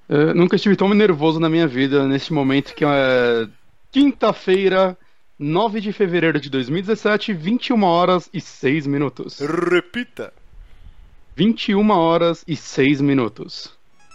Nunca estive tão nervoso na minha vida neste momento que é quinta-feira, 9 de fevereiro de 2017, 21 horas e 6 minutos. Repita. 21 horas e 6 minutos.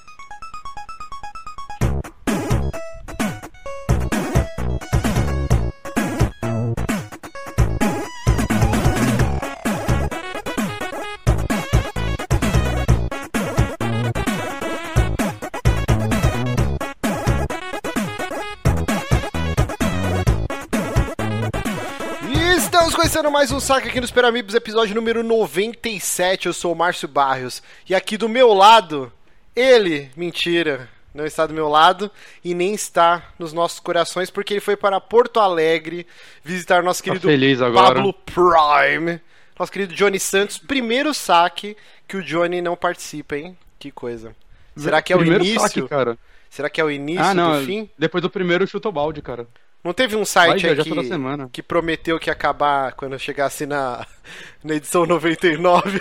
Começando mais um saque aqui no Super Amigos, episódio número 97. Eu sou o Márcio Barrios e aqui do meu lado, ele, mentira, não está do meu lado e nem está nos nossos corações porque ele foi para Porto Alegre visitar nosso querido Pablo Prime, nosso querido Johnny Santos. Primeiro saque que o Johnny não participa, hein? Que coisa. Será que é o início? Saque, cara. Será que é o início do fim? Depois do primeiro chuta o balde, cara. Não teve um site aqui que prometeu que ia acabar quando chegasse na edição 99?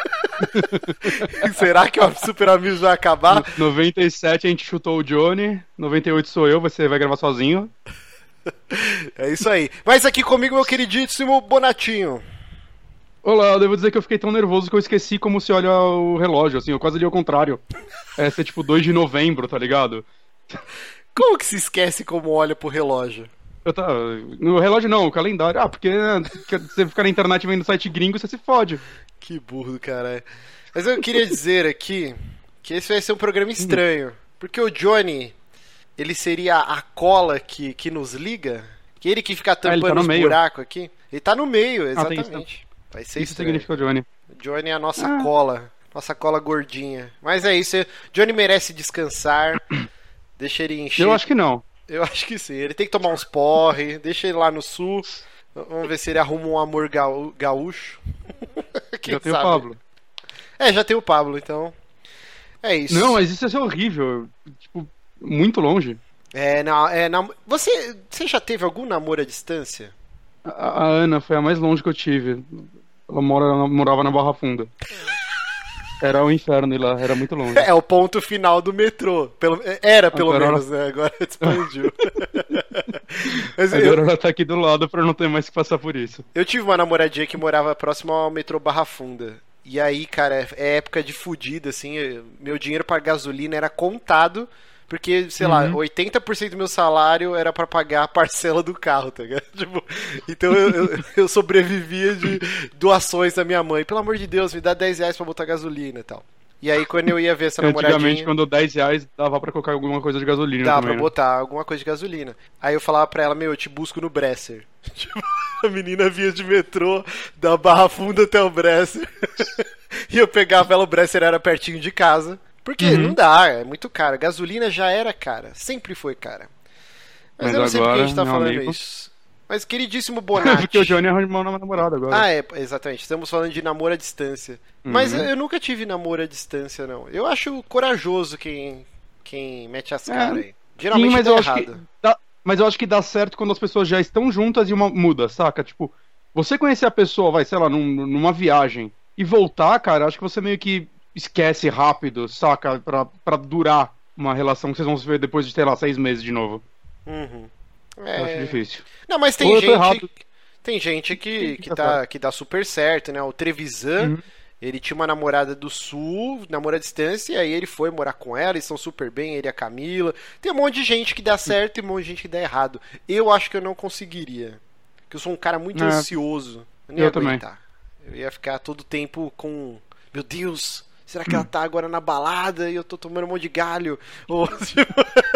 Será que o Super Amigos vai acabar? 97 a gente chutou o Johnny, 98 sou eu, você vai gravar sozinho. É isso aí. Mas aqui comigo, meu queridíssimo Bonatinho. Olá, eu devo dizer que eu fiquei tão nervoso que eu esqueci como se olha o relógio, assim, eu quase li ao contrário. É ser tipo 2 de novembro, tá ligado? Como que se esquece como olha pro relógio? No relógio não, o calendário. Porque você ficar na internet vendo site gringo, você se fode. Que burro, cara. Mas eu queria dizer aqui que esse vai ser um programa estranho. Porque o Johnny, ele seria a cola que nos liga? Que ele que fica tampando os buracos aqui? Ele tá no meio, exatamente. Vai ser isso significa o Johnny. O Johnny é a nossa cola. Nossa cola gordinha. Mas é isso, Johnny merece descansar. Deixa ele encher. Eu acho que não. Eu acho que sim. Ele tem que tomar uns porre. Deixa ele lá no sul. Vamos ver se ele arruma um amor gaúcho. Já tem o Pablo. Já tem o Pablo, então. É isso. Não, mas isso ia ser horrível. Tipo, muito longe. Você já teve algum namoro à distância? A Ana foi a mais longe que eu tive. Ela morava na Barra Funda. Era o inferno ir lá, era muito longe. É o ponto final do metrô. Era pelo menos, né? Agora expandiu. Mas agora ela tá aqui do lado pra não ter mais que passar por isso. Eu tive uma namoradinha que morava próximo ao metrô Barra Funda. E aí, cara, é época de fudida, assim. Meu dinheiro pra gasolina era contado. Porque, sei lá, 80% do meu salário era pra pagar a parcela do carro, tá ligado? Tipo, então eu sobrevivia de doações da minha mãe. Pelo amor de Deus, me dá 10 reais pra botar gasolina e tal. E aí quando eu ia ver essa namoradinha... Antigamente, quando 10 reais, dava pra colocar alguma coisa de gasolina. Dava pra botar alguma coisa de gasolina. Aí eu falava pra ela, eu te busco no Bresser. Tipo, a menina via de metrô da Barra Funda até o Bresser. E eu pegava ela, o Bresser era pertinho de casa. Porque não dá, é muito caro. Gasolina já era cara, sempre foi cara. Mas eu não sei por que a gente tá falando isso. Mas queridíssimo Bonatti... Porque o Johnny arrumou uma namorada agora. Exatamente. Estamos falando de namoro à distância. Mas eu nunca tive namoro à distância, não. Eu acho corajoso quem mete as caras aí. Geralmente mas tá errado. Mas eu acho que dá certo quando as pessoas já estão juntas e uma muda, saca? Tipo, você conhecer a pessoa, sei lá, numa viagem e voltar, cara, acho que você meio que esquece rápido, saca? Pra durar uma relação que vocês vão se ver depois de, sei lá, 6 meses de novo. Eu acho difícil. Não, mas tem gente que dá super certo, né? O Trevisan, ele tinha uma namorada do Sul, namoro à distância, e aí ele foi morar com ela, eles estão super bem, ele e a Camila. Tem um monte de gente que dá certo e um monte de gente que dá errado. Eu acho que eu não conseguiria. Porque eu sou um cara muito ansioso. Eu não ia aguentar. Eu ia ficar todo tempo com... Meu Deus... Será que ela tá agora na balada e eu tô tomando um monte de galho? Ou, tipo,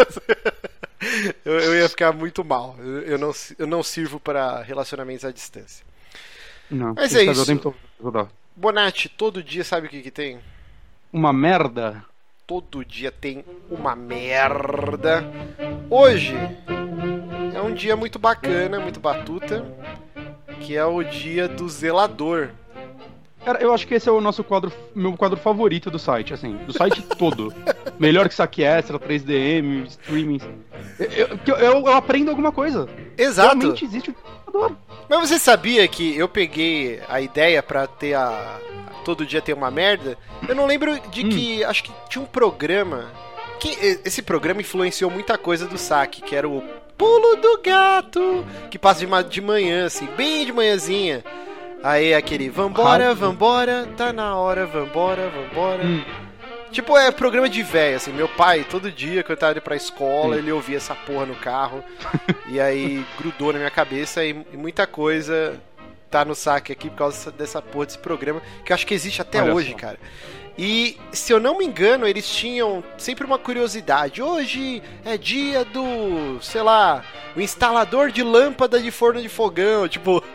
eu ia ficar muito mal. Eu não sirvo para relacionamentos à distância. Não, mas é isso. Bonatti, todo dia sabe o que tem? Uma merda. Todo dia tem uma merda. Hoje é um dia muito bacana, muito batuta, que é o dia do zelador. Cara, eu acho que esse é o meu quadro favorito do site, assim, do site todo. Melhor que Saque Extra, 3DM, streaming. Eu aprendo alguma coisa. Exato. Realmente existe o zelador. Mas você sabia que eu peguei a ideia pra ter todo dia ter uma merda? Eu não lembro de que... Acho que tinha um programa Esse programa influenciou muita coisa do saque, que era o Pulo do Gato, que passa de manhã, assim, bem de manhãzinha. Aí aquele vambora, vambora, tá na hora, vambora, vambora. Tipo, é programa de véio, assim. Meu pai, todo dia, quando eu tava indo pra escola, ele ouvia essa porra no carro. E aí grudou na minha cabeça e muita coisa tá no saque aqui por causa dessa porra desse programa, que eu acho que existe até hoje, cara. E, se eu não me engano, eles tinham sempre uma curiosidade. Hoje é dia do, sei lá, o instalador de lâmpada de forno de fogão. Tipo,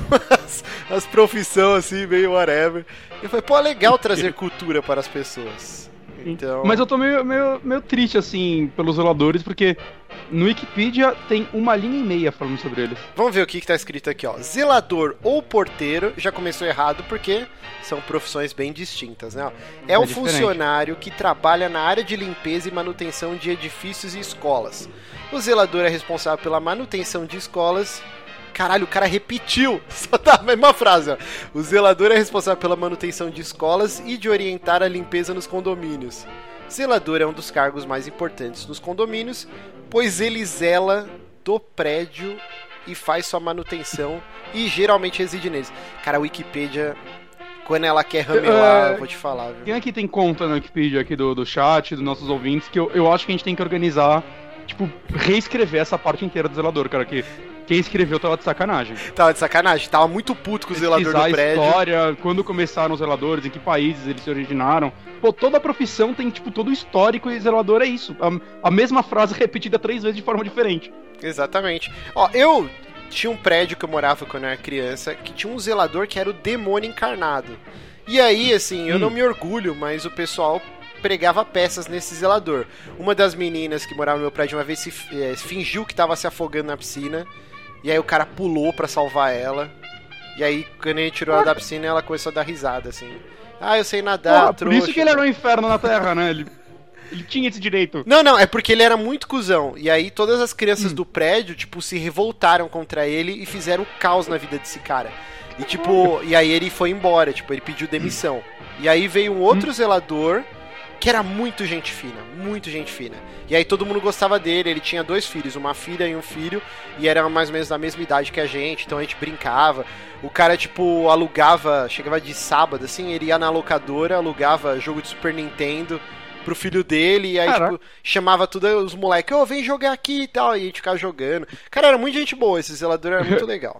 as profissões assim, meio whatever. E foi, pô, legal trazer cultura para as pessoas. Então... Mas eu tô meio triste, assim, pelos zeladores, porque no Wikipedia tem 1,5 linha falando sobre eles. Vamos ver o que tá escrito aqui, ó. Zelador ou porteiro, já começou errado porque são profissões bem distintas, né? É um funcionário que trabalha na área de limpeza e manutenção de edifícios e escolas. O zelador é responsável pela manutenção de escolas... Caralho, o cara repetiu. Só tá a mesma frase, ó. O zelador é responsável pela manutenção de escolas e de orientar a limpeza nos condomínios. Zelador é um dos cargos mais importantes nos condomínios, pois ele zela do prédio e faz sua manutenção e geralmente reside neles. Cara, a Wikipedia, quando ela quer ramelar, eu vou te falar, viu? Quem aqui tem conta na Wikipedia aqui do chat, dos nossos ouvintes, que eu acho que a gente tem que organizar, tipo, reescrever essa parte inteira do zelador, cara, que... Quem escreveu tava de sacanagem. Tava de sacanagem, tava muito puto com o zelador do prédio. A história, quando começaram os zeladores, em que países eles se originaram. Pô, toda a profissão tem, tipo, todo o histórico e zelador é isso. A mesma frase repetida 3 vezes de forma diferente. Exatamente. Ó, eu tinha um prédio que eu morava quando eu era criança, que tinha um zelador que era o demônio encarnado. E aí, assim, eu não me orgulho, mas o pessoal... pregava peças nesse zelador. Uma das meninas que morava no meu prédio uma vez fingiu que tava se afogando na piscina. E aí o cara pulou pra salvar ela. E aí, quando ele tirou ela da piscina, ela começou a dar risada, assim. Ah, eu sei nadar, trouxa. Por isso que ele era um inferno na Terra, né? Ele tinha esse direito. Não, é porque ele era muito cuzão. E aí todas as crianças do prédio, tipo, se revoltaram contra ele e fizeram caos na vida desse cara. E tipo, e aí ele foi embora, tipo, ele pediu demissão. E aí veio um outro zelador... que era muito gente fina, muito gente fina. E aí todo mundo gostava dele, ele tinha 2 filhos, uma filha e um filho, e era mais ou menos da mesma idade que a gente, então a gente brincava. O cara, tipo, alugava, chegava de sábado, assim, ele ia na locadora, alugava jogo de Super Nintendo pro filho dele, e aí, tipo, chamava todos os moleques, vem jogar aqui e tal, e a gente ficava jogando. Cara, era muito gente boa, esse zelador era muito legal.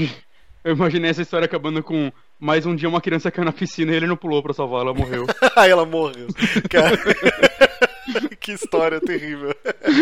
Eu imaginei essa história acabando com mais um dia uma criança caiu na piscina e ele não pulou pra salvar, ela morreu. Aí ela morreu. Cara, que história terrível.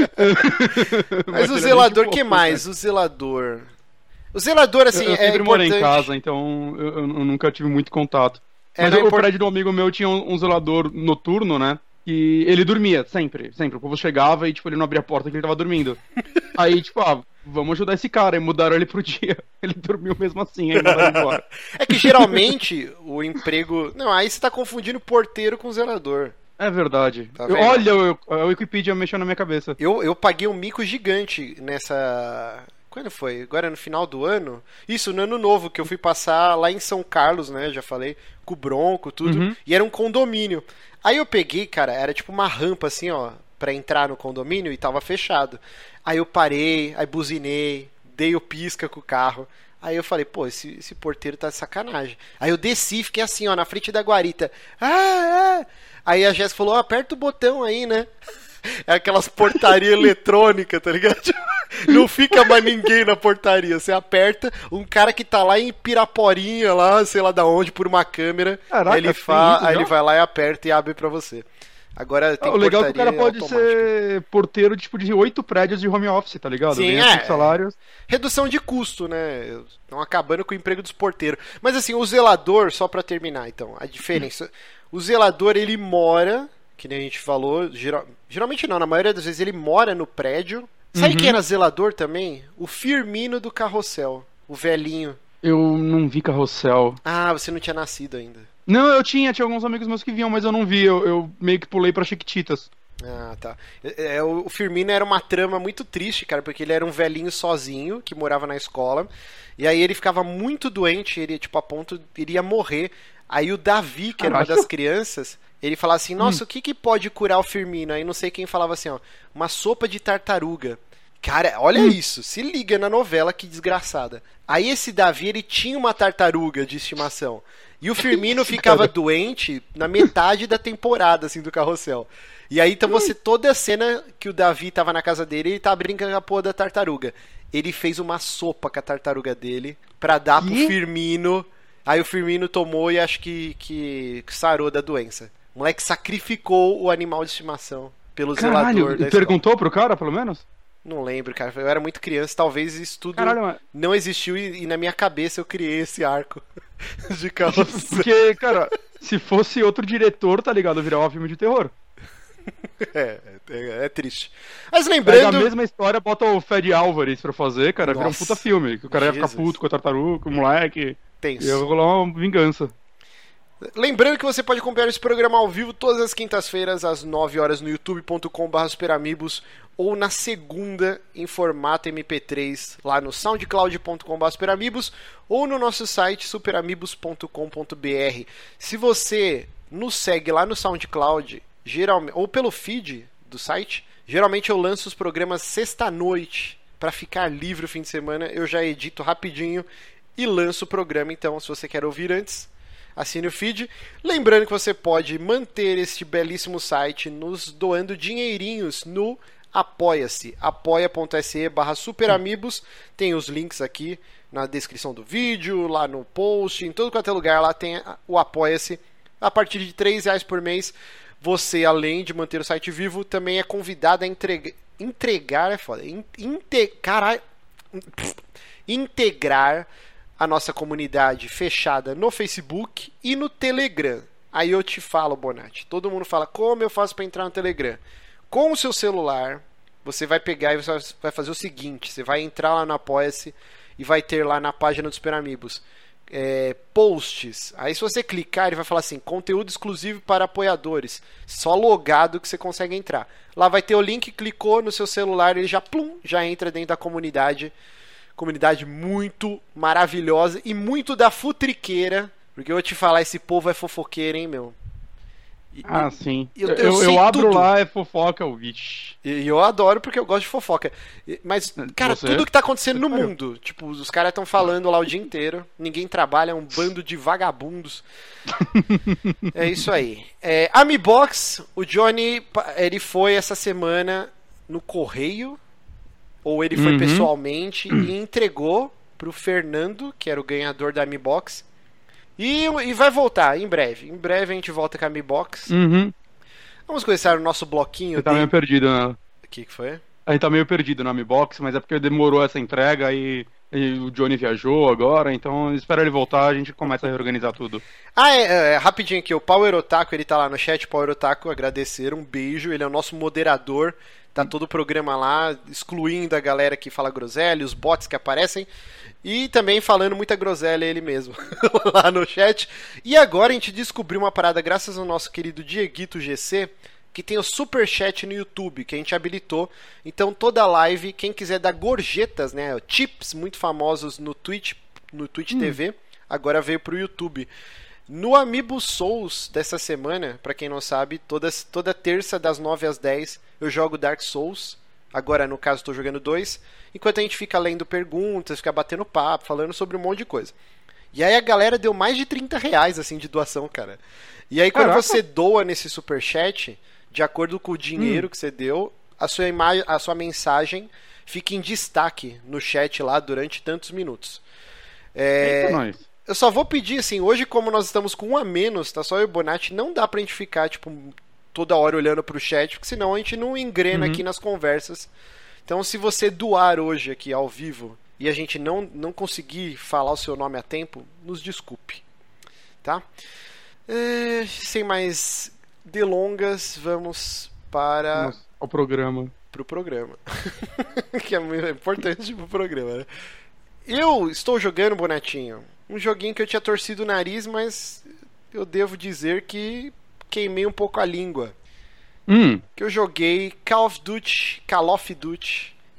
Mas o zelador, que mais? O zelador... O zelador, assim, eu sempre morei em casa, então eu nunca tive muito contato. Mas o prédio do amigo meu tinha um zelador noturno, né? E ele dormia, sempre. O povo chegava e, tipo, ele não abria a porta que ele tava dormindo. Aí, tipo, vamos ajudar esse cara. E mudaram ele pro dia. Ele dormiu mesmo assim, aí mandaram embora. É que geralmente o emprego... Não, aí você tá confundindo porteiro com zelador. É verdade. Tá olha, a Wikipedia mexeu na minha cabeça. Eu paguei um mico gigante nessa... Quando foi? Agora no final do ano? Isso, no ano novo, que eu fui passar lá em São Carlos, né? Já falei, com o Bronco, tudo. E era um condomínio. Aí eu peguei, cara, era tipo uma rampa assim, ó, pra entrar no condomínio e tava fechado. Aí eu parei, aí buzinei, dei o pisca com o carro. Aí eu falei, pô, esse porteiro tá de sacanagem. Aí eu desci, fiquei assim, ó, na frente da guarita. Aí a Jéssica falou, aperta o botão aí, né? É aquelas portarias eletrônicas, tá ligado? Não fica mais ninguém na portaria. Você aperta, um cara que tá lá em Piraporinha, lá, sei lá da onde, por uma câmera. Caraca, aí ele vai lá e aperta e abre pra você. Agora tem o legal é que o cara pode ser porteiro tipo, de 8 prédios de home office, tá ligado? Sim, salários. Redução de custo, né? Estão acabando com o emprego dos porteiros. Mas assim, o zelador, só pra terminar, então, a diferença. O zelador, ele mora, que nem a gente falou, geralmente não, na maioria das vezes ele mora no prédio. Sabe quem era zelador também? O Firmino do Carrossel, o velhinho. Eu não vi Carrossel. Ah, você não tinha nascido ainda. Não, eu tinha alguns amigos meus que viam, mas eu não vi, eu meio que pulei pra Chiquititas. Ah, tá. O Firmino era uma trama muito triste, cara, porque ele era um velhinho sozinho, que morava na escola, e aí ele ficava muito doente, ele, tipo, a ponto, ele ia morrer. Aí o Davi, que era uma das crianças, Ele falava assim, nossa, o que pode curar o Firmino? Aí não sei quem falava assim, ó, uma sopa de tartaruga. Cara, olha isso, se liga na novela, que desgraçada. Aí esse Davi, ele tinha uma tartaruga de estimação. E o Firmino ficava doente na metade da temporada, assim, do Carrossel. E aí, então, toda a cena que o Davi tava na casa dele, ele tava brincando com a porra da tartaruga. Ele fez uma sopa com a tartaruga dele pra dar pro Firmino. Aí o Firmino tomou e acho que sarou da doença. O moleque sacrificou o animal de estimação pelo zelador da escola. Perguntou pro cara, pelo menos? Não lembro, cara. Eu era muito criança, talvez isso tudo não existiu e na minha cabeça eu criei esse arco de Carrossel. Porque, cara, se fosse outro diretor, tá ligado? Virava um filme de terror. É triste. Mas lembrando... Pega a mesma história, bota o Fed Álvares pra fazer, cara, vira um puta filme. Que o cara ia ficar puto com a tartaruga, com o moleque. Tenso. Ia rolar uma vingança. Lembrando que você pode acompanhar esse programa ao vivo todas as quintas-feiras, às 9 horas, no youtube.com/superamigos, ou na segunda, em formato MP3, lá no soundcloud.com/superamigos, ou no nosso site, superamigos.com.br. Se você nos segue lá no SoundCloud, geralmente, ou pelo feed do site, geralmente eu lanço os programas sexta-noite, para ficar livre o fim de semana, eu já edito rapidinho e lanço o programa, então, se você quer ouvir antes, assine o feed. Lembrando que você pode manter este belíssimo site nos doando dinheirinhos no Apoia-se, apoia.se/superamigos. Tem os links aqui na descrição do vídeo, lá no post, em todo quanto é lugar, lá tem o Apoia-se. A partir de R$3 por mês, você, além de manter o site vivo, também é convidado a integrar a nossa comunidade fechada no Facebook e no Telegram. Aí eu te falo, Bonatti, todo mundo fala, como eu faço para entrar no Telegram? Com o seu celular, você vai pegar e você vai fazer o seguinte, você vai entrar lá no Apoia-se e vai ter lá na página dos Super Amigos posts. Aí se você clicar, ele vai falar assim, conteúdo exclusivo para apoiadores, só logado que você consegue entrar. Lá vai ter o link, clicou no seu celular, ele já entra dentro da comunidade muito maravilhosa e muito da futriqueira, porque eu vou te falar, esse povo é fofoqueiro, hein, meu? Sim. Eu abro tudo. Lá, é fofoca, vixe. E eu adoro porque eu gosto de fofoca. Mas, cara, tudo que tá acontecendo no mundo, tipo, os caras estão falando lá o dia inteiro, ninguém trabalha, é um bando de vagabundos. É isso aí. Amibox, o Johnny, ele foi essa semana no correio, ou ele foi pessoalmente e entregou pro Fernando, que era o ganhador da Amibox. E vai voltar em breve. Em breve a gente volta com a Amibox. Vamos começar o nosso bloquinho. Você tá meio perdido, né? O que foi? A gente tá meio perdido na Amibox, mas é porque demorou essa entrega e o Johnny viajou agora, então espera ele voltar, a gente começa a reorganizar tudo. Rapidinho aqui, o Power Otaku, ele tá lá no chat, Power Otaku, agradecer, um beijo, ele é o nosso moderador, tá todo o programa lá, excluindo a galera que fala groselha, os bots que aparecem, e também falando muita groselha ele mesmo, lá no chat. E agora a gente descobriu uma parada, graças ao nosso querido Dieguito GC, que tem o Superchat no YouTube, que a gente habilitou. Então toda live, quem quiser dar gorjetas, né, tips muito famosos no Twitch TV, agora veio pro YouTube. No Amiibo Souls dessa semana, pra quem não sabe, toda terça das 9 às 10 eu jogo Dark Souls. Agora, no caso, estou jogando 2. Enquanto a gente fica lendo perguntas, fica batendo papo, falando sobre um monte de coisa. E aí a galera deu mais de R$30, assim, de doação, cara. E aí quando você doa nesse Superchat, de acordo com o dinheiro que você deu, a sua mensagem fica em destaque no chat lá durante tantos minutos. Eu só vou pedir, assim, hoje como nós estamos com um a menos, tá só eu e o Bonatti, não dá pra gente ficar, tipo, toda hora olhando pro chat, porque senão a gente não engrena aqui nas conversas. Então se você doar hoje aqui ao vivo e a gente não conseguir falar o seu nome a tempo, nos desculpe, tá? Sem mais delongas, vamos para o programa. Pro programa. Que é muito importante pro programa, né? Eu estou jogando, Bonatinho, um joguinho que eu tinha torcido o nariz, mas eu devo dizer que queimei um pouco a língua. Que eu joguei Call of Duty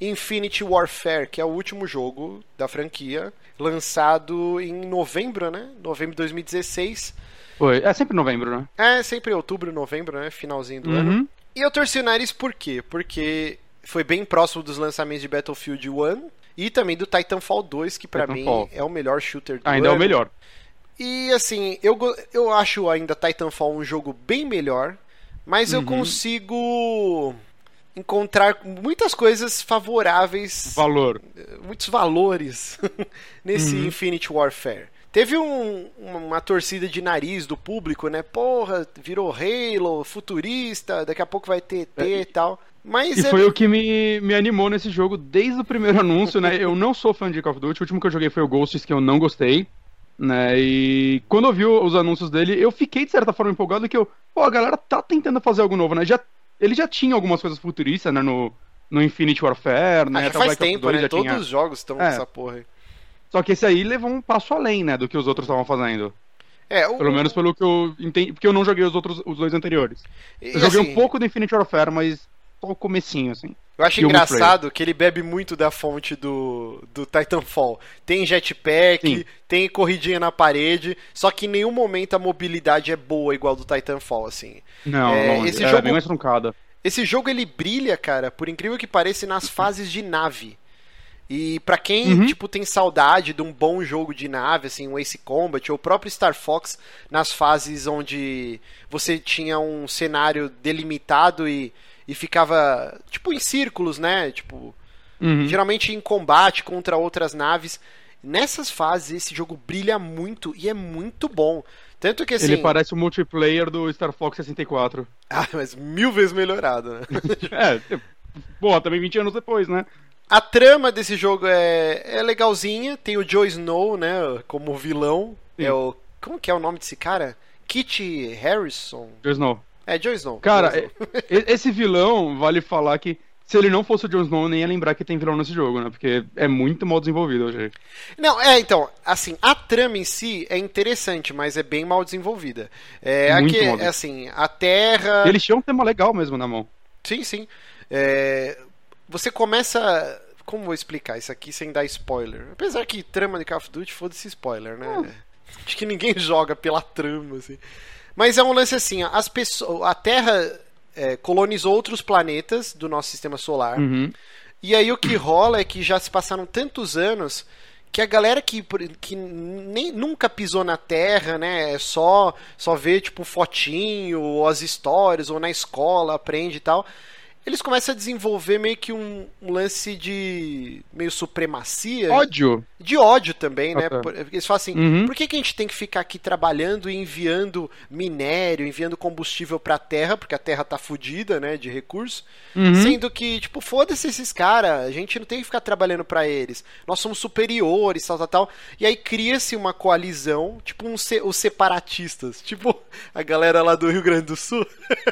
Infinity Warfare, que é o último jogo da franquia, lançado em novembro, né? Novembro de 2016. Foi. É sempre novembro, né? É, sempre outubro, novembro, né? Finalzinho do ano. E eu torci o nariz por quê? Porque foi bem próximo dos lançamentos de Battlefield 1 e também do Titanfall 2, que pra mim é o melhor shooter do Ainda ano. é o melhor. E assim, eu acho ainda Titanfall um jogo bem melhor, mas eu consigo encontrar muitas coisas favoráveis, muitos valores nesse Infinity Warfare. Teve uma torcida de nariz do público, né? Porra, virou Halo, futurista, daqui a pouco vai ter ET e tal. Mas foi o que me animou nesse jogo desde o primeiro anúncio, né? Eu não sou fã de Call of Duty, o último que eu joguei foi o Ghosts, que eu não gostei, né? E quando eu vi os anúncios dele, eu fiquei de certa forma empolgado que a galera tá tentando fazer algo novo, né? Ele já tinha algumas coisas futuristas, né? No Infinity Warfare, né? Já faz tempo, né? Todos os jogos estão com essa porra aí. Só que esse aí levou um passo além, né, do que os outros estavam fazendo. Pelo menos pelo que eu entendi, porque eu não joguei os dois anteriores. Eu joguei um pouco do Infinity Warfare, mas só o comecinho, assim. Eu acho engraçado que ele bebe muito da fonte do Titanfall. Tem jetpack, tem corridinha na parede, só que em nenhum momento a mobilidade é boa igual do Titanfall, assim. Não, esse jogo, jogo, bem mais truncada. Esse jogo ele brilha, cara, por incrível que pareça, nas fases de nave. E pra quem, tipo, tem saudade de um bom jogo de nave, assim, um Ace Combat, ou o próprio Star Fox, nas fases onde você tinha um cenário delimitado e ficava, tipo, em círculos, né? Tipo, geralmente em combate contra outras naves. Nessas fases, esse jogo brilha muito e é muito bom. Tanto que, assim... Ele parece o multiplayer do Star Fox 64. Ah, mas 1000 vezes melhorado, né? Também 20 anos depois, né? A trama desse jogo é legalzinha. Tem o Jon Snow, né, como vilão. Como que é o nome desse cara? Kit Harington? Jon Snow. Jon Snow. Cara, esse vilão, vale falar que se ele não fosse o Jon Snow, eu nem ia lembrar que tem vilão nesse jogo, né? Porque é muito mal desenvolvido, gente. Não, então, assim, a trama em si é interessante, mas é bem mal desenvolvida. Assim, a Terra... Eles tinham um tema legal mesmo na mão. Sim. Você começa... Como vou explicar isso aqui sem dar spoiler? Apesar que trama de Call of Duty, foda-se spoiler, né? Acho que ninguém joga pela trama, assim. Mas é um lance assim, a Terra colonizou outros planetas do nosso sistema solar. E aí o que rola é que já se passaram tantos anos que a galera que nem nunca pisou na Terra, né? Só vê tipo fotinho, ou as histórias, ou na escola, aprende e tal. Eles começam a desenvolver meio que um lance de meio supremacia. Ódio. De ódio também, né? Eles falam assim, por que a gente tem que ficar aqui trabalhando e enviando minério, enviando combustível pra Terra, porque a Terra tá fodida, né, de recursos, sendo que, tipo, foda-se esses caras, a gente não tem que ficar trabalhando pra eles. Nós somos superiores, tal. E aí cria-se uma coalizão, tipo os separatistas, tipo a galera lá do Rio Grande do Sul.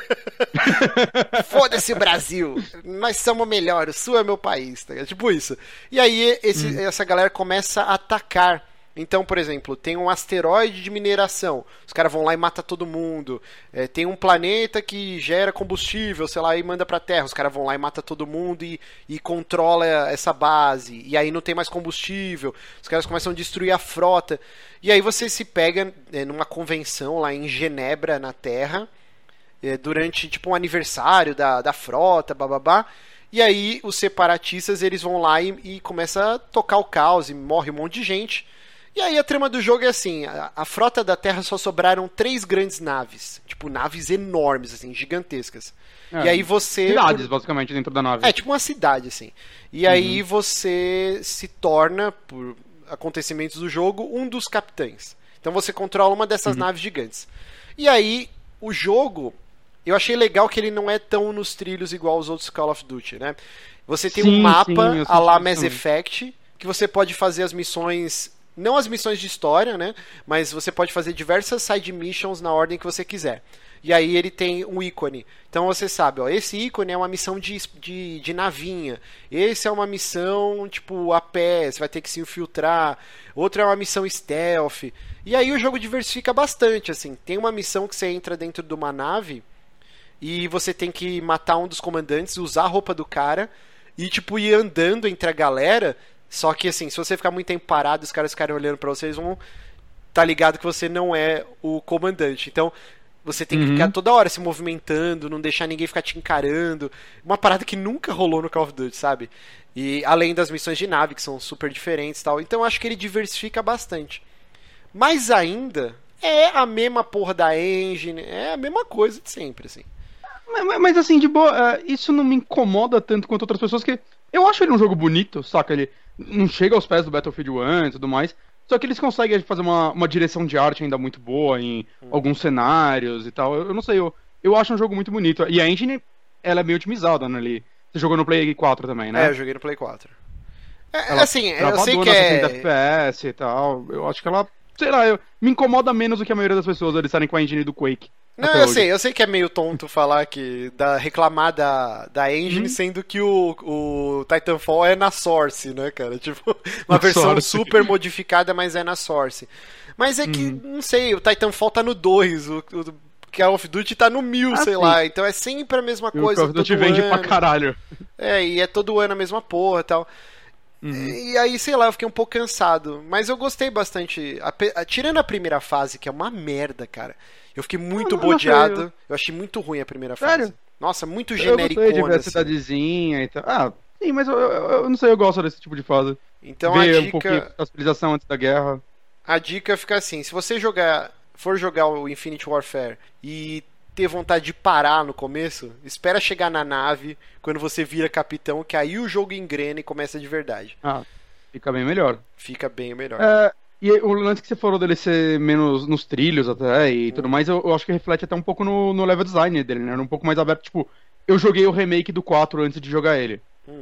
Foda-se o Brasil, nós somos melhor, o Sul é meu país, tá? Tipo isso. E aí essa galera começa a atacar. Então, por exemplo, tem um asteroide de mineração, os caras vão lá e matam todo mundo. Tem um planeta que gera combustível, sei lá, e manda pra Terra, os caras vão lá e matam todo mundo e controla essa base. E aí não tem mais combustível, os caras começam a destruir a frota. E aí você se pega numa convenção lá em Genebra, na Terra, durante tipo um aniversário da frota, bababá. E aí os separatistas eles vão lá e começam a tocar o caos e morre um monte de gente. E aí a trama do jogo é assim, a frota da Terra só sobraram 3 grandes naves, tipo naves enormes, assim, gigantescas. E aí você... Cidades, basicamente, dentro da nave. Tipo uma cidade, assim. E aí você se torna, por acontecimentos do jogo, um dos capitães. Então você controla uma dessas naves gigantes. E aí o jogo... Eu achei legal que ele não é tão nos trilhos igual aos outros Call of Duty, né? Você tem um mapa à la Mass Effect, que você pode fazer as missões... Não as missões de história, né? Mas você pode fazer diversas side missions na ordem que você quiser. E aí ele tem um ícone. Então você sabe, ó, esse ícone é uma missão de navinha. Esse é uma missão, tipo, a pé, você vai ter que se infiltrar. Outra é uma missão stealth. E aí o jogo diversifica bastante, assim. Tem uma missão que você entra dentro de uma nave... E você tem que matar um dos comandantes, usar a roupa do cara e, tipo, ir andando entre a galera. Só que, assim, se você ficar muito tempo parado, os caras ficarem olhando pra vocês, vão tá ligado que você não é o comandante. Então, você tem que ficar toda hora se movimentando, não deixar ninguém ficar te encarando. Uma parada que nunca rolou no Call of Duty, sabe? E além das missões de nave, que são super diferentes e tal. Então, acho que ele diversifica bastante. Mas ainda, é a mesma porra da engine, é a mesma coisa de sempre, assim. Mas assim, de boa, isso não me incomoda tanto quanto outras pessoas, que eu acho ele um jogo bonito, saca? Ele não chega aos pés do Battlefield 1 e tudo mais, só que eles conseguem fazer uma direção de arte ainda muito boa em alguns cenários e tal. Eu não sei, eu acho um jogo muito bonito. E a engine, ela é meio otimizada, né, ali. Você jogou no Play 4 também, né? É, eu joguei no Play 4. Assim, eu sei que 60 FPS e tal, eu acho que ela, sei lá, me incomoda menos do que a maioria das pessoas eles estarem com a engine do Quake. Não, eu sei que é meio tonto falar que reclamar da engine, sendo que o Titanfall é na Source, né, cara? Tipo, uma versão super modificada, mas é na Source. Mas é que, não sei, o Titanfall tá no 2, o Call of Duty tá no 1000, sei lá. Então é sempre a mesma coisa. O Call of Duty vende pra caralho. E é todo ano a mesma porra e tal. E aí, sei lá, eu fiquei um pouco cansado. Mas eu gostei bastante. Tirando a primeira fase, que é uma merda, cara. Eu fiquei muito bodeado. Eu achei muito ruim a primeira fase. Nossa, muito genericona. Eu gostei de ver a cidadezinha e tal. Sim, mas eu não sei, eu gosto desse tipo de fase. Então ver a dica... um pouquinho da civilização antes da guerra. A dica fica assim, se você for jogar o Infinite Warfare e ter vontade de parar no começo, espera chegar na nave, quando você vira capitão, que aí o jogo engrena e começa de verdade. Fica bem melhor. Fica bem melhor. E o lance que você falou dele ser menos nos trilhos até e tudo mais, eu acho que reflete até um pouco no level design dele, né? Era um pouco mais aberto, tipo, eu joguei o remake do 4 antes de jogar ele.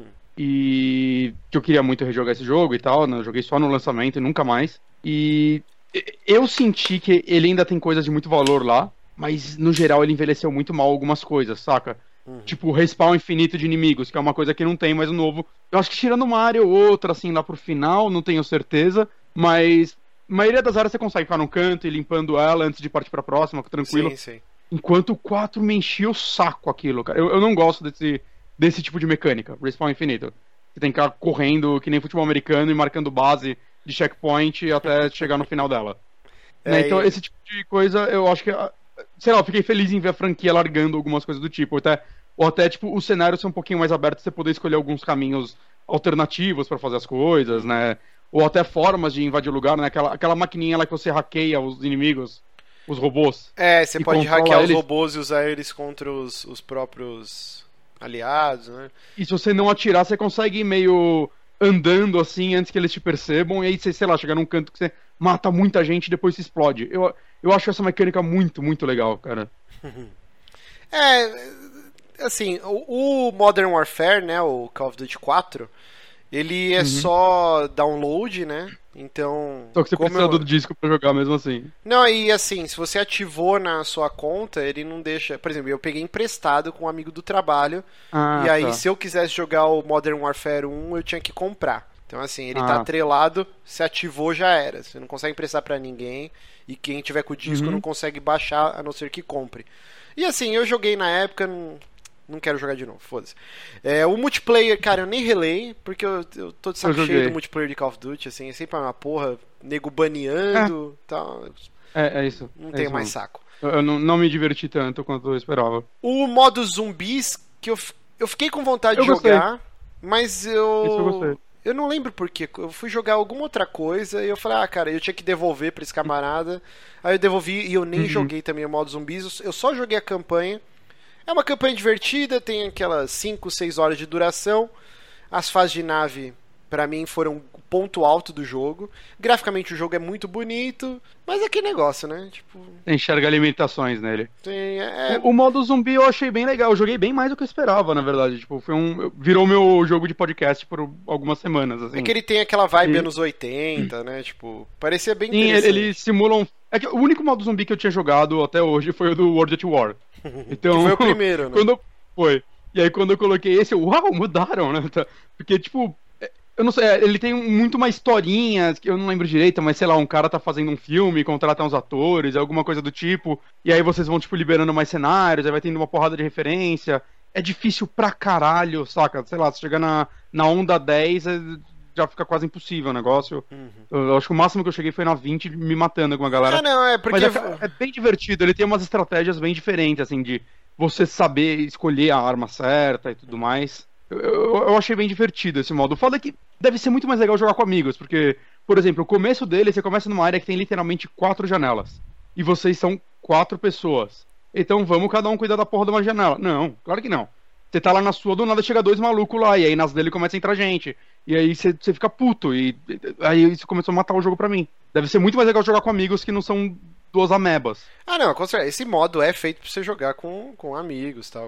E que eu queria muito rejogar esse jogo e tal, né? Eu joguei só no lançamento e nunca mais. E eu senti que ele ainda tem coisas de muito valor lá, mas no geral ele envelheceu muito mal algumas coisas, saca? Tipo, o respawn infinito de inimigos, que é uma coisa que não tem mais no novo. Eu acho que tirando uma área ou outra, assim, lá pro final, não tenho certeza. Mas a maioria das áreas você consegue ficar num canto e limpando ela antes de partir pra próxima, tranquilo. Sim. Enquanto o 4 me enchia o saco aquilo, cara. Eu não gosto desse tipo de mecânica, respawn infinito. Você tem que ficar correndo que nem futebol americano e marcando base de checkpoint até chegar no final dela. Então, esse tipo de coisa, eu acho que... Sei lá, eu fiquei feliz em ver a franquia largando algumas coisas do tipo. Ou até, tipo, o cenário ser um pouquinho mais aberto, você poder escolher alguns caminhos alternativos pra fazer as coisas, né? Ou até formas de invadir o lugar, né? Aquela maquininha lá que você hackeia os inimigos, os robôs. Você pode hackear os robôs e usar eles contra os próprios aliados, né? E se você não atirar, você consegue ir meio andando assim antes que eles te percebam, e aí você, sei lá, chega num canto que você mata muita gente e depois se explode. Eu acho essa mecânica muito, muito legal, cara. Assim, o Modern Warfare, né, o Call of Duty 4, ele é só download, né? Então... Só que você precisa do disco pra jogar mesmo assim. Não, e assim, se você ativou na sua conta, ele não deixa... Por exemplo, eu peguei emprestado com um amigo do trabalho, e aí se eu quisesse jogar o Modern Warfare 1, eu tinha que comprar. Então assim, ele tá atrelado, se ativou já era. Você não consegue emprestar pra ninguém, e quem tiver com o disco não consegue baixar, a não ser que compre. E assim, eu joguei na época... Não quero jogar de novo, foda-se. O multiplayer, cara, eu nem relei, porque eu tô de saco cheio do multiplayer de Call of Duty, assim, é sempre uma porra, nego baneando e tal. É isso. Não tenho mais saco. Eu não me diverti tanto quanto eu esperava. O modo zumbis, que eu fiquei com vontade de jogar, mas Isso eu gostei. Eu não lembro porquê. Eu fui jogar alguma outra coisa e eu falei, cara, eu tinha que devolver pra esse camarada. Aí eu devolvi e eu nem joguei também o modo zumbis, eu só joguei a campanha. É uma campanha divertida, tem aquelas 5, 6 horas de duração. As fases de nave, pra mim, foram o ponto alto do jogo. Graficamente o jogo é muito bonito, mas é aquele negócio, né? Tipo... Enxerga limitações nele. Tem, o modo zumbi eu achei bem legal. Eu joguei bem mais do que eu esperava, na verdade. Tipo, virou meu jogo de podcast por algumas semanas. Assim. É que ele tem aquela vibe anos 80, né? Tipo, parecia bem interessante. Eles simulam... É que o único modo zumbi que eu tinha jogado até hoje foi o do World at War. Então, que foi o primeiro, né? Foi. E aí quando eu coloquei esse, uau, mudaram, né? Porque, tipo, eu não sei, ele tem muito mais historinhas, que eu não lembro direito, mas sei lá, um cara tá fazendo um filme, contrata uns atores, alguma coisa do tipo, e aí vocês vão, tipo, liberando mais cenários, aí vai tendo uma porrada de referência, é difícil pra caralho, saca? Sei lá, se chegar na onda 10, já fica quase impossível o negócio. Eu acho que o máximo que eu cheguei foi na 20, me matando com a galera. Ah, não, porque... Mas é bem divertido, ele tem umas estratégias bem diferentes, assim, de você saber escolher a arma certa e tudo mais. Eu achei bem divertido esse modo. O foda é que deve ser muito mais legal jogar com amigos, porque, por exemplo, o começo dele, você começa numa área que tem literalmente 4 janelas. E vocês são 4 pessoas. Então vamos cada um cuidar da porra de uma janela. Não, claro que não. Você tá lá na sua, do nada chega 2 malucos lá, e aí nas dele começa a entrar gente. E aí você fica puto, e aí isso começou a matar o jogo pra mim. Deve ser muito mais legal jogar com amigos que não são 2 amebas. Ah, não, com certeza. Esse modo é feito pra você jogar com amigos, tal,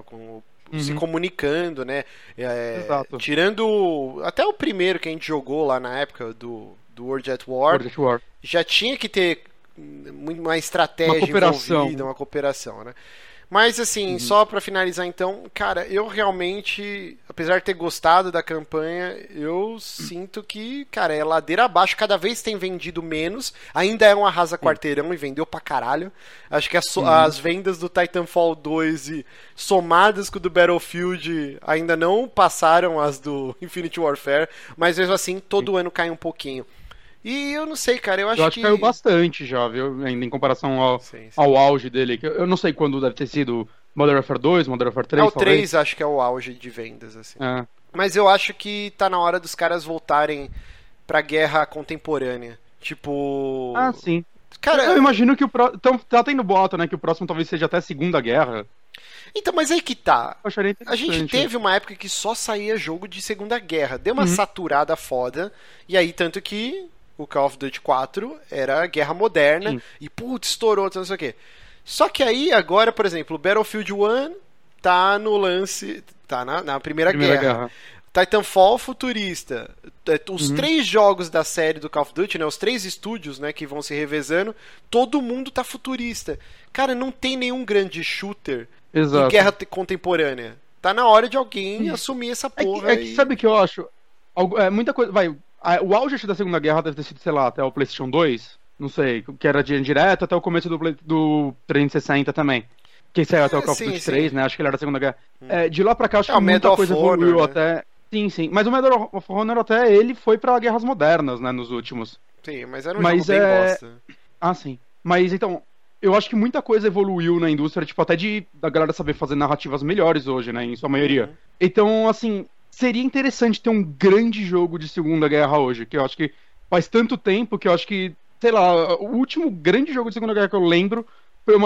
se comunicando, né? Exato. Tirando até o primeiro que a gente jogou lá na época do World at War, já tinha que ter muito mais estratégia envolvida, uma cooperação, né? Mas assim, só pra finalizar então, cara, eu realmente, apesar de ter gostado da campanha, eu sinto que, cara, é ladeira abaixo, cada vez tem vendido menos, ainda é um arrasa-quarteirão e vendeu pra caralho. Acho que as vendas do Titanfall 2 somadas com o do Battlefield ainda não passaram as do Infinite Warfare, mas mesmo assim, todo ano cai um pouquinho. E eu não sei, cara, eu acho que caiu bastante já, viu? Ainda em comparação ao auge dele. Eu não sei quando deve ter sido Modern Warfare 2, Modern Warfare 3. É o 3, acho que é o auge de vendas, assim. É. Mas eu acho que tá na hora dos caras voltarem pra guerra contemporânea. Tipo... Ah, sim. Cara, eu imagino que então, tá tendo boato, né? Que o próximo talvez seja até Segunda Guerra. Então, mas aí que tá. A gente teve uma época que só saía jogo de Segunda Guerra. Deu uma saturada foda. E aí, tanto que o Call of Duty 4 era guerra moderna. Sim. E, putz, estourou, não sei o quê. Só que aí, agora, por exemplo, o Battlefield 1 tá no lance... Tá na Primeira Guerra. Titanfall futurista. Os 3 jogos da série do Call of Duty, né, os 3 estúdios, né, que vão se revezando, todo mundo tá futurista. Cara, não tem nenhum grande shooter de guerra contemporânea. Tá na hora de alguém assumir essa porra. Sabe o que eu acho? Muita coisa... o auge da Segunda Guerra deve ter sido, sei lá, até o PlayStation 2, não sei, que era direto até o começo do 360 também. Que saiu até o Call of Duty 3, né? Acho que ele era da Segunda Guerra. De lá pra cá, acho que muita coisa evoluiu, né? Até... Sim. Mas o Medal of Honor até ele foi pra guerras modernas, né? Nos últimos. Sim, mas era um jogo bem bosta. Ah, sim. Mas então, eu acho que muita coisa evoluiu na indústria, tipo, até da galera saber fazer narrativas melhores hoje, né? Em sua maioria. Então, assim, seria interessante ter um grande jogo de Segunda Guerra hoje, que eu acho que faz tanto tempo que eu acho que, sei lá, o último grande jogo de Segunda Guerra que eu lembro foi o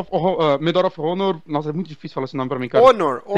Medal of Honor. Nossa, é muito difícil falar esse nome pra mim, cara.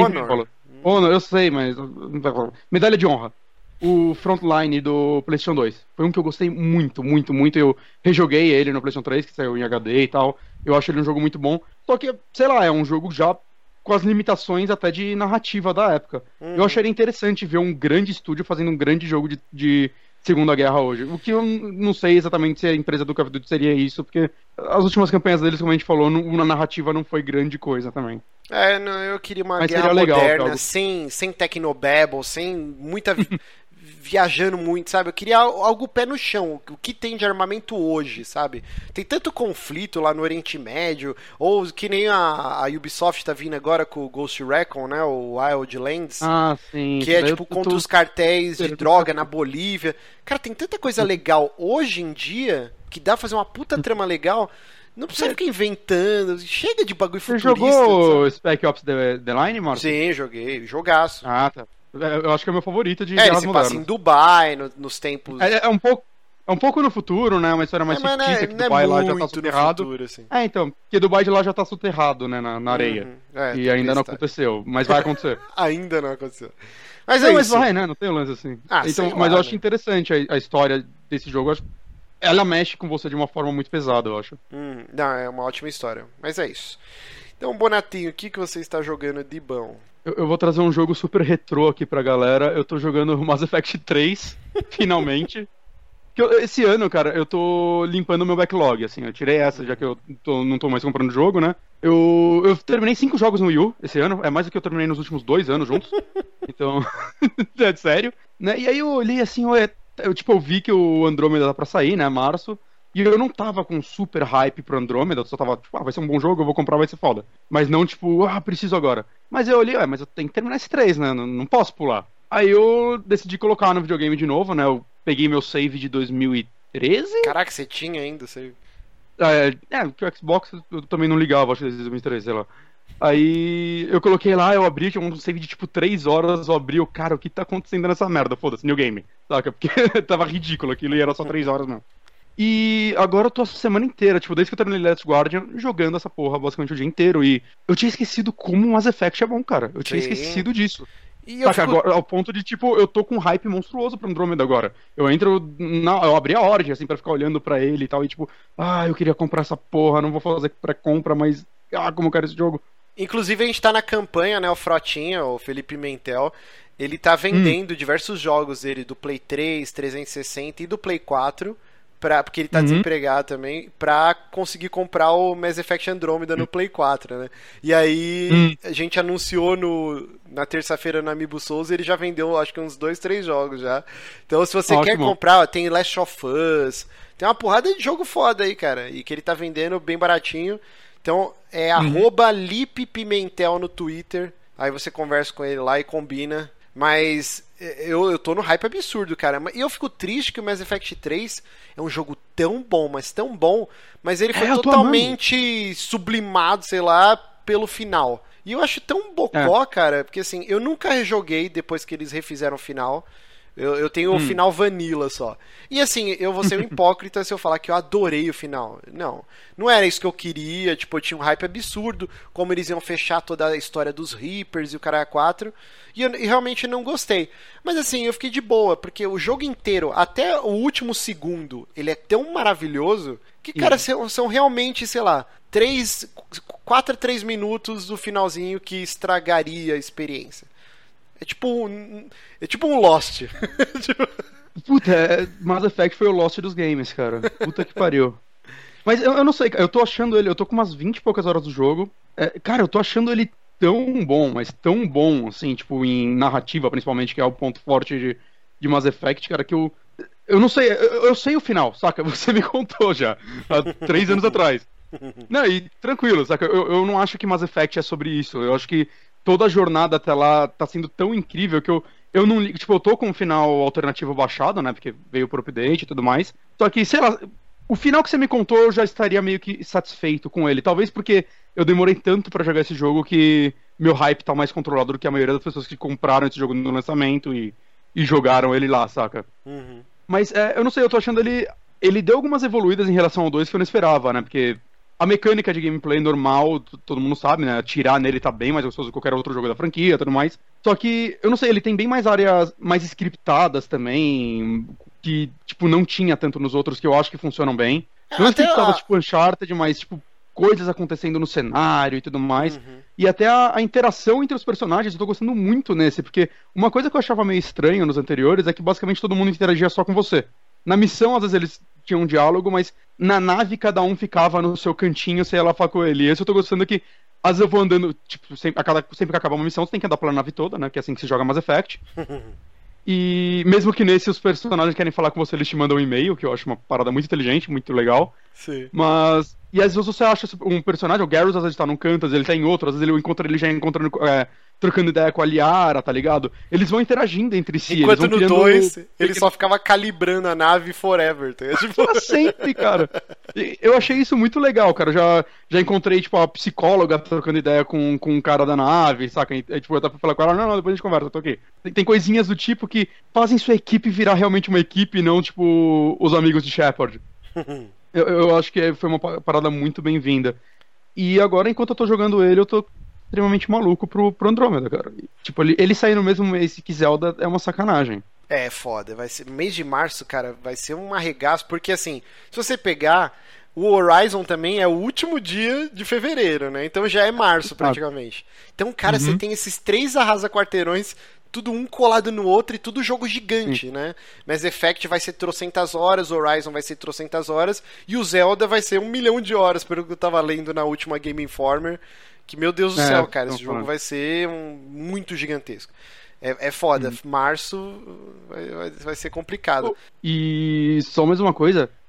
Honor, eu sei, mas... Medalha de Honra. O Frontline do PlayStation 2. Foi um que eu gostei muito, muito, muito. Eu rejoguei ele no PlayStation 3, que saiu em HD e tal. Eu acho ele um jogo muito bom. Só que, sei lá, é um jogo já com as limitações até de narrativa da época. Eu acharia interessante ver um grande estúdio fazendo um grande jogo de Segunda Guerra hoje. O que eu não sei exatamente se a empresa do Call of Duty seria isso, porque as últimas campanhas deles, como a gente falou, na narrativa não foi grande coisa também. Não, eu queria uma guerra moderna, sem Technobabble, sem muita... viajando muito, sabe? Eu queria algo pé no chão, o que tem de armamento hoje, sabe? Tem tanto conflito lá no Oriente Médio, ou que nem a Ubisoft tá vindo agora com o Ghost Recon, né? O Wildlands. Ah, sim. Que é tipo contra os cartéis de droga na Bolívia. Cara, tem tanta coisa legal hoje em dia que dá pra fazer uma puta trama legal. Não precisa ficar inventando. Chega de bagulho futurista. Você jogou o Spec Ops The Line, Marcos? Sim, joguei. Jogaço. Ah, tá. Eu acho que é o meu favorito de guerras ele se modernas. passa em Dubai, nos tempos... É um pouco no futuro, né? Uma história mais fictícia, que Dubai lá já tá soterrado. Futuro, assim. Então, porque Dubai de lá já tá soterrado, né? Na areia. E ainda não aconteceu, mas vai acontecer. Ainda não aconteceu. Mas mas vai, né? Não tem um lance assim. Então, mas eu acho interessante a história desse jogo. Ela mexe com você de uma forma muito pesada, eu acho. Não, é uma ótima história. Mas é isso. Então, Bonatinho, o que você está jogando de bom? Eu vou trazer um jogo super retrô aqui pra galera. Eu tô jogando Mass Effect 3, finalmente. Esse ano, cara, eu tô limpando meu backlog, assim. Eu tirei essa, já que eu não tô mais comprando jogo, né? Eu terminei 5 jogos no Wii U esse ano. É mais do que eu terminei nos últimos 2 anos juntos. Então, é sério. Né? E aí eu olhei assim, eu vi que o Andrômeda tá pra sair, né? Março. E eu não tava com super hype pro Andrômeda, eu só tava, tipo, vai ser um bom jogo, eu vou comprar, vai ser foda. Mas não, tipo, preciso agora. Mas eu olhei, mas eu tenho que terminar esse 3, né? Não posso pular. Aí eu decidi colocar no videogame de novo, né? Eu peguei meu save de 2013. Caraca, você tinha ainda, você... Que o Xbox eu também não ligava, acho que desde 2013, sei lá. Aí eu coloquei lá, eu abri, tinha um save de tipo 3 horas, eu abri, cara, o que tá acontecendo nessa merda? Foda-se, new game, saca? Porque tava ridículo aquilo e era só 3 horas mesmo. E agora eu tô a semana inteira, tipo, desde que eu terminei Last Guardian, jogando essa porra basicamente o dia inteiro. E eu tinha esquecido como Mass Effect é bom, cara. Eu tinha esquecido disso. E eu Saca, agora, ao ponto de, tipo, eu tô com um hype monstruoso pro Andromeda agora. Eu abri a Origin, assim, pra ficar olhando pra ele e tal, e tipo, eu queria comprar essa porra, não vou fazer pré-compra, mas, como eu quero esse jogo. Inclusive a gente tá na campanha, né, o Frotinha, o Felipe Mentel, ele tá vendendo diversos jogos dele, do Play 3, 360 e do Play 4, porque ele tá desempregado também, pra conseguir comprar o Mass Effect Andromeda no Play 4, né? E aí a gente anunciou na terça-feira na Amiibo Souls, ele já vendeu acho que uns 2, 3 jogos já. Então se você quer comprar, ó, tem Last of Us, tem uma porrada de jogo foda aí, cara, e que ele tá vendendo bem baratinho. Então é @LipePimentel no Twitter, aí você conversa com ele lá e combina. Mas eu tô no hype absurdo, cara. E eu fico triste que o Mass Effect 3 é um jogo tão bom, mas ele foi totalmente sublimado, sei lá, pelo final. E eu acho tão bocó, cara, porque assim, eu nunca rejoguei depois que eles refizeram o final. Eu tenho o final vanilla só. E assim, eu vou ser um hipócrita se eu falar que eu adorei o final. Não era isso que eu queria. Tipo, eu tinha um hype absurdo, como eles iam fechar toda a história dos Reapers e o Caralho 4. E eu realmente não gostei. Mas assim, eu fiquei de boa, porque o jogo inteiro, até o último segundo, ele é tão maravilhoso que, cara, são realmente, sei lá, 4 a 3 minutos do finalzinho que estragaria a experiência. É tipo um Lost. Puta, Mass Effect foi o Lost dos games, cara. Puta que pariu. Mas eu não sei, eu tô achando ele, eu tô com umas 20 e poucas horas do jogo. Cara, eu tô achando ele tão bom, mas tão bom, assim, tipo, em narrativa, principalmente, que é o ponto forte de Mass Effect, cara, que eu não sei, eu sei o final, saca? Você me contou já, há 3 anos atrás. Não, e tranquilo, saca? Eu não acho que Mass Effect é sobre isso. Eu acho que toda a jornada até lá tá sendo tão incrível que eu não ligo. Tipo, eu tô com um final alternativo baixado, né? Porque veio por update e tudo mais. Só que, sei lá, o final que você me contou eu já estaria meio que satisfeito com ele. Talvez porque eu demorei tanto pra jogar esse jogo que meu hype tá mais controlado do que a maioria das pessoas que compraram esse jogo no lançamento e jogaram ele lá, saca? Mas eu não sei, eu tô achando ele. Ele deu algumas evoluídas em relação ao 2 que eu não esperava, né? Porque a mecânica de gameplay normal, todo mundo sabe, né? Atirar nele tá bem mais gostoso que qualquer outro jogo da franquia e tudo mais. Só que, eu não sei, ele tem bem mais áreas mais scriptadas também, que, tipo, não tinha tanto nos outros, que eu acho que funcionam bem. Não scriptadas, tipo, Uncharted, mas, tipo, coisas acontecendo no cenário e tudo mais. E até a interação entre os personagens, eu tô gostando muito nesse, porque uma coisa que eu achava meio estranho nos anteriores é que basicamente todo mundo interagia só com você. Na missão, às vezes, eles tinham um diálogo, mas na nave cada um ficava no seu cantinho sem ela falar com ele. E esse eu tô gostando que, às vezes eu vou andando, tipo, sempre que acaba uma missão, você tem que andar pela nave toda, né? Que é assim que se joga Mass Effect. E mesmo que nesse os personagens querem falar com você, eles te mandam um e-mail, que eu acho uma parada muito inteligente, muito legal. Sim. Mas... E às vezes você acha um personagem, o Garrus às vezes tá num canto, às vezes ele tá em outro, às vezes ele encontra ele já encontrando, trocando ideia com a Liara, tá ligado? Eles vão interagindo entre si. Enquanto eles vão no 2, ele só ficava calibrando a nave forever. Tá? Tipo... Pra sempre, cara. Eu achei isso muito legal, cara. Já encontrei, tipo, a psicóloga trocando ideia com um cara da nave, saca? E, tipo, eu tava pra falar com ela, não, depois a gente conversa, eu tô aqui. Tem coisinhas do tipo que fazem sua equipe virar realmente uma equipe, não, tipo, os amigos de Shepard. Eu acho que foi uma parada muito bem-vinda. E agora, enquanto eu tô jogando ele, eu tô extremamente maluco pro Andrômeda, cara. Tipo, ele sair no mesmo mês que Zelda é uma sacanagem. É foda, vai ser mês de março, cara, vai ser um arregaço, porque assim, se você pegar, o Horizon também é o último dia de fevereiro, né? Então já é março praticamente. Então, cara, você tem esses 3 arrasa-quarteirões, tudo um colado no outro e tudo jogo gigante, né? Mass Effect vai ser trocentas horas, Horizon vai ser trocentas horas, e o Zelda vai ser 1 milhão de horas, pelo que eu tava lendo na última Game Informer, que, meu Deus do céu, cara, esse jogo vai ser muito gigantesco. É foda, março vai ser complicado. E só mais uma coisa,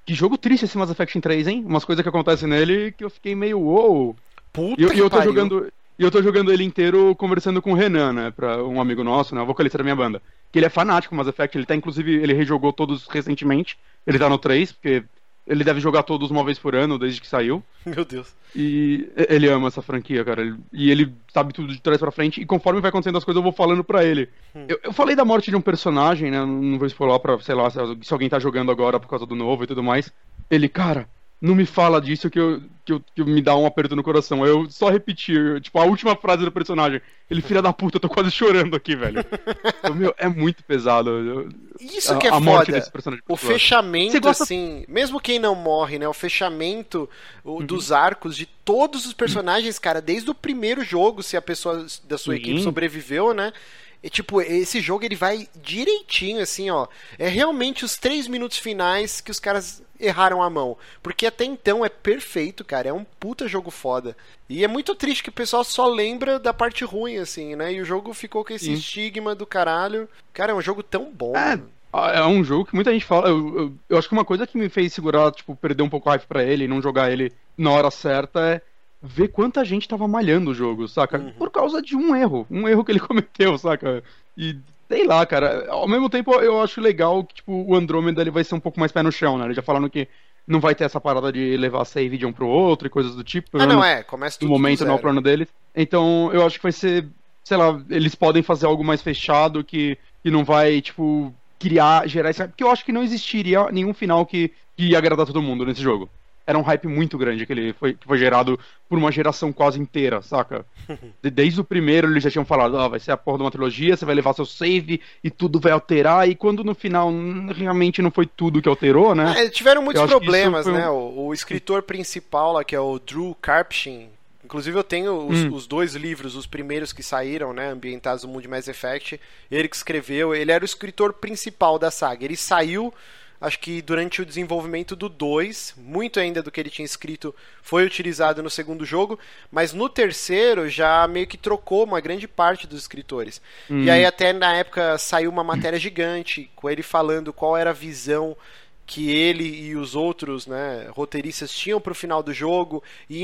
Que jogo triste esse Mass Effect 3, hein? Umas coisas que acontecem nele que eu fiquei meio uou. Puta E que eu tô pariu. jogando. E eu tô jogando ele inteiro conversando com o Renan, né? Pra um amigo nosso, né? O vocalista da minha banda. Que ele é fanático do Mass Effect, ele tá, inclusive, ele rejogou todos recentemente. Ele tá no 3, porque ele deve jogar todos uma vez por ano, desde que saiu. Meu Deus. E ele ama essa franquia, cara. E ele sabe tudo de trás pra frente. E conforme vai acontecendo as coisas, eu vou falando pra ele. Eu falei da morte de um personagem, né? Não vou spoiler pra, sei lá, se alguém tá jogando agora por causa do novo e tudo mais. Ele, cara, não me fala disso que me dá um aperto no coração. Eu só repeti, tipo, a última frase do personagem. Ele, filha da puta, eu tô quase chorando aqui, velho. Então, meu, é muito pesado. Isso que é a morte foda. desse personagem. O Você fechamento, gosta- assim, mesmo quem não morre, né? O fechamento dos arcos de todos os personagens, cara, desde o primeiro jogo, se a pessoa da sua Sim. equipe sobreviveu, né? E, tipo, esse jogo ele vai direitinho, assim, ó. É realmente os 3 minutos finais que os caras erraram a mão. Porque até então é perfeito, cara. É um puta jogo foda. E é muito triste que o pessoal só lembra da parte ruim, assim, né? E o jogo ficou com esse Sim. estigma do caralho. Cara, é um jogo tão bom. Mano. É um jogo que muita gente fala. Eu acho que uma coisa que me fez segurar, tipo, perder um pouco o hype pra ele e não jogar ele na hora certa é ver quanta gente tava malhando o jogo, saca? Por causa de um erro que ele cometeu, saca? E sei lá, cara. Ao mesmo tempo, eu acho legal que, tipo, o Andrômeda ele vai ser um pouco mais pé no chão, né? Eles já falaram que não vai ter essa parada de levar save de um pro outro e coisas do tipo. Ah, não, começa tudo No momento, do não é o zero. plano deles. Então, eu acho que vai ser, sei lá, eles podem fazer algo mais fechado que não vai, tipo, gerar esse hype. Porque eu acho que não existiria nenhum final que ia agradar todo mundo nesse jogo. Era um hype muito grande que foi gerado por uma geração quase inteira, saca? Desde o primeiro eles já tinham falado, vai ser a porra de uma trilogia, você vai levar seu save e tudo vai alterar, e quando no final realmente não foi tudo que alterou, né? Tiveram muitos Eu acho que isso problemas, foi né? O escritor principal lá, que é o Drew Karpyshyn, inclusive eu tenho os 2 livros, os primeiros que saíram, né, ambientados no mundo de Mass Effect, ele que escreveu, ele era o escritor principal da saga, ele saiu, acho que durante o desenvolvimento do 2, muito ainda do que ele tinha escrito foi utilizado no segundo jogo, mas no terceiro já meio que trocou uma grande parte dos escritores. E aí até na época saiu uma matéria gigante com ele falando qual era a visão que ele e os outros, né, roteiristas tinham pro final do jogo e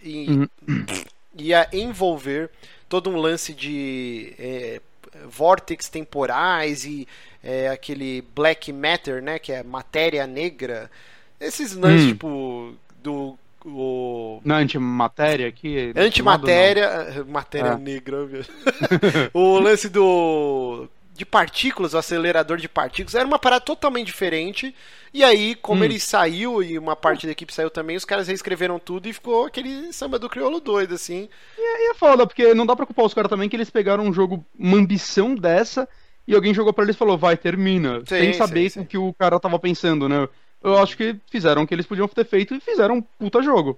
ia envolver todo um lance de vórtices temporais e aquele black matter, né, que é matéria negra. Esses lances, tipo, do... Na antimatéria aqui? Antimatéria... Matéria negra. O lance de partículas, o acelerador de partículas, era uma parada totalmente diferente. E aí, como ele saiu e uma parte da equipe saiu também, os caras reescreveram tudo e ficou aquele samba do crioulo doido, assim. E é foda, porque não dá pra culpar os caras também que eles pegaram um jogo, uma ambição dessa, e alguém jogou pra eles e falou, vai, termina. Sem saber o que o cara tava pensando, né? Eu acho que fizeram o que eles podiam ter feito e fizeram um puta jogo.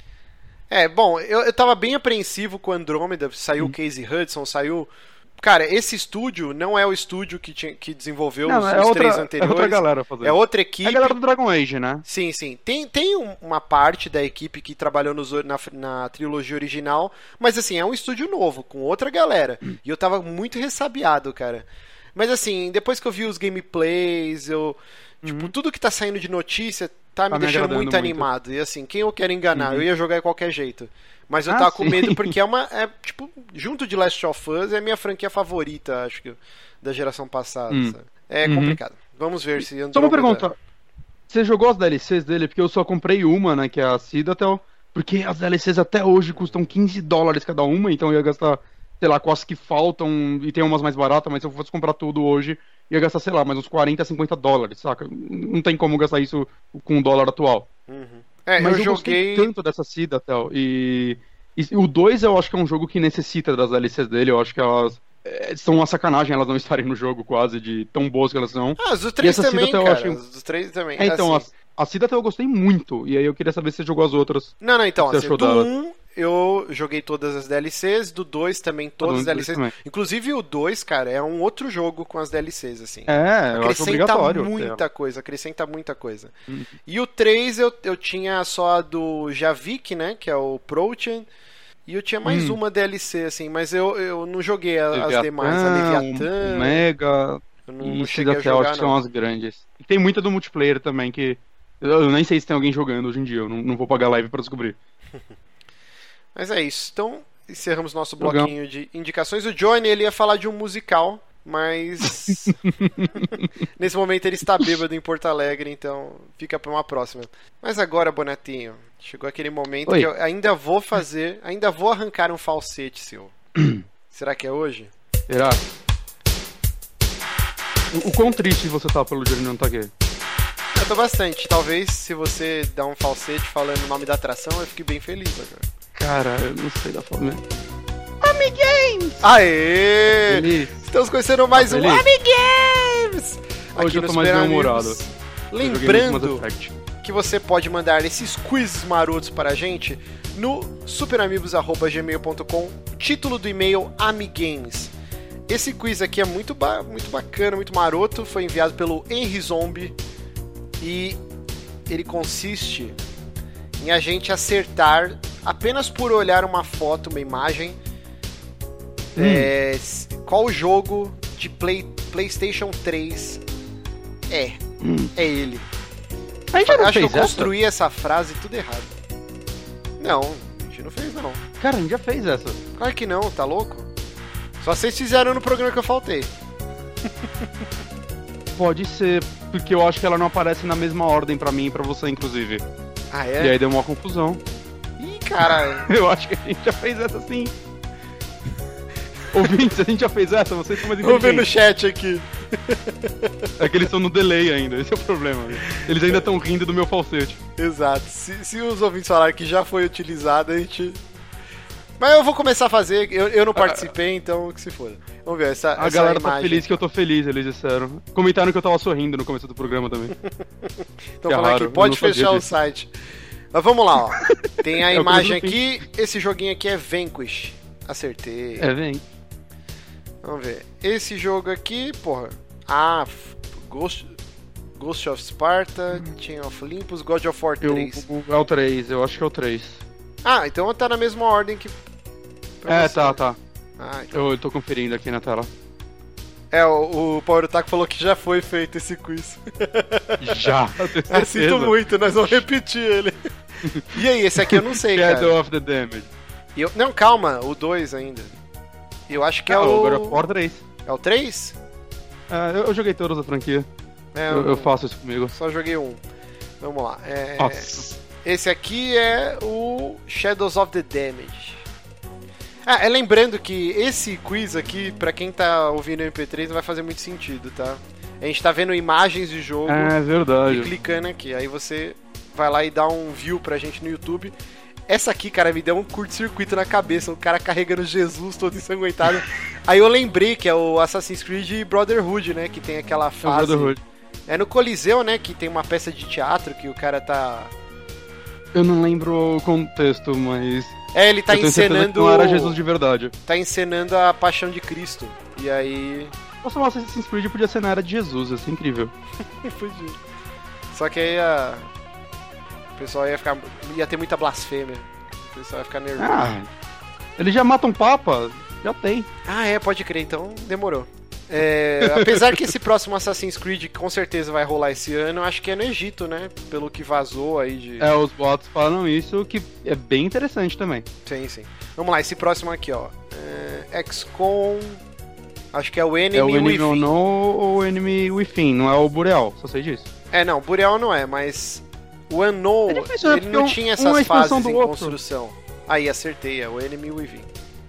Bom, eu tava bem apreensivo com Andrômeda, saiu o Casey Hudson, saiu... Cara, esse estúdio não é o estúdio que desenvolveu os 3 anteriores. É outra galera fazendo. É outra equipe. É a galera do Dragon Age, né? Sim, sim. Tem uma parte da equipe que trabalhou na trilogia original, mas assim, é um estúdio novo, com outra galera. E eu tava muito ressabiado, cara. Mas assim, depois que eu vi os gameplays, tipo, tudo que tá saindo de notícia tá me deixando muito animado. E assim, quem eu quero enganar? Eu ia jogar de qualquer jeito. Mas eu tava com medo porque tipo, junto de Last of Us, é a minha franquia favorita, acho que, da geração passada. Sabe? É complicado. Vamos ver se Só uma pergunta. Você jogou as DLCs dele? Porque eu só comprei uma, né, que é a Citadel. Porque as DLCs até hoje custam $15 cada uma, então eu ia gastar, sei lá, quase que faltam, e tem umas mais baratas, mas se eu fosse comprar tudo hoje, ia gastar, sei lá, mais uns $40, $50, saca? Não tem como gastar isso com o dólar atual. Mas eu gostei tanto dessa Citadel, e o 2 eu acho que é um jogo que necessita das DLCs dele, eu acho que elas são uma sacanagem elas não estarem no jogo quase, de tão boas que elas são. Os do 3 também, cara, achei... os 3 também. Então, assim... a Citadel eu gostei muito, e aí eu queria saber se você jogou as outras. Não, então, assim, do 1 eu joguei todas as DLCs, do 2 também todas as DLCs. Também. Inclusive o 2, cara, é um outro jogo com as DLCs, assim. Eu acho obrigatório. Acrescenta muita coisa. E o 3 eu tinha só a do Javik, né, que é o Protean, e eu tinha mais uma DLC, assim, mas eu não joguei as demais, a Leviathan... O Mega... Eu não cheguei a jogar, acho que são as grandes. E tem muita do multiplayer também, que Eu nem sei se tem alguém jogando hoje em dia, eu não vou pagar live pra descobrir. Mas é isso. Então, encerramos nosso Jogão. bloquinho de indicações. O Johnny, ele ia falar de um musical, mas nesse momento ele está bêbado em Porto Alegre, então fica para uma próxima. Mas agora, Bonatinho, chegou aquele momento Oi. que eu ainda vou arrancar um falsete seu. Será que é hoje? Será? O quão triste você tá pelo Johnny não tá aqui? Eu tô bastante. Talvez se você dar um falsete falando o nome da atração, eu fique bem feliz agora. Cara, eu não sei da forma. Aê! Feliz. Estamos conhecendo mais um Feliz? Amigames! Hoje eu tô no mais Super bem-humorado. Amigos. Eu joguei muito Lembrando Mass Effect. que você pode mandar esses quizzes marotos para a gente no superamigos@gmail.com, título do e-mail Amigames. Esse quiz aqui é muito bacana, muito maroto, foi enviado pelo Henry Zombie e ele consiste em a gente acertar, apenas por olhar uma foto, uma imagem, qual jogo de PlayStation 3 é. É ele. A gente já não Acho que eu fez essa? construí essa frase tudo errado. Não, a gente não fez não. Cara, a gente já fez essa. Claro que não, tá louco? Só vocês fizeram no programa que eu faltei. Pode ser, porque eu acho que ela não aparece na mesma ordem pra mim e pra você, inclusive. Ah, E é? aí deu uma confusão. Ih, caralho. Eu acho que a gente já fez essa sim. Ouvintes, a gente já fez essa? Vocês são mais Vamos ver no inteligentes. chat aqui. É que eles estão no delay ainda, esse é o problema. Eles ainda estão rindo do meu falsete. Exato. Se os ouvintes falarem que já foi utilizado, a gente... Mas eu vou começar a fazer, eu não participei, então que se for. Vamos ver, essa Galera tá imagem. feliz que eu tô feliz, eles disseram. Comentaram que eu tava sorrindo no começo do programa também. Estão que é falando raro, aqui, pode eu não sabia fechar o disso. site. Mas vamos lá, ó. Tem a É o imagem começo do aqui, esse joguinho aqui é Vanquish. Acertei. É, vem. Vamos ver. Esse jogo aqui, porra. Ghost of Sparta, Chain of Olympus, God of War 3. É o 3, eu acho que é o 3. Então tá na mesma ordem que... pra você. Tá. Então... Eu tô conferindo aqui na tela. O Power Otaku falou que já foi feito esse quiz. Já, eu tenho certeza. Sinto muito, nós vamos repetir ele. E aí, esse aqui eu não sei, cara. Shadow of the Damage. Não, calma, o 2 ainda. Eu acho que é o o... God of War 3. É o 3? Eu joguei todos da franquia. Eu faço isso comigo. Só joguei um. Vamos lá. Nossa. Esse aqui é o Shadows of the Damage. Lembrando que esse quiz aqui, pra quem tá ouvindo o MP3, não vai fazer muito sentido, tá? A gente tá vendo imagens de jogo É verdade. e clicando aqui. Aí você vai lá e dá um view pra gente no YouTube. Essa aqui, cara, me deu um curto-circuito na cabeça. O cara carregando Jesus todo ensanguentado. Aí eu lembrei que é o Assassin's Creed Brotherhood, né? Que tem aquela fase... Brotherhood. É no Coliseu, né? Que tem uma peça de teatro que o cara tá... Eu não lembro o contexto, mas... ele tá eu tenho certeza que encenando... não era Jesus de verdade. Tá encenando a Paixão de Cristo. E aí... Nossa, o Assassin's Creed podia ser na era de Jesus, ia ser incrível. Podia. Só que aí o pessoal ia ter muita blasfêmia. O pessoal ia ficar nervoso. Eles já matam papa? Já tem. Pode crer, então demorou. Apesar que esse próximo Assassin's Creed com certeza vai rolar esse ano, acho que é no Egito, né? Pelo que vazou aí de... Os bots falam isso, que é bem interessante também. Sim. Vamos lá, esse próximo aqui, ó. XCOM... Acho que é o Enemy, É o Enemy Within. ou o Enemy Within, não é o Boreal, só sei disso. Não, Burial não é, mas... O Unknown, É difícil, né? ele não Porque tinha uma essas expansão fases do em outro. construção. Aí, acertei, é o Enemy Within.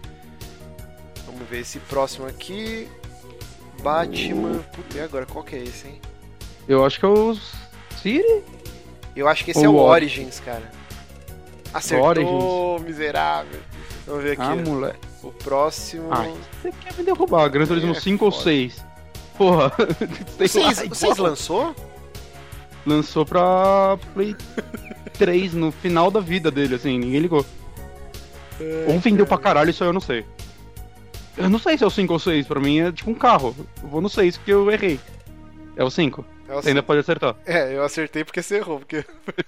Vamos ver esse próximo aqui. Batman... Puta, e agora? Qual que é esse, hein? Eu acho que é o City? Eu acho que esse Ou é o o Origins, cara. Acertou, Origins. Miserável. Vamos ver aqui. Moleque. O próximo... Você quer me derrubar? Gran Turismo 5 ou foda. 6? Porra. sei lá, Vocês igual. lançou? Lançou pra Play 3 no final da vida dele, assim, ninguém ligou. Ou vendeu pra caralho, isso aí eu não sei. Eu não sei se é o 5 ou 6, pra mim é tipo um carro. Eu vou no 6 porque eu errei. É o 5. É o Você ainda pode acertar. eu acertei porque você errou. Porque...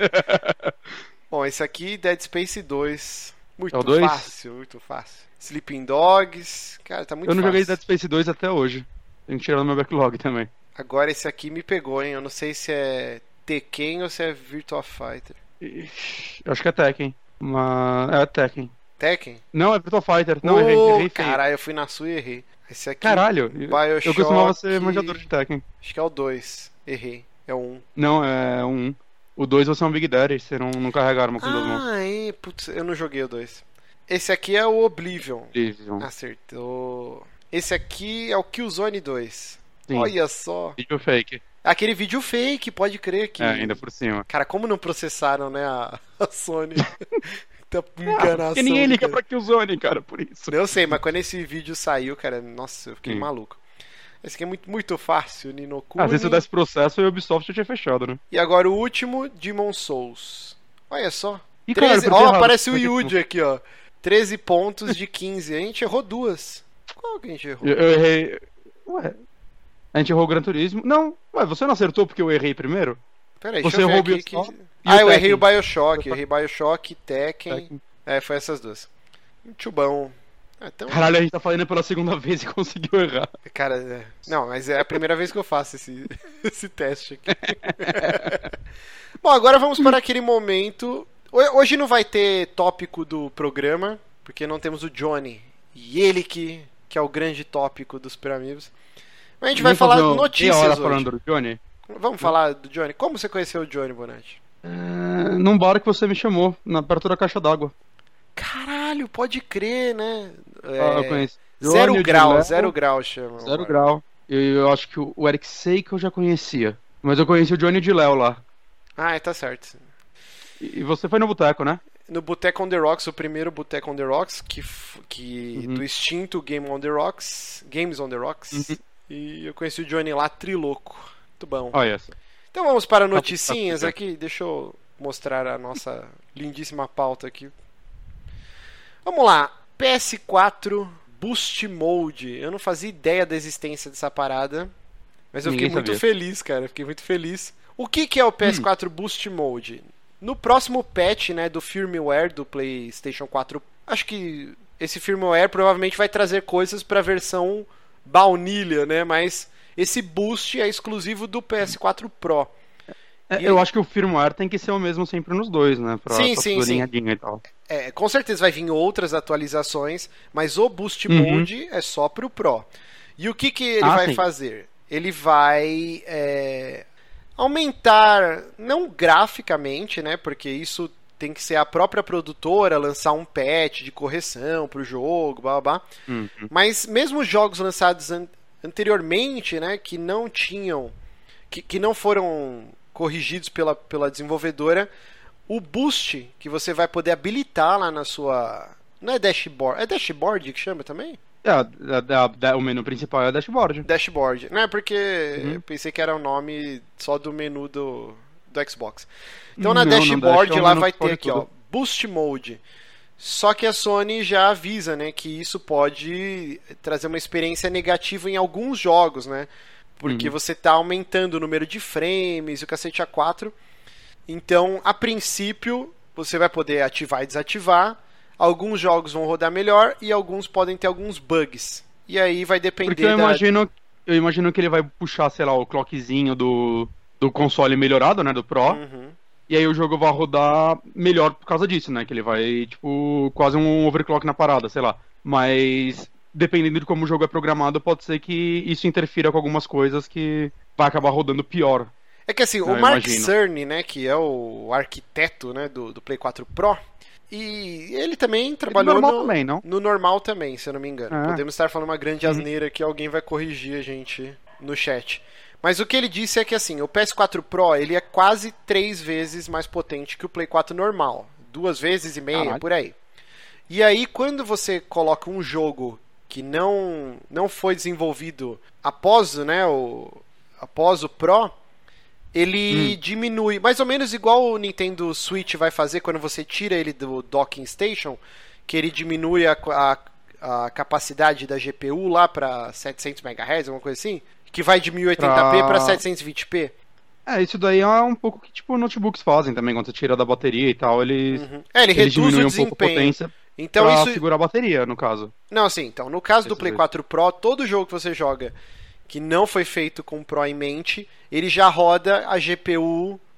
Bom, esse aqui, Dead Space 2. Muito É o 2? fácil, muito fácil. Sleeping Dogs. Cara, tá muito Eu não fácil. joguei Dead Space 2 até hoje. Tem que tirar no meu backlog também. Agora esse aqui me pegou, hein? Eu não sei se é Tekken ou se é Virtua Fighter? Eu acho que é Tekken. É Tekken. Tekken? Não, é Virtua Fighter. Não, errei feio. Caralho, eu fui na sua e errei. Esse aqui. Caralho, BioShock... eu costumava ser manjador de Tekken. Acho que é o 2. Errei. É o 1. Não, é o 1. O 2 você é um Big Daddy, você não carregar uma com duas mãos. Putz, eu não joguei o 2. Esse aqui é o Oblivion. Acertou. Esse aqui é o Killzone 2. Sim. Olha só. Vídeo fake. Aquele vídeo fake, pode crer que... ainda por cima. Cara, como não processaram, né, a Sony? Tá enganação. Porque ninguém liga pra Killzone, cara, por isso. Eu sei, mas quando esse vídeo saiu, cara, nossa, eu fiquei maluco. Esse aqui é muito fácil, Ninokuni. Às vezes se eu desse processo, a Ubisoft já tinha fechado, né? E agora o último, Demon Souls. Olha só. E 13... cara, aparece o Yuji aqui, ó. 13 pontos de 15. A gente errou 2. Qual que a gente errou? Eu errei... Ué... A gente errou o Gran Turismo. Não, ué, você não acertou porque eu errei primeiro? Peraí, você deixa eu ver errou aqui. Eu errei o BioShock. Eu errei BioShock, Tekken. Foi essas duas. Muito bom. Então... Caralho, a gente tá falando pela segunda vez e conseguiu errar. Cara, não, mas é a primeira vez que eu faço esse teste aqui. Bom, agora vamos para aquele momento. Hoje não vai ter tópico do programa, porque não temos o Johnny. E ele que é o grande tópico dos Super Amigos. Mas a gente vai falar notícias hoje. Falando do Johnny? Vamos falar do Johnny. Como você conheceu o Johnny, Bonatti? Num bar que você me chamou, perto da caixa d'água. Caralho, pode crer, né? Eu conheço. Zero grau chama. 0 grau. Eu acho que o Eric Sei que eu já conhecia. Mas eu conheci o Johnny de Léo lá. Tá certo. E você foi no boteco, né? No Boteco on the Rocks, o primeiro Boteco on the Rocks, do extinto Games on the Rocks. E eu conheci o Johnny lá, triloco. Muito bom. Olha só. Então vamos para noticinhas aqui. Deixa eu mostrar a nossa lindíssima pauta aqui. Vamos lá. PS4 Boost Mode. Eu não fazia ideia da existência dessa parada. Mas eu fiquei muito feliz, cara. Fiquei muito feliz. O que é o PS4 Boost Mode? No próximo patch, né, do firmware do PlayStation 4, acho que esse firmware provavelmente vai trazer coisas para a versão baunilha, né? Mas esse boost é exclusivo do PS4 Pro. Eu acho que o firmware tem que ser o mesmo sempre nos dois, né? Sim. E tal. Com certeza vai vir outras atualizações, mas o Boost Mode é só pro Pro. E o que ele vai fazer? Ele vai aumentar, não graficamente, né? Porque isso tem que ser a própria produtora lançar um patch de correção pro jogo, blá blá blá. Mas mesmo jogos lançados anteriormente, né, que não tinham, que não foram corrigidos pela desenvolvedora, o boost que você vai poder habilitar lá na sua... Não é dashboard? É dashboard que chama também? O menu principal é dashboard. Dashboard. Não é porque eu pensei que era o nome só do menu do Xbox. Então na dashboard lá vai ter aqui, ó, Boost Mode. Só que a Sony já avisa, né, que isso pode trazer uma experiência negativa em alguns jogos, né? Porque você tá aumentando o número de frames e o cacete A4. Então, a princípio, você vai poder ativar e desativar. Alguns jogos vão rodar melhor e alguns podem ter alguns bugs. E aí vai depender Porque eu imagino que ele vai puxar, sei lá, o clockzinho do console melhorado, né, do Pro. E aí o jogo vai rodar melhor por causa disso, né? Que ele vai, tipo, quase um overclock na parada, sei lá. Mas, dependendo de como o jogo é programado, pode ser que isso interfira com algumas coisas que vai acabar rodando pior. É que assim, o Mark Cerny, né, que é o arquiteto, né, do Play 4 Pro, e ele também trabalhou no normal também, se eu não me engano. Podemos estar falando uma grande asneira que alguém vai corrigir a gente no chat. Mas o que ele disse é que assim, o PS4 Pro ele é quase 3 vezes mais potente que o Play 4 normal. 2,5 vezes, por aí. E aí, quando você coloca um jogo que não foi desenvolvido após, né, após o Pro, ele diminui, mais ou menos igual o Nintendo Switch vai fazer quando você tira ele do Docking Station, que ele diminui a capacidade da GPU lá para 700 MHz, alguma coisa assim, que vai de 1080p para 720p. Isso daí é um pouco que tipo notebooks fazem também, quando você tira da bateria e tal, eles reduz diminuem o um pouco a potência então, pra segurar a bateria, no caso. Não, sim, então, no caso do Play 4 Pro, todo jogo que você joga que não foi feito com o Pro em mente, ele já roda a GPU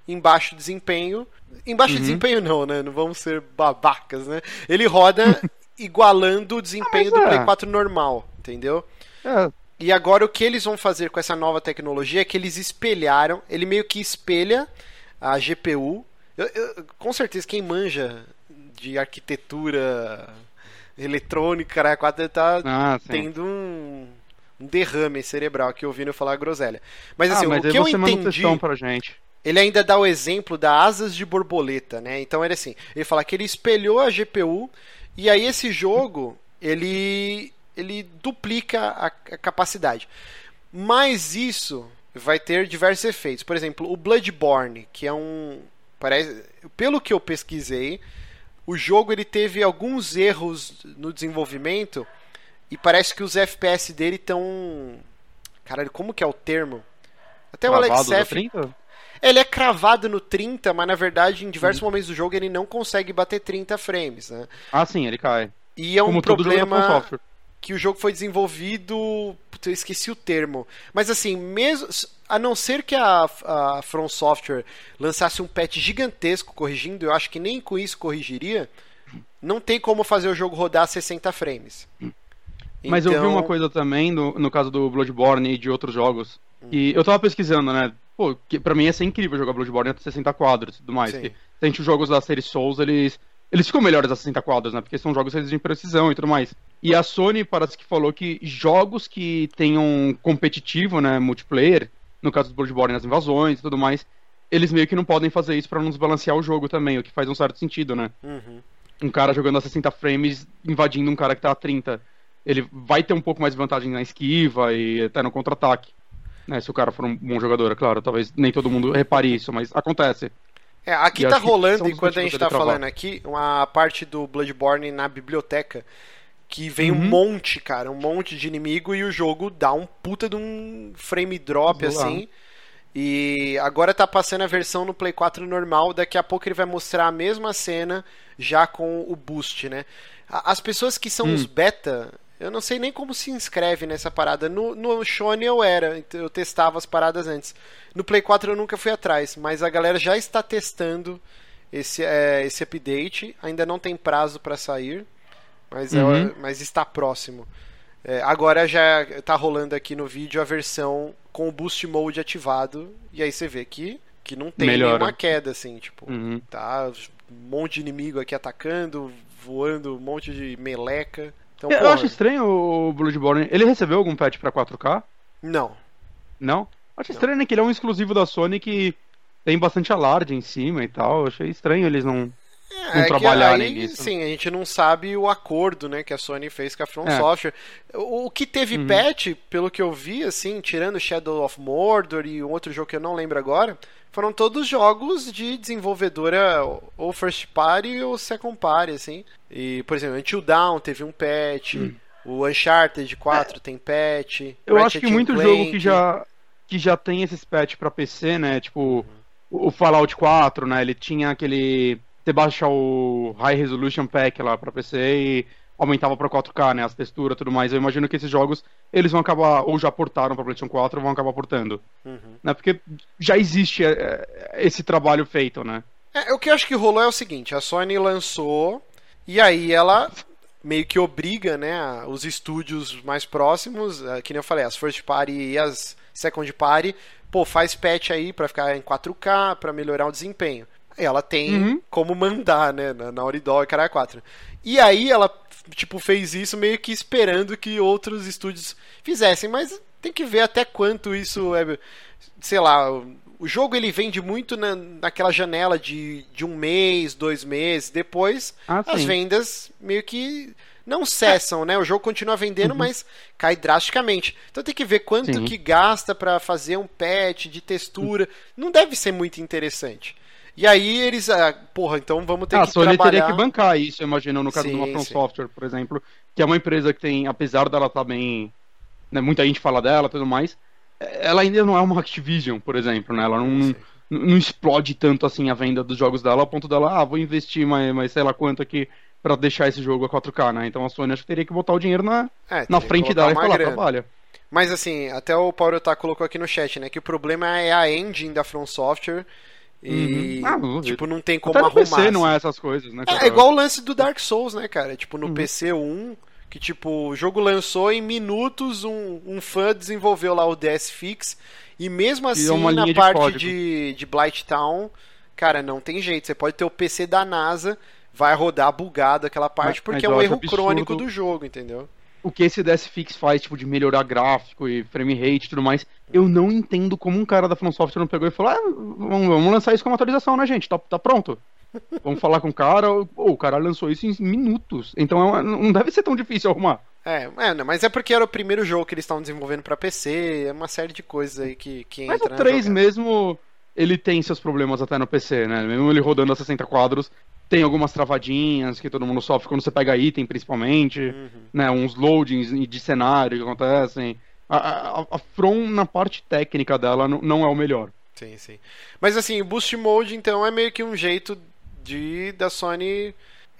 em baixo desempenho. Em baixo desempenho não, né? Não vamos ser babacas, né? Ele roda igualando o desempenho do Play 4 normal, entendeu? E agora o que eles vão fazer com essa nova tecnologia é que eles espelharam, ele meio que espelha a GPU. Com certeza quem manja de arquitetura eletrônica, cara, 4 tá tendo um derrame cerebral aqui ouvindo eu falar groselha. Mas assim, o que eu entendi, pra gente. Ele ainda dá o exemplo da asas de borboleta, né? Então ele fala que ele espelhou a GPU e aí esse jogo ele duplica a capacidade. Mas isso vai ter diversos efeitos. Por exemplo, o Bloodborne, que é pelo que eu pesquisei, o jogo ele teve alguns erros no desenvolvimento e parece que os FPS dele estão... Caralho, como que é o termo? Até o Alex Seth... Ele é cravado no 30, mas na verdade em diversos momentos do jogo ele não consegue bater 30 frames, né? Ah, sim, ele cai. E é um problema que o jogo foi desenvolvido... Puta, eu esqueci o termo. Mas assim, mesmo a não ser que a From Software lançasse um patch gigantesco corrigindo, eu acho que nem com isso corrigiria, não tem como fazer o jogo rodar a 60 frames. Mas eu vi uma coisa também, no caso do Bloodborne e de outros jogos, e eu tava pesquisando, né? Pô, que pra mim ia ser incrível jogar Bloodborne a 60 quadros e tudo mais. Se a gente os jogos da série Souls, eles ficam melhores a 60 quadros, né? Porque são jogos de precisão e tudo mais. E a Sony parece que falou que jogos que tenham competitivo, né, multiplayer, no caso do Bloodborne, nas invasões e tudo mais, eles meio que não podem fazer isso pra não desbalancear o jogo também, o que faz um certo sentido, né? Um cara jogando a 60 frames invadindo um cara que tá a 30. Ele vai ter um pouco mais de vantagem na esquiva e até no contra-ataque. Né, se o cara for um bom jogador, é claro. Talvez nem todo mundo repare isso, mas acontece. Aqui tá rolando, enquanto a gente tá falando aqui, uma parte do Bloodborne na biblioteca, que vem um monte, cara, um monte de inimigo, e o jogo dá um puta de um frame drop, assim. E agora tá passando a versão no Play 4 normal, daqui a pouco ele vai mostrar a mesma cena, já com o boost, né? As pessoas que são os beta... Eu não sei nem como se inscreve nessa parada. No Sony eu testava as paradas antes. No Play 4 eu nunca fui atrás, mas a galera já está testando esse update. Ainda não tem prazo para sair, mas está próximo. Agora já está rolando aqui no vídeo a versão com o Boost Mode ativado, e aí você vê que não tem nenhuma queda, assim, tipo, tá um monte de inimigo aqui atacando, voando, um monte de meleca. Então, eu acho estranho o Bloodborne. Ele recebeu algum patch pra 4K? Não. Não? Acho estranho, né? Que ele é um exclusivo da Sony que tem bastante alarde em cima e tal. Eu achei estranho eles não trabalharem nisso. Sim, a gente não sabe o acordo, né, que a Sony fez com a From Software. O que teve patch, pelo que eu vi, assim, tirando Shadow of Mordor e um outro jogo que eu não lembro agora, foram todos jogos de desenvolvedora ou first party ou second party, assim. E, por exemplo, Until Dawn teve um patch, o Uncharted 4 tem patch. Eu acho que muito jogo que já tem esses patch pra PC, né, tipo o Fallout 4, né, ele tinha aquele... Você baixa o High Resolution Pack lá pra PC e aumentava pra 4K, né, as texturas e tudo mais. Eu imagino que esses jogos, eles vão acabar, ou já portaram pra PlayStation 4, ou vão acabar portando. Né, porque já existe esse trabalho feito, né. O que eu acho que rolou é o seguinte, a Sony lançou, e aí ela meio que obriga, né, os estúdios mais próximos, que nem eu falei, as first party e as second party, faz patch aí pra ficar em 4K, pra melhorar o desempenho. Ela tem como mandar, né, na Naughty Dog, caralho, 4. E aí ela, tipo, fez isso meio que esperando que outros estúdios fizessem, mas tem que ver até quanto isso é, sei lá, o jogo ele vende muito naquela janela de 1 mês, 2 meses, depois as vendas meio que não cessam, né, o jogo continua vendendo, mas cai drasticamente. Então tem que ver quanto que gasta pra fazer um patch de textura, não deve ser muito interessante. E aí eles, então vamos ter que trabalhar... A Sony teria que bancar isso, eu imagino, no caso de uma From Software, por exemplo, que é uma empresa que tem, apesar dela estar bem... Né, muita gente fala dela e tudo mais, ela ainda não é uma Activision, por exemplo, né? Ela não explode tanto assim a venda dos jogos dela, ao ponto dela, vou investir mais sei lá quanto aqui pra deixar esse jogo a 4K, né? Então a Sony acho que teria que botar o dinheiro na frente dela e falar, trabalha. Mas assim, até o Paulo colocou aqui no chat, né, que o problema é a engine da From Software. E, tipo, não tem como até no arrumar. PC não assim. é essas coisas, né? Cara? É igual o lance do Dark Souls, né, cara? Tipo, no PC 1, que tipo, o jogo lançou em minutos, um fã desenvolveu lá o DS Fix, e mesmo assim, na parte de Blighttown, cara, não tem jeito. Você pode ter o PC da NASA, vai rodar bugado aquela parte, porque é um erro crônico do jogo, entendeu? O que esse DS Fix faz, tipo, de melhorar gráfico e frame rate e tudo mais, eu não entendo como um cara da From Software não pegou e falou, vamos lançar isso como atualização, né, gente? Tá pronto. Vamos falar com o cara. O cara lançou isso em minutos. Então não deve ser tão difícil arrumar. Mas é porque era o primeiro jogo que eles estavam desenvolvendo pra PC, é uma série de coisas aí que mas entra. Mas o 3 mesmo, ele tem seus problemas até no PC, né? Mesmo ele rodando a 60 quadros, tem algumas travadinhas que todo mundo sofre quando você pega item, principalmente, né? Uns loadings de cenário que acontecem. A From, na parte técnica dela, não é o melhor. Sim, sim. Mas assim, o Boost Mode, então, é meio que um jeito da Sony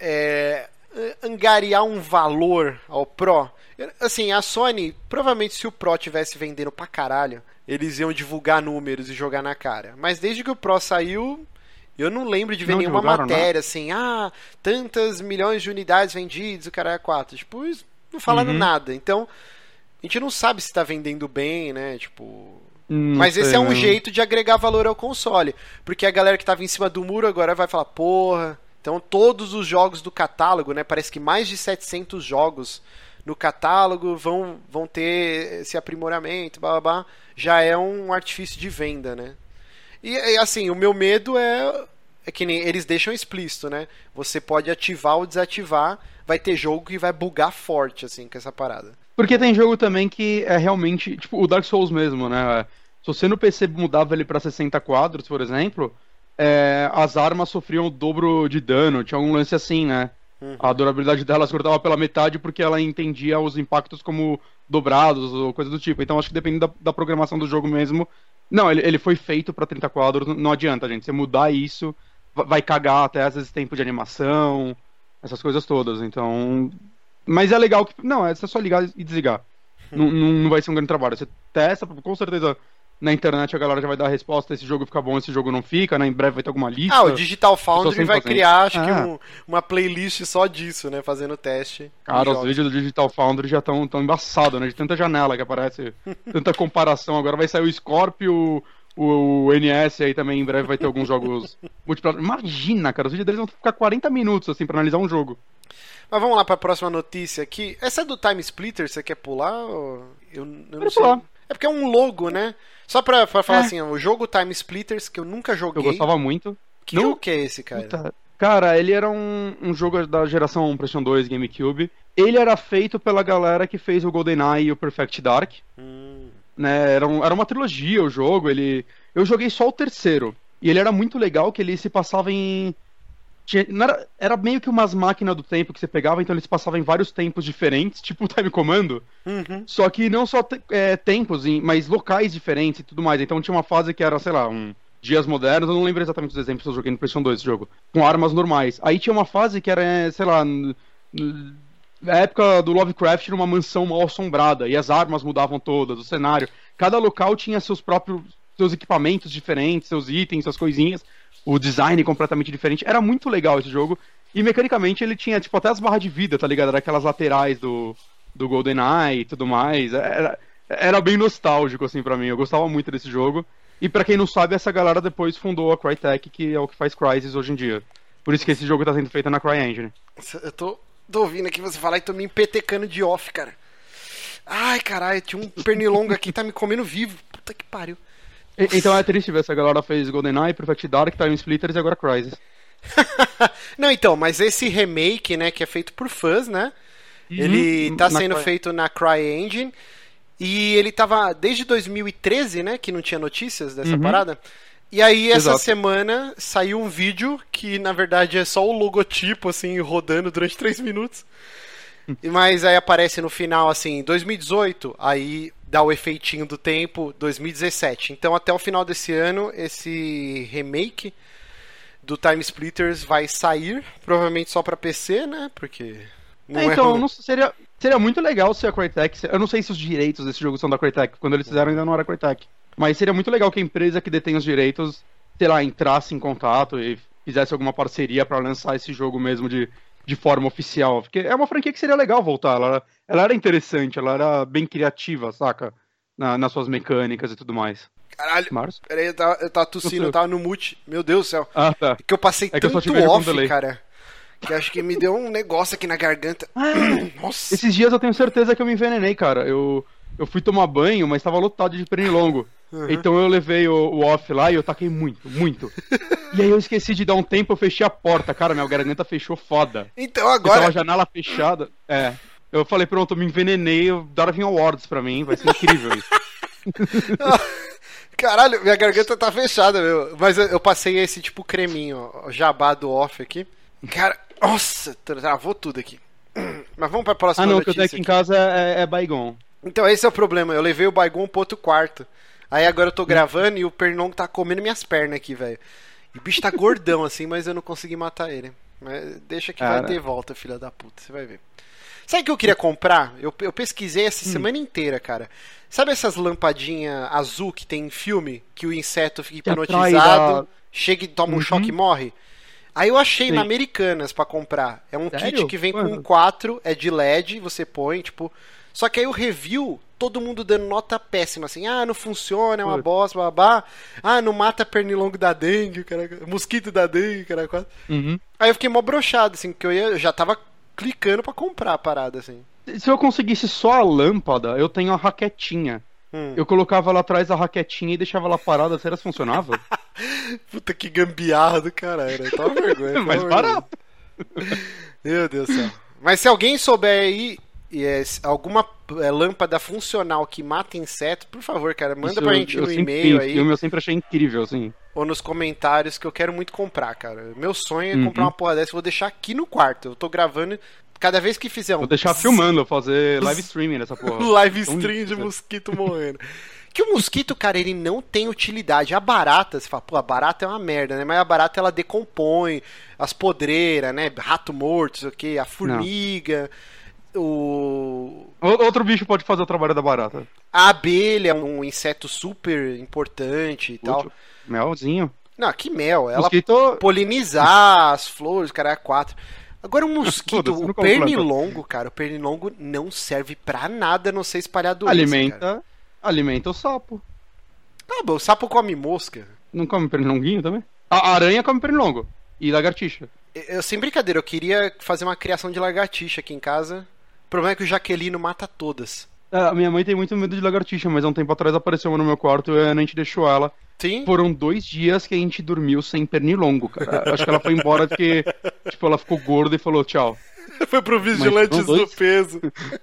angariar um valor ao Pro. Assim, a Sony, provavelmente se o Pro tivesse vendendo pra caralho, eles iam divulgar números e jogar na cara. Mas desde que o Pro saiu, eu não lembro de ver nenhuma matéria assim, tantas milhões de unidades vendidas, o cara é 4. Tipo, não falando nada. Então, a gente não sabe se tá vendendo bem, né? Tipo... Mas esse é um jeito de agregar valor ao console. Porque a galera que tava em cima do muro agora vai falar, porra... Então todos os jogos do catálogo, né? Parece que mais de 700 jogos no catálogo vão ter esse aprimoramento, blá, blá, blá. Já é um artifício de venda, né? E assim, o meu medo é que nem eles deixam explícito, né? Você pode ativar ou desativar, vai ter jogo que vai bugar forte, assim, com essa parada. Porque tem jogo também que é realmente, tipo, o Dark Souls mesmo, né? Se você no PC mudava ele pra 60 quadros, por exemplo, as armas sofriam o dobro de dano, tinha algum lance assim, né? A durabilidade delas cortava pela metade porque ela entendia os impactos como dobrados ou coisa do tipo. Então acho que depende da programação do jogo mesmo. Não, ele foi feito pra 30 quadros, não adianta, gente. Você mudar isso, vai cagar até às vezes tempo de animação, essas coisas todas. Então... Mas é legal que... Não, é só ligar e desligar. Não vai ser um grande trabalho. Você testa, com certeza... Na internet a galera já vai dar a resposta, esse jogo fica bom, esse jogo não fica, né? Em breve vai ter alguma lista. O Digital Foundry vai criar, acho que uma playlist só disso, né? Fazendo teste. Cara, os vídeos do Digital Foundry já estão embaçados, né? De tanta janela que aparece, tanta comparação. Agora vai sair o Scorpio, o NS aí também, em breve vai ter alguns jogos multiplayer. Imagina, cara, os vídeos deles vão ficar 40 minutos, assim, pra analisar um jogo. Mas vamos lá pra próxima notícia aqui. Essa é do Time Splitter, você quer pular? Eu não sei. Pular. É porque é um logo, né? Só pra falar assim, o jogo Time Splitters, que eu nunca joguei. Eu gostava muito. Que jogo que é esse, cara? Puta. Cara, ele era um jogo da geração PlayStation 2, GameCube. Ele era feito pela galera que fez o GoldenEye e o Perfect Dark. Né? Era uma trilogia o jogo. Eu joguei só o terceiro. E ele era muito legal, que ele se passava em... Era meio que umas máquinas do tempo que você pegava, então eles passavam em vários tempos diferentes, tipo o Time Commando. Só que não só tempos, mas locais diferentes e tudo mais. Então tinha uma fase que era, sei lá, dias modernos, eu não lembro exatamente os exemplos que eu joguei no PlayStation 2 esse jogo, com armas normais. Aí tinha uma fase que era, sei lá, na época do Lovecraft, numa mansão mal assombrada, e as armas mudavam todas, o cenário. Cada local tinha seus equipamentos diferentes, seus itens, suas coisinhas. O design completamente diferente. Era muito legal esse jogo. E mecanicamente ele tinha, tipo, até as barras de vida, tá ligado? Era aquelas laterais do GoldenEye e tudo mais. Era bem nostálgico, assim, pra mim. Eu gostava muito desse jogo. E pra quem não sabe, essa galera depois fundou a Crytek, que é o que faz Crysis hoje em dia. Por isso que esse jogo tá sendo feito na CryEngine. Eu tô ouvindo aqui você falar e tô me empetecando de off, cara. Ai, caralho, tinha um pernilongo aqui que tá me comendo vivo. Puta que pariu. Então é triste ver essa galera fez GoldenEye, Perfect Dark, Time Splitters e agora Crysis. Não, então, mas esse remake, né, que é feito por fãs, né? Ele tá sendo feito na CryEngine. E ele tava desde 2013, né, que não tinha notícias dessa parada. E aí essa semana saiu um vídeo que na verdade é só o logotipo assim rodando durante 3 minutos. Mas aí aparece no final assim, 2018, aí dá o efeitinho do tempo, 2017. Então até o final desse ano esse remake do Time Splitters vai sair, provavelmente só pra PC, né? Porque então, seria muito legal se a Crytek... Eu não sei se os direitos desse jogo são da Crytek. Quando eles fizeram ainda não era Crytek. Mas seria muito legal que a empresa que detém os direitos sei lá, entrasse em contato e fizesse alguma parceria pra lançar esse jogo mesmo de forma oficial. Porque é uma franquia que seria legal voltar. Ela era interessante, ela era bem criativa, saca? Nas suas mecânicas e tudo mais. Caralho, Marcos? peraí, eu tava tossindo, eu tava no mute. Meu Deus do céu. Ah, tá. É que eu passei É que eu só tanto te vejo com off, delay. cara, que acho que me deu um negócio aqui na garganta. Nossa. Esses dias eu tenho certeza que eu me envenenei, cara. Eu fui tomar banho, mas tava lotado de pernilongo. Então eu levei o off lá e eu taquei muito, muito. E aí eu esqueci de dar um tempo, eu fechei a porta. Cara, minha garganta fechou foda. Então Eu tava agora. a janela fechada. É. Eu falei, pronto, eu me envenenei, o Darwin Awards pra mim, vai ser incrível isso. Caralho, minha garganta tá fechada, meu. Mas eu passei esse tipo creminho, ó, jabá do off aqui. Cara, nossa, travou tudo aqui. Mas vamos pra próxima Ah não, o notícia que eu tenho aqui em aqui. casa é Baigon. Então esse é o problema, eu levei o Baigon pro outro quarto. Aí agora eu tô gravando e o pernilongo tá comendo minhas pernas aqui, velho. E o bicho tá gordão assim, mas eu não consegui matar ele. Mas deixa que vai ter volta, filha da puta, você vai ver. Sabe o que eu queria comprar? Eu pesquisei essa semana inteira, cara. Sabe essas lampadinhas azul que tem em filme? Que o inseto fica hipnotizado, chega e toma um choque e morre? Aí eu achei na Americanas pra comprar. É um kit que vem com 4, é de LED, você põe, tipo... Só que aí o review, todo mundo dando nota péssima, assim, ah, não funciona, é uma bosta, babá. Ah, não mata pernilongo da dengue, cara, mosquito da dengue, cara. Aí eu fiquei mó broxado, assim, porque eu já tava clicando pra comprar a parada, assim. Se eu conseguisse só a lâmpada, eu tenho a raquetinha. Eu colocava lá atrás a raquetinha e deixava ela parada, será que funcionava? Puta que gambiarra do caralho, tá uma vergonha. Mais barato. Meu Deus do céu. Mas se alguém souber aí alguma lâmpada funcional que mata inseto, por favor, cara, manda pra gente no e-mail aí. Eu sempre achei incrível, assim. Ou nos comentários, que eu quero muito comprar, cara. Meu sonho é comprar uma porra dessa, eu vou deixar aqui no quarto. Eu tô gravando, cada vez que fizer Vou deixar filmando, fazer live streaming nessa porra. Live stream de mosquito morrendo. Que o mosquito, cara, ele não tem utilidade. A barata, você fala, pô, a barata é uma merda, né? Mas a barata, ela decompõe as podreiras, né? Rato morto, sei o quê, a formiga... Outro bicho pode fazer o trabalho da barata. A abelha é um inseto super importante e tal. Melzinho. Não, que mel. Ela Mosquito... polinizar as flores, cara, é 4. Agora o mosquito, o pernilongo, cara, o pernilongo não serve pra nada a não ser espalhar doença. Alimenta o sapo. Ah, bom, o sapo come mosca. Não come pernilonguinho também? A aranha come pernilongo. E lagartixa. Eu, sem brincadeira, eu queria fazer uma criação de lagartixa aqui em casa. O problema é que o Jaquelino mata todas. A minha mãe tem muito medo de lagartixa, mas há um tempo atrás apareceu uma no meu quarto e a gente deixou ela. Sim? Foram 2 dias que a gente dormiu sem pernilongo, cara. Acho que ela foi embora porque, tipo, ela ficou gorda e falou tchau. Foi pro Vigilantes do Peso.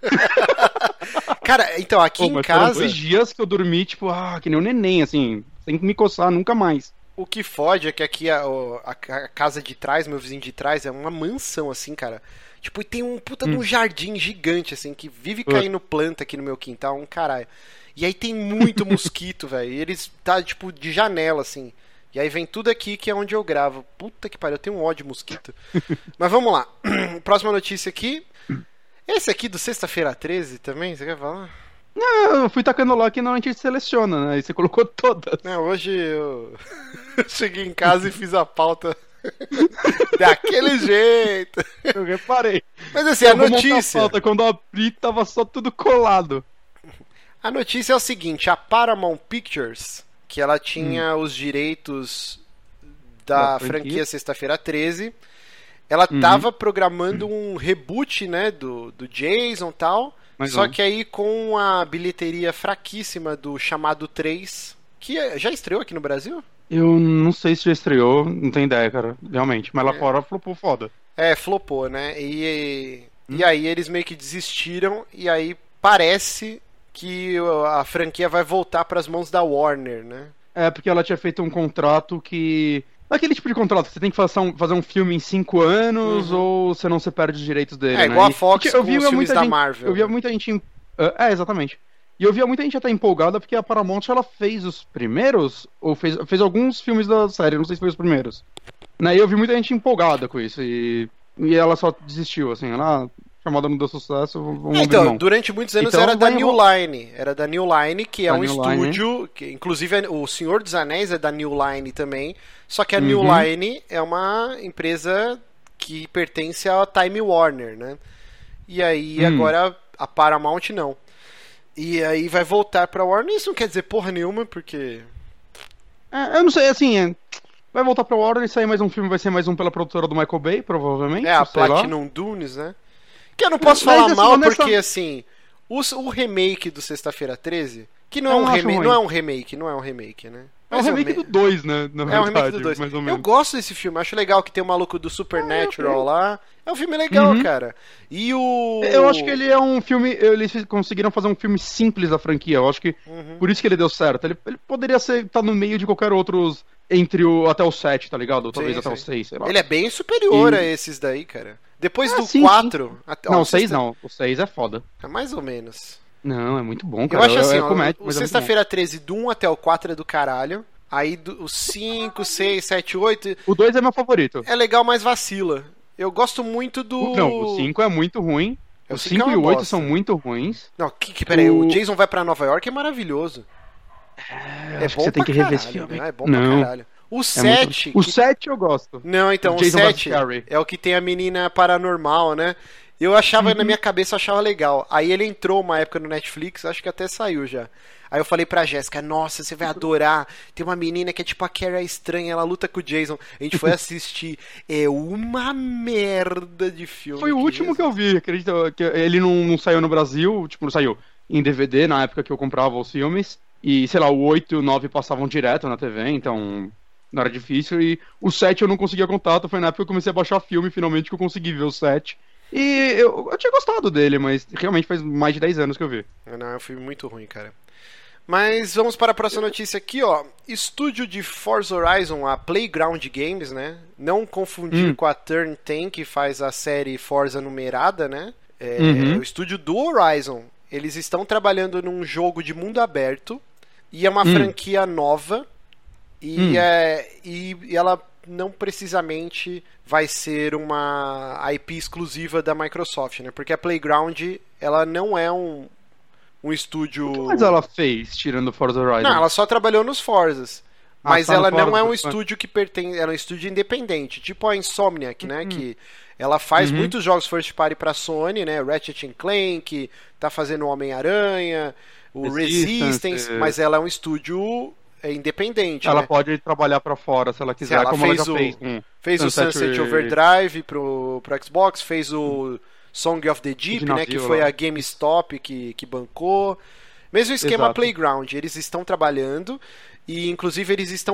Cara, então, aqui em casa... Foram 2 dias que eu dormi, tipo, que nem um neném, assim, sem me coçar nunca mais. O que fode é que aqui a casa de trás, meu vizinho de trás, é uma mansão, assim, cara. Tipo, e tem um puta de um jardim gigante, assim, que vive caindo planta aqui no meu quintal, um caralho. E aí tem muito mosquito, velho. E eles tá, tipo, de janela, assim. E aí vem tudo aqui que é onde eu gravo. Puta que pariu, eu tenho um ódio de mosquito. Mas vamos lá. Próxima notícia aqui. Esse aqui do Sexta-feira 13 também, você quer falar? Não, eu fui tacando lá que não a gente seleciona, né? Aí você colocou todas. Não, hoje eu cheguei em casa e fiz a pauta daquele jeito. Eu reparei. Mas assim, a notícia... A pauta, quando eu abri, tava só tudo colado. A notícia é o seguinte, a Paramount Pictures, que ela tinha os direitos da franquia Sexta-feira 13, ela tava programando um reboot, né, do Jason e tal, só que aí com a bilheteria fraquíssima do Chamado 3, que já estreou aqui no Brasil? Eu não sei se já estreou, não tenho ideia, cara, realmente. Mas lá fora flopou foda. É, flopou, né? E aí eles meio que desistiram, e aí parece que a franquia vai voltar pras mãos da Warner, né? É, porque ela tinha feito um contrato que... Aquele tipo de contrato, você tem que fazer um filme em 5 anos ou você não se perde os direitos dele, igual né? a Fox com os filmes da Marvel. Eu via muita gente... exatamente. E eu via muita gente até empolgada porque a Paramount, ela fez os primeiros, ou fez alguns filmes da série, não sei se foi os primeiros. Né? E eu vi muita gente empolgada com isso, e ela só desistiu, assim, ela chamada não deu sucesso, vamos abrir Então, mão. durante muitos anos Então, era da vai New enrolar. Line. Era da New Line, que é Da um New Line. estúdio. Que, inclusive, o Senhor dos Anéis é da New Line também. Só que a New Uhum. Line é uma empresa que pertence à Time Warner, né? E aí agora a Paramount não. E aí vai voltar pra Warner. Isso não quer dizer porra nenhuma, porque. Eu não sei, assim, vai voltar pra Warner e sair mais um filme, vai ser mais um pela produtora do Michael Bay, provavelmente. É a sei lá. Platinum Dunes, né? Que eu não posso Mas, falar assim, mal honesta- porque, assim, o remake do Sexta-feira 13, que não é Eu um não acho remake, ruim. não é um remake, não é um remake, né? É um Mais ou remake menos. do 2, né? Na É um verdade, remake do 2. mais ou Eu menos. gosto desse filme, acho legal que tem o maluco do Supernatural lá. É um filme legal, Uhum. cara. E o. Eu acho que ele é um filme. Eles conseguiram fazer um filme simples da franquia. Eu acho que Uhum. por isso que ele deu certo. Ele poderia estar no meio de qualquer outros. Até o 7, tá ligado? Ou talvez Sim, até o sim. 6, sei lá. Ele é bem superior E- a esses daí, cara. Depois do sim, 4. Até, Não, ó, o 6 sexta- não. O 6 é foda. É mais ou menos. Não, é muito bom, Eu cara. acho assim, é ó, comédia, o mas é muito Sexta-feira 13 do 1 até o 4 é do caralho. Aí o 5, 6, 7, 8 bom. O 2 é meu favorito. é legal, mas vacila. Eu gosto muito do. Não, o 5 é muito ruim. É, o O 5 5 é e o uma 8 bosta. são muito ruins. Não, peraí, o O- Jason vai pra Nova York é maravilhoso. Acho que você tem que rever esse filme. Né? É bom Não. pra caralho. O É 7. muito... O 7 eu gosto. Não, então, o Jason 7 vs. Carrie. é o que tem a menina paranormal, né? Eu achava, Uhum. na minha cabeça, eu achava legal. Aí ele entrou uma época no Netflix, acho que até saiu já. Aí eu falei pra Jéssica, nossa, você vai adorar. Tem uma menina que é tipo a Carrie estranha, ela luta com o Jason. A gente foi assistir. É uma merda de filme. Foi o último que eu vi, acredita? Que ele não saiu no Brasil, tipo, não saiu em DVD na época que eu comprava os filmes. E, sei lá, o 8 e o 9 passavam direto na TV, então não era difícil. E o 7 eu não conseguia contato, foi na época que eu comecei a baixar filme, finalmente que eu consegui ver o 7. E eu tinha gostado dele, mas realmente faz mais de 10 anos que eu vi. Não, é um filme muito ruim, cara. Mas vamos para a próxima notícia aqui, ó. Estúdio de Forza Horizon, a Playground Games, né? Não confundir com a Turn 10, que faz a série Forza numerada, né? É o estúdio do Horizon. Eles estão trabalhando num jogo de mundo aberto e é uma franquia nova e ela não precisamente vai ser uma IP exclusiva da Microsoft, né? Porque a Playground, ela não é um estúdio... O que mais ela fez, tirando Forza Horizon? Não, ela só trabalhou nos Forzas. Mas só no ela não Forza, é um tá. estúdio que pertence... Ela é um estúdio independente, tipo a Insomniac, né? Que ela faz muitos jogos first party pra Sony, né? Ratchet Clank, tá fazendo o Homem-Aranha, o Resistance, mas ela é um estúdio independente, Ela né? pode trabalhar pra fora se ela quiser, ela como ela fez já o- fez. com Fez o Sunset Overdrive pro Xbox, fez o Song of the Deep, De né? Que navio foi lá. a GameStop que bancou. Mesmo esquema Exato. Playground, eles estão trabalhando e inclusive eles estão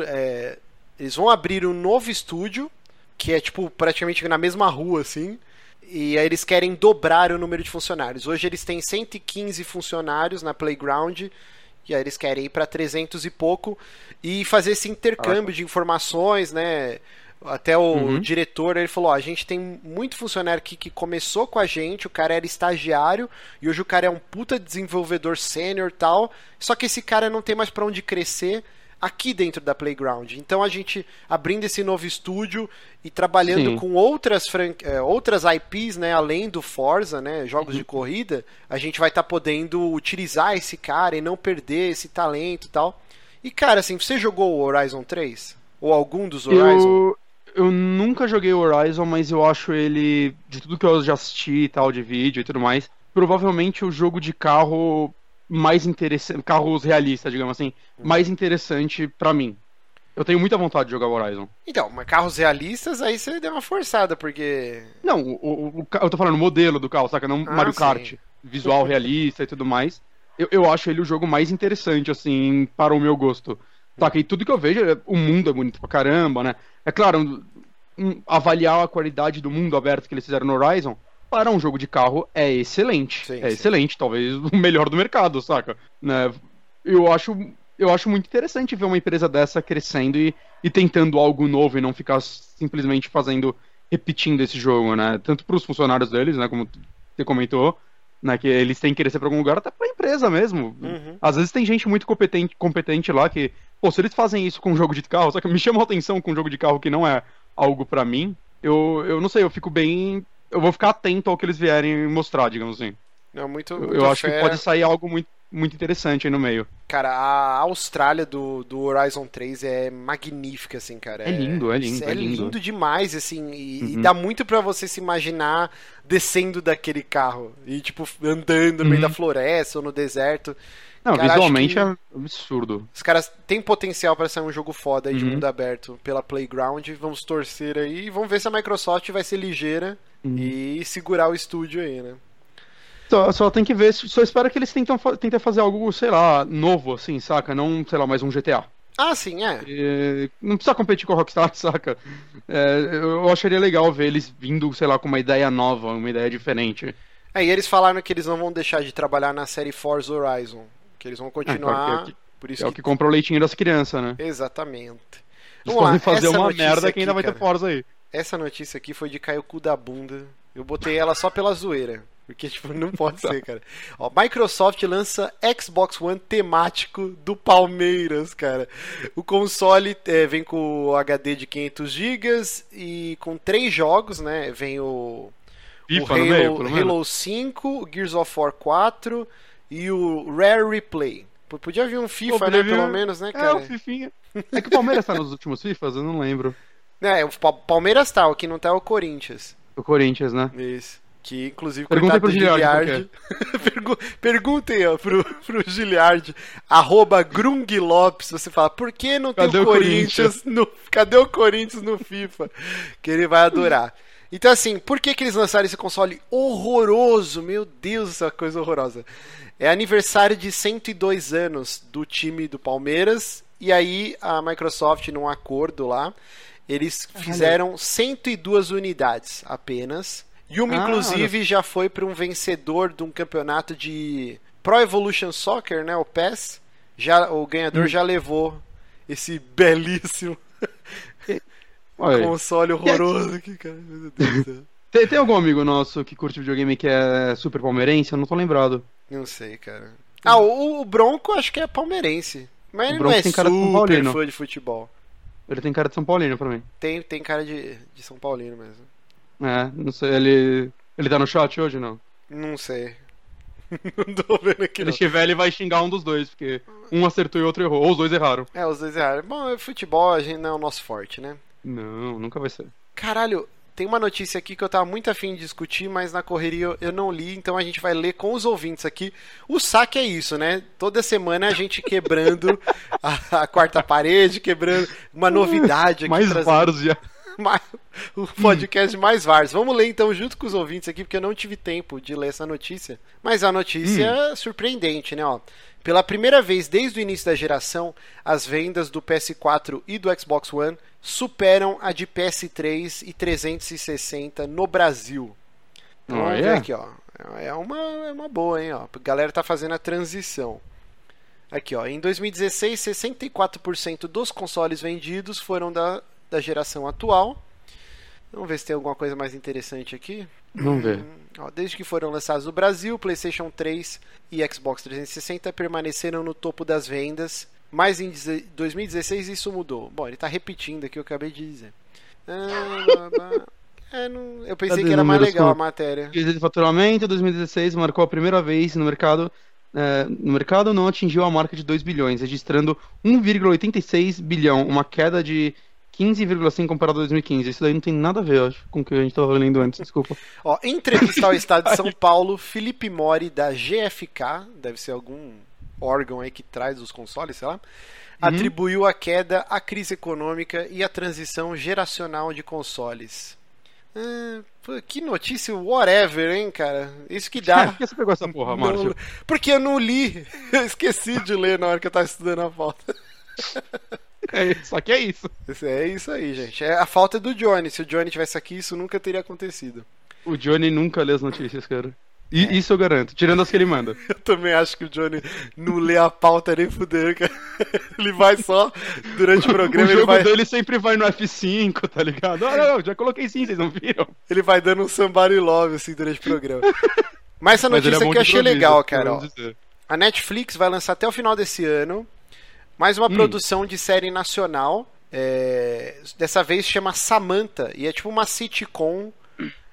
eles vão abrir um novo estúdio que é tipo praticamente na mesma rua assim. E aí eles querem dobrar o número de funcionários. Hoje eles têm 115 funcionários na Playground e aí eles querem ir para 300 e pouco e fazer esse intercâmbio de informações, né? Até o diretor, ele falou, ó, a gente tem muito funcionário aqui que começou com a gente, o cara era estagiário, e hoje o cara é um puta desenvolvedor sênior e tal, só que esse cara não tem mais pra onde crescer aqui dentro da Playground. Então a gente, abrindo esse novo estúdio e trabalhando Sim. com outras IPs, né, além do Forza, né, jogos de corrida, a gente vai estar podendo utilizar esse cara e não perder esse talento e tal. E cara, assim, você jogou o Horizon 3? Ou algum dos Horizon? Eu nunca joguei o Horizon, mas eu acho ele, de tudo que eu já assisti e tal, de vídeo e tudo mais, provavelmente o jogo de carro mais interessante, carros realistas, digamos assim, mais interessante pra mim. Eu tenho muita vontade de jogar o Horizon. Então, mas carros realistas, aí você deu uma forçada, porque... Não, eu tô falando o modelo do carro, saca? Não Mario sim. Kart, visual realista e tudo mais. Eu acho ele o jogo mais interessante, assim, para o meu gosto. Saca? E tudo que eu vejo, o mundo é bonito pra caramba, né? É claro, avaliar a qualidade do mundo aberto que eles fizeram no Horizon, para um jogo de carro, é excelente. Sim, é sim. excelente, talvez o melhor do mercado, saca? Né? Eu acho muito interessante ver uma empresa dessa crescendo e tentando algo novo e não ficar simplesmente repetindo esse jogo, né? Tanto para os funcionários deles, né? Como você comentou, né? Que eles têm que crescer para algum lugar, até para a empresa mesmo. Às vezes tem gente muito competente lá que, pô, se eles fazem isso com um jogo de carro, só que me chama a atenção com um jogo de carro que não é algo para mim, eu não sei, eu fico bem eu vou ficar atento ao que eles vierem mostrar, digamos assim. Não, muito, Eu, muito eu acho fé. que pode sair algo muito, muito interessante aí no meio. Cara, a Austrália do Horizon 3 é magnífica, assim, cara. É lindo, é lindo, É é lindo. lindo demais, assim, e Uhum. dá muito pra você se imaginar descendo daquele carro e, tipo, andando no meio da floresta ou no deserto. Não, Cara, visualmente acho é absurdo. Os caras têm potencial pra ser um jogo foda aí de Uhum. mundo aberto pela Playground. Vamos torcer aí e vamos ver se a Microsoft vai ser ligeira e segurar o estúdio aí, né? Só tem que ver, só espero que eles tentem fazer algo, sei lá, novo, assim, saca? Não, sei lá, mais um GTA. Ah, sim, é. Não precisa competir com a Rockstar, saca? Eu acharia legal ver eles vindo, sei lá, com uma ideia nova, uma ideia diferente. E eles falaram que eles não vão deixar de trabalhar na série Forza Horizon. Que eles vão continuar. Por isso É o que compra o leitinho das crianças, né? Exatamente. Eles Vamos lá, podem fazer essa uma notícia merda aqui, que ainda vai ter cara. Forza aí. Essa notícia aqui foi de cair o cu da bunda. Eu botei ela só pela zoeira. Porque, tipo, não pode ser, cara. Ó, Microsoft lança Xbox One temático do Palmeiras, cara. O console vem com o HD de 500 GB e com 3 jogos, né? Vem o FIFA no meio, pelo menos. Halo 5, o Gears of War 4 e o Rare Replay. Podia vir um FIFA, Pô, né? podia vir Pelo um- menos, né, É, cara? o Fifinha. É que o Palmeiras tá nos últimos FIFAs? Eu não lembro. O Palmeiras tá, o que não tá é o Corinthians. O Corinthians, né? Isso. Que inclusive Pergunta coitado pro do Giliardi Perguntem ó, pro Giliardi, @ Grung Lopes, você fala, por que não tem Cadê o o Corinthians no. Cadê o Corinthians no FIFA? Que ele vai adorar. Então, assim, por que eles lançaram esse console horroroso? Meu Deus, essa coisa horrorosa. É aniversário de 102 anos do time do Palmeiras. E aí a Microsoft, num acordo lá, eles fizeram 102 unidades apenas. E uma, inclusive, já foi para um vencedor de um campeonato de Pro Evolution Soccer, né? O PES. O ganhador já levou esse belíssimo console horroroso aqui, cara. Meu Deus do céu. Tem algum amigo nosso que curte videogame que é super palmeirense? Eu não tô lembrado. Não sei, cara. Ah, o Bronco acho que é palmeirense. Mas ele não Bronco é tem cara de São super Paulino. fã de futebol. Ele tem cara de São Paulino pra mim. Tem cara de São Paulino mesmo. Não sei, ele tá no chat hoje, não? Não sei. Não tô vendo aqui Se ele não. estiver, ele vai xingar um dos dois, porque um acertou e o outro errou. Ou os dois erraram. Os dois erraram. Bom, futebol a gente não é o nosso forte, né? Não, nunca vai ser. Caralho, tem uma notícia aqui que eu tava muito afim de discutir, mas na correria eu não li, então a gente vai ler com os ouvintes aqui. O saque é isso, né? Toda semana a gente quebrando a quarta parede, quebrando uma novidade aqui. Mais trazendo várzea. o podcast mais vários. Vamos ler então junto com os ouvintes aqui, porque eu não tive tempo de ler essa notícia. Mas a notícia é surpreendente, né? Ó, pela primeira vez desde o início da geração, as vendas do PS4 e do Xbox One superam a de PS3 e 360 no Brasil. Então, vamos ver aqui, ó. É uma boa, hein? Ó. A galera tá fazendo a transição. Aqui, ó. Em 2016, 64% dos consoles vendidos foram da geração atual. Vamos ver se tem alguma coisa mais interessante aqui. Vamos ver. Ó, desde que foram lançados no Brasil, PlayStation 3 e Xbox 360 permaneceram no topo das vendas. Mas em 2016 isso mudou. Bom, ele está repetindo aqui o que eu acabei de dizer. Eu pensei que era mais legal a matéria. De faturamento, 2016 marcou a primeira vez no mercado. No mercado não atingiu a marca de 2 bilhões, registrando 1,86 bilhão, uma queda de 15,5 comparado a 2015. Isso daí não tem nada a ver, eu acho, com o que a gente estava lendo antes, desculpa. Ó, em entrevista ao Estado de São Paulo, Felipe Mori, da GFK, deve ser algum órgão aí que traz os consoles, sei lá, atribuiu a queda à crise econômica e à transição geracional de consoles. Que notícia whatever, hein, cara? Isso que dá. Por que você pegou essa porra, Márcio? Porque eu não li. Eu esqueci de ler na hora que eu tava estudando a pauta. Só que é isso. É isso aí, gente. É a falta do Johnny. Se o Johnny tivesse aqui, isso nunca teria acontecido. O Johnny nunca lê as notícias, cara. Isso eu garanto, tirando as que ele manda. Eu também acho que o Johnny não lê a pauta nem fuder, cara. Ele vai só durante o programa. O jogo ele vai... dele sempre vai no F5, tá ligado? Não, já coloquei sim, vocês não viram? Ele vai dando um somebody love assim durante o programa. Mas essa notícia aqui eu achei legal, cara. Ó. A Netflix vai lançar até o final desse ano mais uma produção de série nacional. Dessa vez chama Samantha. E é tipo uma sitcom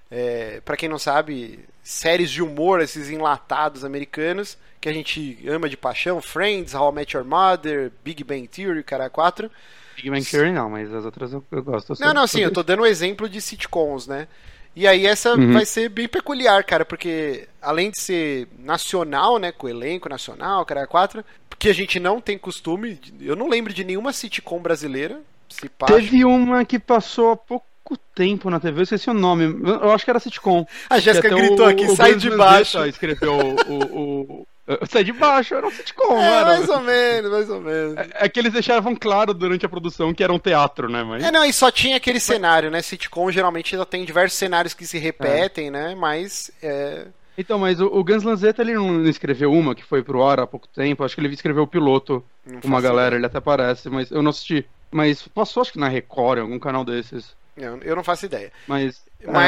Pra quem não sabe, séries de humor, esses enlatados americanos, que a gente ama de paixão, Friends, How I Met Your Mother, Big Bang Theory, cara, 4. Big Bang Theory não, mas as outras eu gosto. Sim, eu tô dando um exemplo de sitcoms, né? E aí essa vai ser bem peculiar, cara, porque além de ser nacional, né, com elenco nacional, cara, 4, porque a gente não tem costume, eu não lembro de nenhuma sitcom brasileira. Teve uma que passou há pouco tempo na TV, eu esqueci o nome, eu acho que era sitcom. A Jéssica gritou aqui, sai de baixo. Escreveu Sai de baixo, era um sitcom, não era? Mais ou menos. É que eles deixavam claro durante a produção que era um teatro, né? Mas... e só tinha aquele cenário, né? Sitcom geralmente ela tem diversos cenários que se repetem, né? Mas... Então, mas o Guns Lanzetta, ele não escreveu uma que foi pro ar há pouco tempo, acho que ele escreveu o piloto com uma galera, ele até aparece, mas eu não assisti. Mas passou, acho que na Record, em algum canal desses. Eu não faço ideia. Mas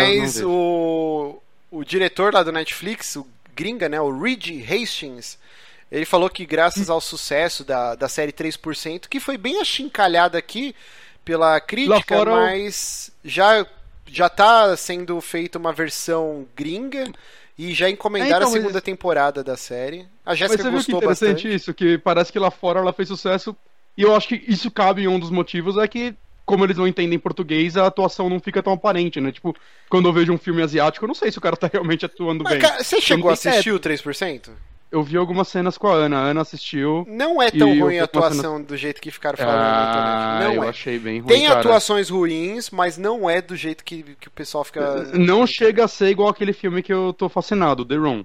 o diretor lá do Netflix, o gringa, né, o Reed Hastings, ele falou que graças ao sucesso da série 3%, que foi bem achincalhada aqui pela crítica, mas já tá sendo feita uma versão gringa e já encomendaram a segunda temporada da série. A Jéssica gostou bastante. Mas você viu que interessante isso, que parece que lá fora ela fez sucesso, e eu acho que isso cabe em um dos motivos, é que como eles não entendem português, a atuação não fica tão aparente, né? Tipo, quando eu vejo um filme asiático, eu não sei se o cara tá realmente atuando bem. Cara, você chegou a assistir o 3%? Eu vi algumas cenas com a Ana assistiu. Não é tão ruim a atuação do jeito que ficaram falando na internet. Não eu achei bem ruim, Tem atuações ruins, mas não é do jeito que o pessoal fica... Não chega a ser igual aquele filme que eu tô fascinado, The Room.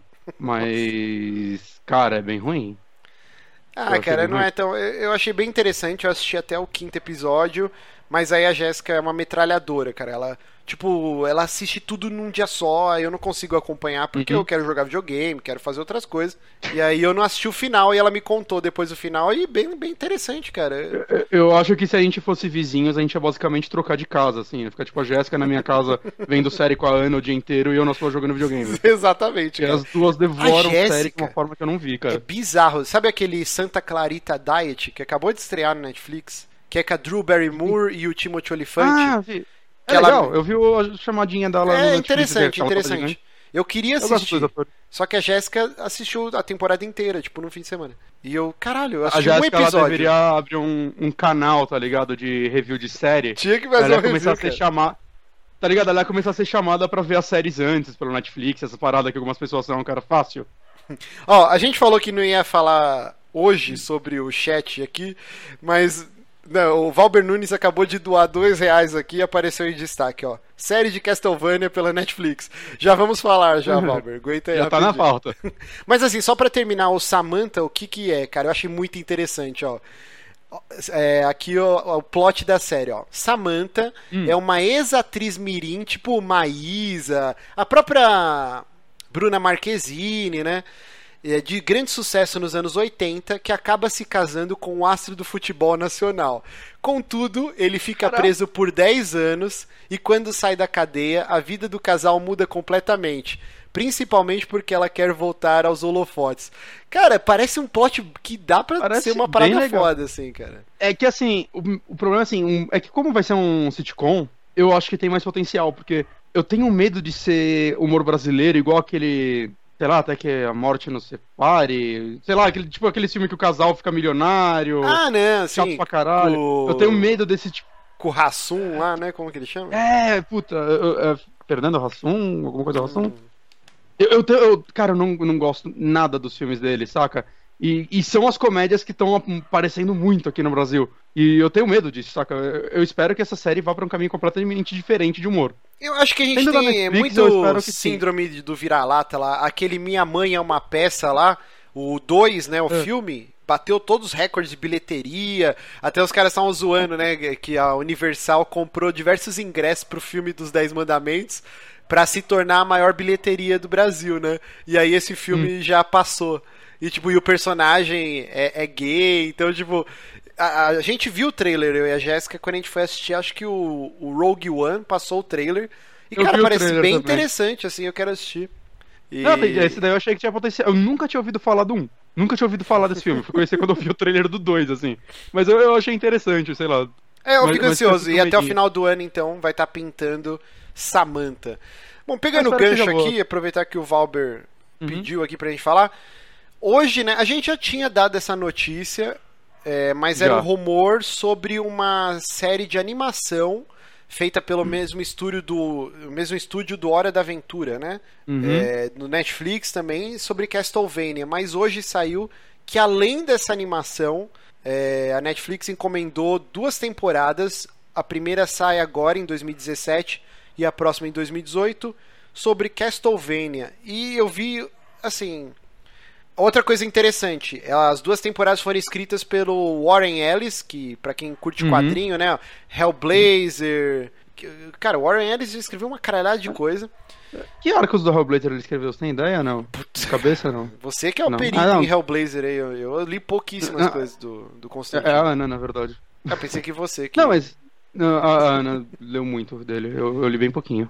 Mas, cara, é bem ruim. Cara, não é tão... Eu achei bem interessante, eu assisti até o 5º episódio, mas aí a Jéssica é uma metralhadora, cara. Ela assiste tudo num dia só, eu não consigo acompanhar porque eu quero jogar videogame, quero fazer outras coisas. E aí eu não assisti o final e ela me contou depois do final e bem interessante, cara. Eu acho que se a gente fosse vizinhos, a gente ia basicamente trocar de casa, assim. Ficar tipo a Jéssica na minha casa vendo série com a Ana o dia inteiro e eu na sua jogando videogame. Exatamente, cara. E as duas devoram série de uma forma que eu não vi, cara. É bizarro. Sabe aquele Santa Clarita Diet que acabou de estrear no Netflix? Que é com a Drew Barrymore e o Timothy Olyphant. Vi. Legal, eu vi a chamadinha dela no Netflix. Interessante. Eu queria assistir, só que a Jéssica assistiu a temporada inteira, tipo, no fim de semana. E eu, caralho, eu assisti um episódio. Ela deveria abrir um canal, tá ligado, de review de série. Tinha que fazer ela começar a ser chamada, tá ligado? Ela ia começar a ser chamada pra ver as séries antes, pelo Netflix, essa parada que algumas pessoas são, cara, fácil. A gente falou que não ia falar hoje sobre o chat aqui, mas... Não, o Valber Nunes acabou de doar R$2 aqui e apareceu em destaque, ó. Série de Castlevania pela Netflix. Já vamos falar, Valber. Aguenta aí. Já tá na pauta. Mas assim, só pra terminar, o Samantha, o que é, cara? Eu achei muito interessante, ó. Aqui o plot da série, ó. Samantha é uma ex-atriz mirim, tipo Maísa, a própria Bruna Marquezine, né? De grande sucesso nos anos 80, que acaba se casando com o astro do futebol nacional. Contudo, ele fica preso por 10 anos e quando sai da cadeia, a vida do casal muda completamente. Principalmente porque ela quer voltar aos holofotes. Cara, parece um plot que dá pra ser uma parada foda, assim, cara. É que, assim, o problema, assim, é que como vai ser um sitcom, eu acho que tem mais potencial, porque eu tenho medo de ser humor brasileiro, igual aquele... Sei lá, até que a morte nos separe. Sei lá, aquele filme que o casal fica milionário. Né? Sim. Chato pra caralho. Eu tenho medo desse tipo. Com o Hassum lá, né? Como que ele chama? Fernando Hassum? Alguma coisa Hassum? Cara, eu não gosto nada dos filmes dele, saca? E são as comédias que estão aparecendo muito aqui no Brasil. E eu tenho medo disso, saca? Eu espero que essa série vá pra um caminho completamente diferente de humor. Eu acho que a gente tem muito síndrome do vira-lata lá. Aquele Minha Mãe é uma Peça lá, o 2, né, o filme, bateu todos os recordes de bilheteria. Até os caras estavam zoando, né, que a Universal comprou diversos ingressos pro filme dos 10 Mandamentos pra se tornar a maior bilheteria do Brasil, né? E aí esse filme já passou. E, tipo, o personagem é gay, então, tipo... A gente viu o trailer, eu e a Jéssica, quando a gente foi assistir, acho que o Rogue One passou o trailer. E, cara, parece bem interessante, assim, eu quero assistir. Esse daí eu achei que tinha potencial. Eu nunca tinha ouvido falar do 1. Nunca tinha ouvido falar desse filme. Fui conhecer quando eu vi o trailer do 2, assim. Mas eu achei interessante, sei lá. Eu fico ansioso. E até o final do ano, então, vai estar pintando Samantha. Bom, pegando o gancho aqui, aproveitar que o Valber pediu aqui pra gente falar. Hoje, né, a gente já tinha dado essa notícia, mas era um rumor sobre uma série de animação feita pelo mesmo estúdio do Hora da Aventura, né? No Netflix também, sobre Castlevania. Mas hoje saiu que, além dessa animação, a Netflix encomendou 2 temporadas. A primeira sai agora, em 2017, e a próxima em 2018, sobre Castlevania. E eu vi, assim... Outra coisa interessante, as 2 temporadas foram escritas pelo Warren Ellis, que, pra quem curte quadrinho, né? Hellblazer... Cara, o Warren Ellis escreveu uma caralhada de coisa. Que arcos do Hellblazer ele escreveu? Você tem ideia, não? De cabeça, não? Você que é o perito em Hellblazer aí. Eu li pouquíssimas coisas do Constantine. É a Ana, na verdade. Eu pensei que você... Não, mas a Ana leu muito dele. Eu li bem pouquinho.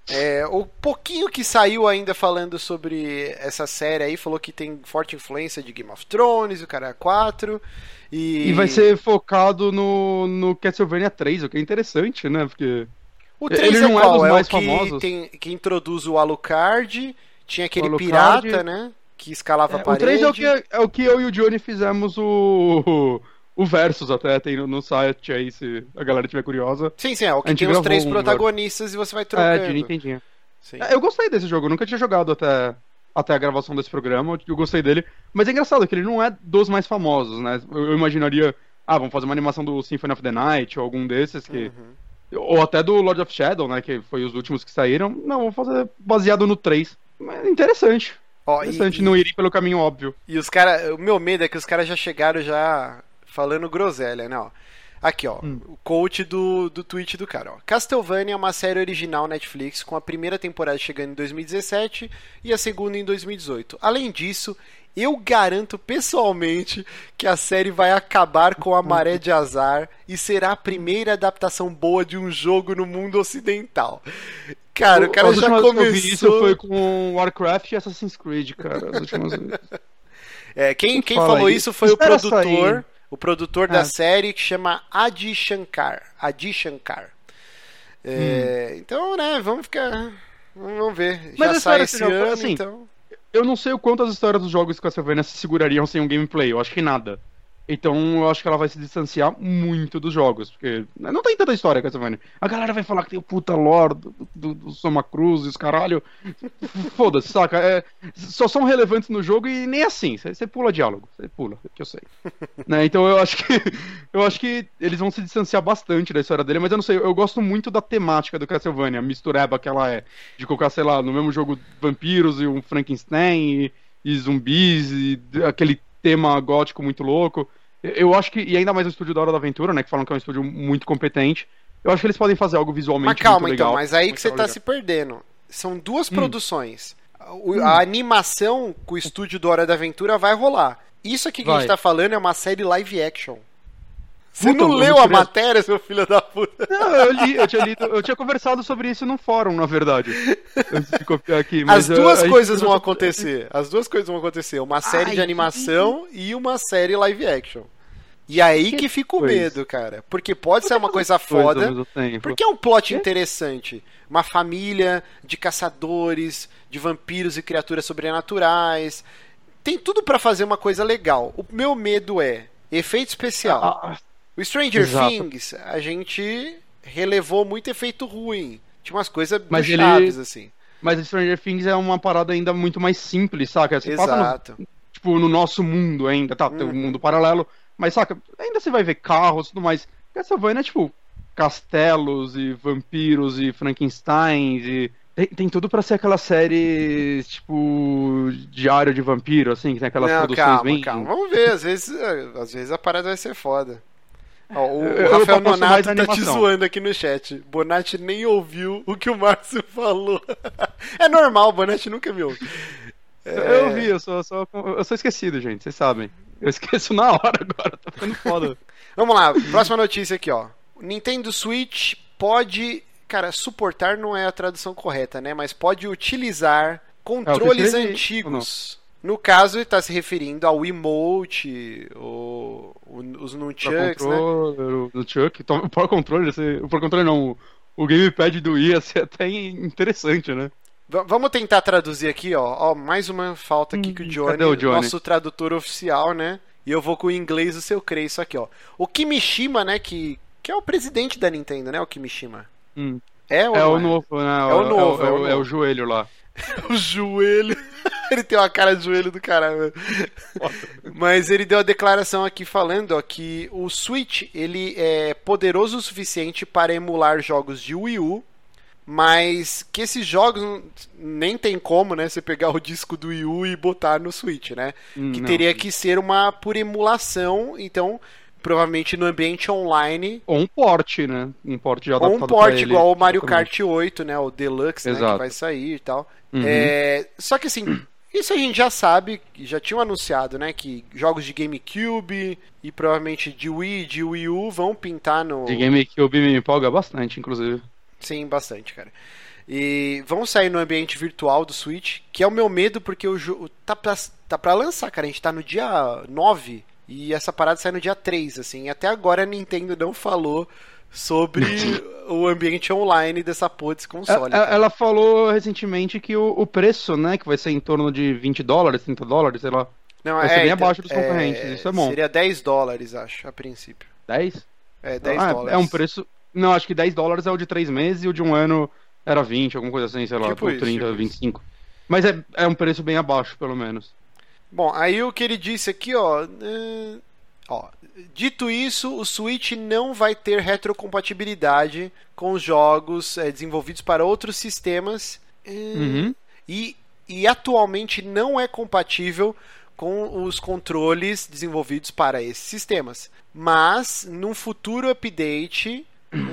O pouquinho que saiu ainda falando sobre essa série aí, falou que tem forte influência de Game of Thrones, o cara 4. E vai ser focado no Castlevania 3, o que é interessante, né? Porque o 3 ele não qual? é dos mais o famosos. Que introduz o Alucard, tinha aquele pirata, né? Que escalava a parede. O 3 é o que eu e o Johnny fizemos o Versus, até tem no site aí, se a galera tiver curiosa. Sim, é o que tem os 3 protagonistas e você vai trocando. De Nintendinho. Eu gostei desse jogo, eu nunca tinha jogado até a gravação desse programa, eu gostei dele. Mas é engraçado que ele não é dos mais famosos, né? Eu imaginaria, vamos fazer uma animação do Symphony of the Night ou algum desses que... Ou até do Lord of Shadow, né? Que foi os últimos que saíram. Não, vou fazer baseado no 3. Mas interessante. Interessante, não ir pelo caminho óbvio. E os caras... O meu medo é que os caras já chegaram falando groselha, né? Aqui, o coach do tweet do cara, Castlevania é uma série original Netflix, com a primeira temporada chegando em 2017 e a segunda em 2018. Além disso, eu garanto pessoalmente que a série vai acabar com a Maré de Azar e será a primeira adaptação boa de um jogo no mundo ocidental. Cara, o cara já começou... Que eu vi isso foi com Warcraft e Assassin's Creed, cara, as últimas vezes. Quem falou isso foi o produtor... O produtor da série, que chama Adi Shankar. Então, né, vamos ver. Mas já sai esse ano, assim, então... Eu não sei o quanto as histórias dos jogos Castlevania se segurariam sem um gameplay. Eu acho que nada. Então eu acho que ela vai se distanciar muito dos jogos. Porque não tem tanta história Castlevania. A galera vai falar que tem o puta lore do Soma Cruz e os caralho. Foda-se, saca? Só são relevantes no jogo e nem assim. Você pula diálogo. Você pula, que eu sei. Né? Então eu acho que eles vão se distanciar bastante da história dele. Mas eu não sei, eu gosto muito da temática do Castlevania. A mistureba que ela é. De colocar, sei lá, no mesmo jogo vampiros e um Frankenstein e zumbis e aquele tema gótico muito louco. Eu acho que, e ainda mais o estúdio da Hora da Aventura, né, que falam que é um estúdio muito competente, eu acho que eles podem fazer algo visualmente muito legal. Mas aí que você tá se perdendo. São 2 produções. A animação com o estúdio da Hora da Aventura vai rolar. Isso aqui que a gente tá falando é uma série live action. Você não leu a matéria, seu filho da puta? Não, eu tinha conversado sobre isso num fórum, na verdade. Antes de copiar aqui. Mas As duas coisas vão acontecer. Uma série de animação e uma série live action. E aí que fica o medo, cara. Porque pode ser uma coisa foda. Porque é um plot interessante. Uma família de caçadores, de vampiros e criaturas sobrenaturais. Tem tudo pra fazer uma coisa legal. O meu medo é efeito especial. O Stranger Things, a gente relevou muito efeito ruim. Tinha umas coisas chaves, assim. Mas o Stranger Things é uma parada ainda muito mais simples, saca? Você Exato. No nosso mundo ainda, tá? Tem um mundo paralelo. Mas, saca? Ainda você vai ver carros e tudo mais. Castlevania é, castelos e vampiros e Frankensteins e... Tem tudo pra ser aquela série, Diário de Vampiro, assim, que tem aquelas produções bem... Calma. Vamos ver, às vezes a parada vai ser foda. O Rafael Nonato tá te zoando aqui no chat. Bonatti nem ouviu o que o Márcio falou. É normal, o Bonatti nunca me ouve. Eu ouvi, eu sou esquecido, gente, vocês sabem. Eu esqueço na hora agora, tá ficando foda. Vamos lá, próxima notícia aqui, ó. Nintendo Switch pode... Cara, suportar não é a tradução correta, né? Mas pode utilizar controles antigos. No caso, ele está se referindo ao Wiimote, os Nunchucks, né? O Nunchuck, o Pro Controller não, o Gamepad do Wii ia ser até interessante, né? Vamos tentar traduzir aqui, ó. Mais uma falta aqui que o Johnny, nosso tradutor oficial, né? E eu vou com o inglês do seu Crê, isso aqui, ó. O Kimishima, né, que é o presidente da Nintendo, né, o Kimishima. É o novo, né? É o novo. É o joelho lá. O joelho. Ele tem uma cara de joelho do caralho. Mas ele deu a declaração aqui falando, ó, que o Switch, ele é poderoso o suficiente para emular jogos de Wii U, mas que esses jogos nem tem como, né, você pegar o disco do Wii U e botar no Switch, né? Que teria que ser uma por emulação, então provavelmente no ambiente online. Ou um port, né? Um port já adaptado. Ou um port igual o Mario Kart 8, né? O Deluxe, né, que vai sair e tal. Só que assim, isso a gente já sabe, já tinham anunciado, né? Que jogos de GameCube e provavelmente de Wii, de Wii U vão pintar no... De GameCube me empolga bastante, inclusive. Sim, bastante, cara. E vão sair no ambiente virtual do Switch, que é o meu medo, porque o jogo tá pra lançar, cara. A gente tá no dia 9 e essa parada sai no dia 3, assim. Até agora a Nintendo não falou sobre o ambiente online dessa porra desse console. Ela falou recentemente que o preço, né, que vai ser em torno de $20, $30, sei lá. Não, vai ser bem abaixo dos concorrentes, isso é bom. Seria $10, acho, a princípio. 10? É, $10. É um preço... Não, acho que $10 é o de 3 meses e o de um ano era 20, alguma coisa assim, sei lá, tipo 30, 25. Isso. Mas é um preço bem abaixo, pelo menos. Bom, aí o que ele disse aqui, ó... Dito isso, o Switch não vai ter retrocompatibilidade com os jogos desenvolvidos para outros sistemas e atualmente não é compatível com os controles desenvolvidos para esses sistemas. Mas, num futuro update...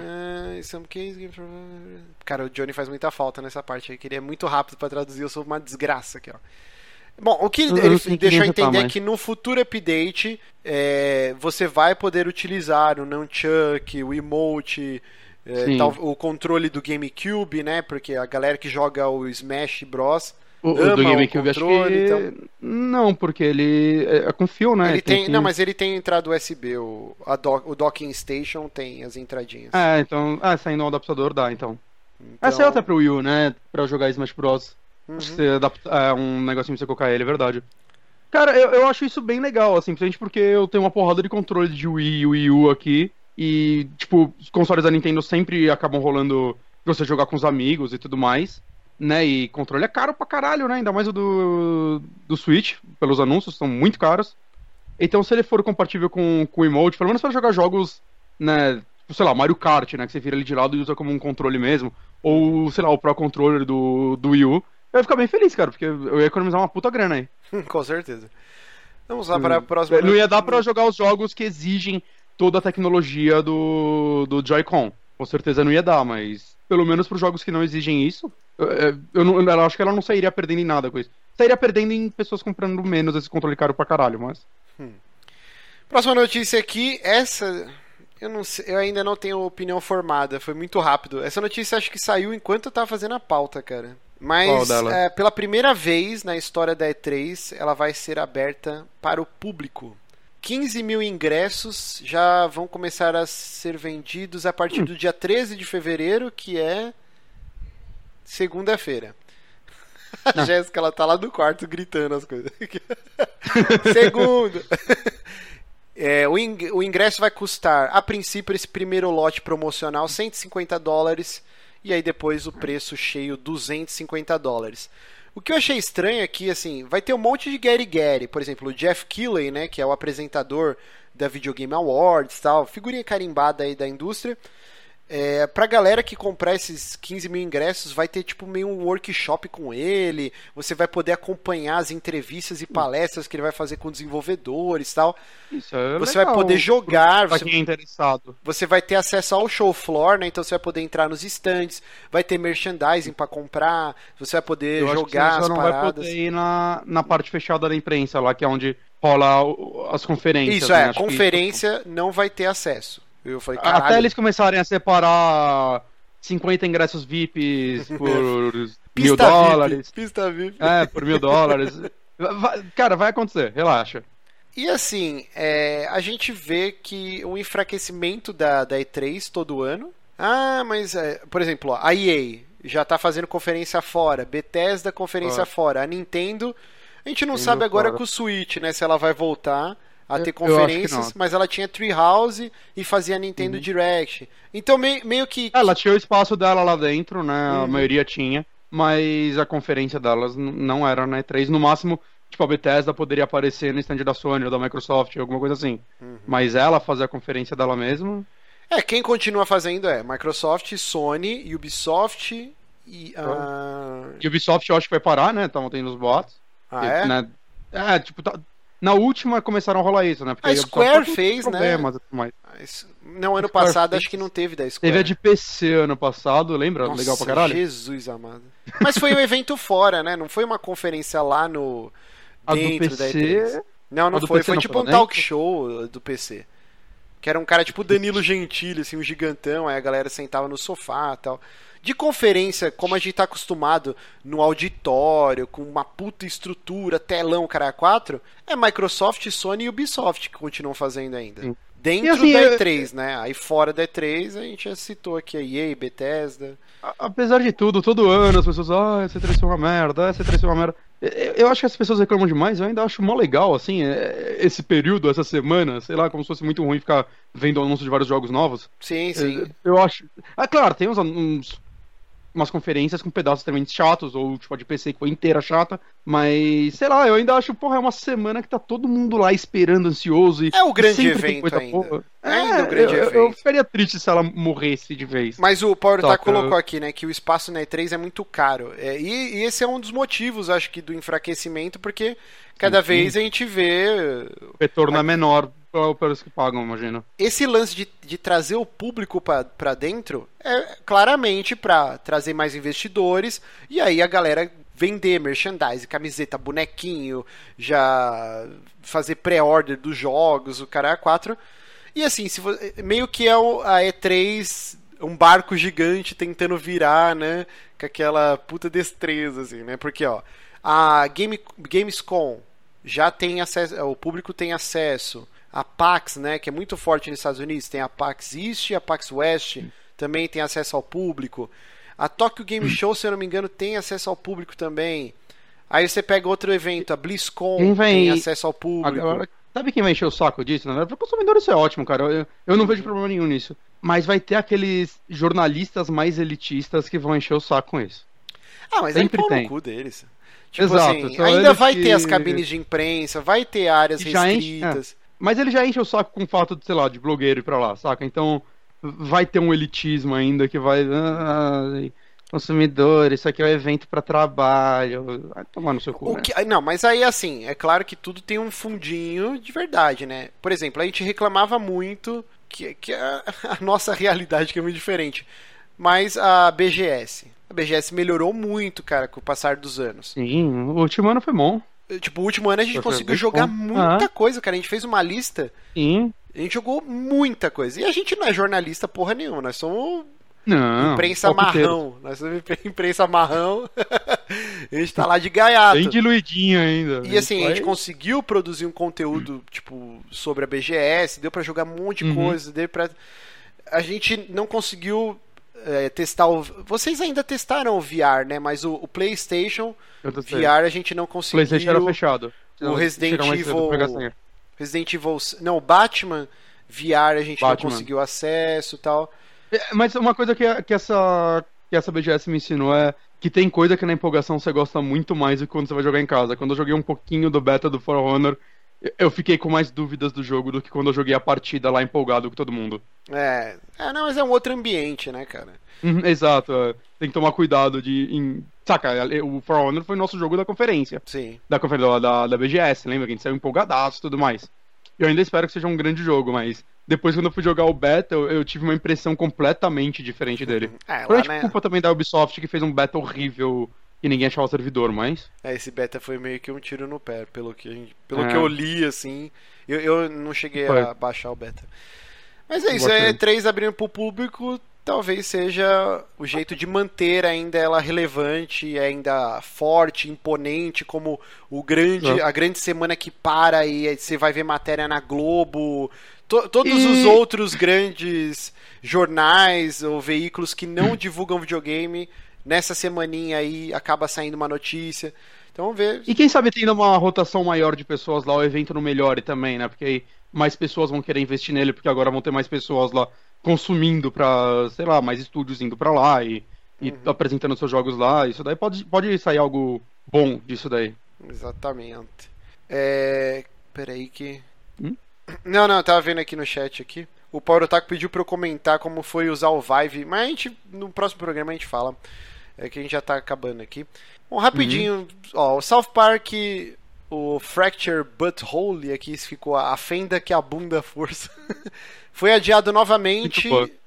Cara, o Johnny faz muita falta nessa parte aí, que ele é muito rápido para traduzir, eu sou uma desgraça aqui, ó. Bom, o que ele deixou entender é que no futuro update você vai poder utilizar o Nunchuck, o emote, o controle do GameCube, né? Porque a galera que joga o Smash Bros. O do GameCube acho que... Então... Não, porque ele é com fio, né? Ele tem... Não, mas ele tem entrada USB, o Docking Station tem as entradinhas. Então... saindo o adaptador dá, então. Saiu até pro Wii U, né? Pra jogar Smash Bros. Acho que você adapta, um negocinho pra você colocar ele, é verdade. Cara, eu acho isso bem legal, assim, principalmente porque eu tenho uma porrada de controle de Wii e Wii U aqui. E, tipo, os consoles da Nintendo sempre acabam rolando pra você jogar com os amigos e tudo mais, né? E controle é caro pra caralho, né? Ainda mais o do Switch, pelos anúncios, são muito caros. Então, se ele for compatível com o emote, pelo menos para jogar jogos, né? Sei lá, Mario Kart, né? Que você vira ele de lado e usa como um controle mesmo. Ou, sei lá, o Pro Controller do Wii U. Eu ia ficar bem feliz, cara, porque eu ia economizar uma puta grana aí. Com certeza. Vamos lá para a próxima. Não ia dar pra jogar os jogos que exigem toda a tecnologia do Joy-Con. Com certeza não ia dar, mas pelo menos pros jogos que não exigem isso, eu acho que ela não sairia perdendo em nada com isso. Sairia perdendo em pessoas comprando menos esse controle caro pra caralho, mas... Próxima notícia aqui, essa... Eu ainda não tenho opinião formada, foi muito rápido. Essa notícia acho que saiu enquanto eu tava fazendo a pauta, cara. Mas pela primeira vez na história da E3, ela vai ser aberta para o público. 15 mil ingressos já vão começar a ser vendidos a partir do dia 13 de fevereiro, que é segunda-feira. A Jéssica, ela tá lá no quarto gritando as coisas. Segundo. O ingresso vai custar, a princípio, esse primeiro lote promocional, $150, e aí depois o preço cheio, $250. O que eu achei estranho é que, assim, vai ter um monte de Gary, por exemplo, o Jeff Keighley, né, que é o apresentador da Video Game Awards, tal, figurinha carimbada aí da indústria. Pra galera que comprar esses 15 mil ingressos, vai ter tipo meio um workshop com ele, você vai poder acompanhar as entrevistas e palestras que ele vai fazer com desenvolvedores e tal. Isso é você legal, vai poder jogar, pra quem é interessado. Você vai ter acesso ao show floor, né? Então você vai poder entrar nos stands, vai ter merchandising pra comprar, você vai poder jogar as paradas. Você não vai poder ir na parte fechada da imprensa lá, que é onde rola as conferências. Isso, né? Conferência não vai ter acesso. Eu falei, até eles começarem a separar 50 ingressos VIPs por $1.000. Pista VIP. Por $1.000. Cara, vai acontecer, relaxa. E assim, a gente vê que o enfraquecimento da E3 todo ano. Mas, por exemplo, a EA já tá fazendo conferência fora, Bethesda conferência fora, a Nintendo, a gente não sabe agora fora. com o Switch, né, se ela vai voltar a ter Eu acho que conferências, não. mas ela tinha Treehouse e fazia Nintendo Direct. Então meio que... Ela tinha o espaço dela lá dentro, né? A Uhum. maioria tinha, mas a conferência delas não era na E3. No máximo, tipo, a Bethesda poderia aparecer no stand da Sony ou da Microsoft, alguma coisa assim. Mas ela fazer a conferência dela mesma. quem continua fazendo é Microsoft, Sony, Ubisoft e... E Ubisoft eu acho que vai parar, né? Estavam tendo os boatos. é? Né? Tipo, na última começaram a rolar isso, né? Porque A Ubisoft Square tá com fez, né? problemas e tudo mais. Não, ano Square passado fez. acho que não teve da Square. Teve a de PC ano passado, lembra? Nossa, Legal pra caralho. Jesus amado. Mas foi um evento fora, né? Não foi uma conferência lá no... A do dentro da PC... E3. Não a do foi. PC Foi não tipo foi um lá talk dentro? show do PC. Que era um cara tipo Danilo Gentili, assim, um gigantão. Aí a galera sentava no sofá e tal. De conferência, como a gente tá acostumado no auditório, com uma puta estrutura, telão, cara, 4, é Microsoft, Sony e Ubisoft que continuam fazendo ainda. Sim. Dentro E assim, da E3, né? Aí fora da E3, a gente já citou aqui a EA, Bethesda. Apesar de tudo, todo ano as pessoas, essa E3 foi uma merda, essa E3 foi uma merda. Eu acho que as pessoas reclamam demais, eu ainda acho mó legal, assim, esse período, essa semana, sei lá, como se fosse muito ruim ficar vendo o anúncio de vários jogos novos. Sim, sim. Eu acho. Claro, tem umas conferências com pedaços extremamente chatos, ou tipo a de PC que foi inteira chata, mas sei lá, eu ainda acho, porra, é uma semana que tá todo mundo lá esperando, ansioso. É o grande sempre tem evento coisa ainda. boa. Ainda o grande eu evento. ficaria triste se ela morresse de vez. Mas o Power Saca. colocou aqui, né, que o espaço na E3 é muito caro. E esse é um dos motivos, acho que, do enfraquecimento, porque cada vez a gente vê... O retorno é menor pelos que pagam, imagino. Esse lance de trazer o público pra dentro é claramente pra trazer mais investidores e aí a galera vender merchandise, camiseta, bonequinho, já fazer pré-order dos jogos, o cara 4. E assim, meio que é a E3 um barco gigante tentando virar, né, com aquela puta destreza, assim, né? Porque, ó, a Gamescom já tem acesso, o público tem acesso. A PAX, né, que é muito forte nos Estados Unidos, tem a PAX East e a PAX West, também tem acesso ao público. A Tokyo Game Show, se eu não me engano, tem acesso ao público também. Aí você pega outro evento, a BlizzCon, tem acesso ao público. Agora, sabe quem vai encher o saco disso? Na verdade, para o consumidor isso é ótimo, cara. Eu não vejo problema nenhum nisso. Mas vai ter aqueles jornalistas mais elitistas que vão encher o saco com isso. Mas sempre aí pau tem. no cu deles. Tipo Exato, assim, são ainda eles vai que- ter as cabines de imprensa, vai ter áreas Já restritas. Mas ele já enche o saco com o fato de, sei lá, de blogueiro ir pra lá, saca? Então vai ter um elitismo ainda que vai. Consumidor, isso aqui é um evento pra trabalho. Vai tomar no seu cu, né? Não, mas aí assim, é claro que tudo tem um fundinho de verdade, né? Por exemplo, a gente reclamava muito que a nossa realidade que é muito diferente. Mas a BGS melhorou muito, cara, com o passar dos anos. Sim, o último ano foi bom. Tipo, o último ano a gente Foi conseguiu muito jogar bom. muita coisa, cara. A gente fez uma lista, Sim. a gente jogou muita coisa. E a gente não é jornalista porra nenhuma, nós somos Não. imprensa palpiteiro. marrão. Nós somos imprensa marrão. A gente tá lá de gaiato. Bem diluidinho ainda. E assim, a gente Vai- conseguiu produzir um conteúdo, tipo, sobre a BGS, deu pra jogar um monte de coisa, deu pra... A gente não conseguiu testar o... Vocês ainda testaram o VR, né? Mas o PlayStation Eu tô VR a gente não O conseguiu... PlayStation era fechado. O Resident Chega mais cedo pra pegar Evil... senha. Resident Evil... Não, o Batman VR a gente não Batman. conseguiu acesso e tal. Mas uma coisa que essa BGS me ensinou é que tem coisa que na empolgação você gosta muito mais do que quando você vai jogar em casa. Quando eu joguei um pouquinho do beta do For Honor, eu fiquei com mais dúvidas do jogo do que quando eu joguei a partida lá empolgado com todo mundo. Não, mas é um outro ambiente, né, cara? Exato. Tem que tomar cuidado Saca, o For Honor foi nosso jogo da conferência. Sim. Da BGS, lembra que a gente saiu empolgadaço e tudo mais. Eu ainda espero que seja um grande jogo, mas depois quando eu fui jogar o beta, eu tive uma impressão completamente diferente dele. Lá, Provavelmente né? culpa também da Ubisoft, que fez um beta horrível e ninguém achava servidor, mas... Esse beta foi meio que um tiro no pé, pelo que eu li, assim. Eu não cheguei a baixar o beta. Mas é isso, E3 abrindo pro público, talvez seja o jeito de manter ainda ela relevante, ainda forte, imponente, como a grande semana que para e você vai ver matéria na Globo. Todos os outros grandes jornais ou veículos que não divulgam videogame nessa semaninha aí acaba saindo uma notícia. Então vamos ver. E quem sabe tendo uma rotação maior de pessoas lá, o evento não melhore também, né? Porque aí mais pessoas vão querer investir nele, porque agora vão ter mais pessoas lá consumindo pra, sei lá, mais estúdios indo pra lá e apresentando seus jogos lá. Isso daí pode sair algo bom disso daí. Exatamente. Peraí que... Não, eu tava vendo aqui no chat aqui. O Paulo Otaku pediu pra eu comentar como foi usar o Vive, mas no próximo programa a gente fala. É que a gente já tá acabando aqui. Bom, rapidinho, ó, o South Park, o Fracture Butthole, aqui ficou a fenda que a bunda força. Foi adiado novamente.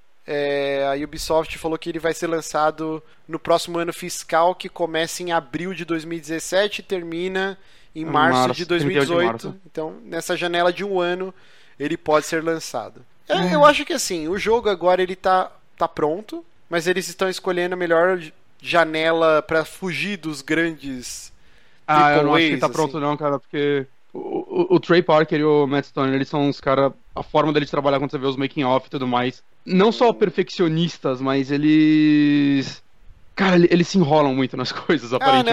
A Ubisoft falou que ele vai ser lançado no próximo ano fiscal, que começa em abril de 2017 e termina em março de 2018. Então, nessa janela de um ano, ele pode ser lançado. Eu acho que assim, o jogo agora ele tá pronto, mas eles estão escolhendo a melhor janela pra fugir dos grandes eu não acho que tá pronto não, cara, porque o Trey Parker e o Matt Stone, eles são uns caras, a forma deles trabalhar quando você vê os making off e tudo mais, não só perfeccionistas, mas eles... Cara, eles se enrolam muito nas coisas, aparentemente.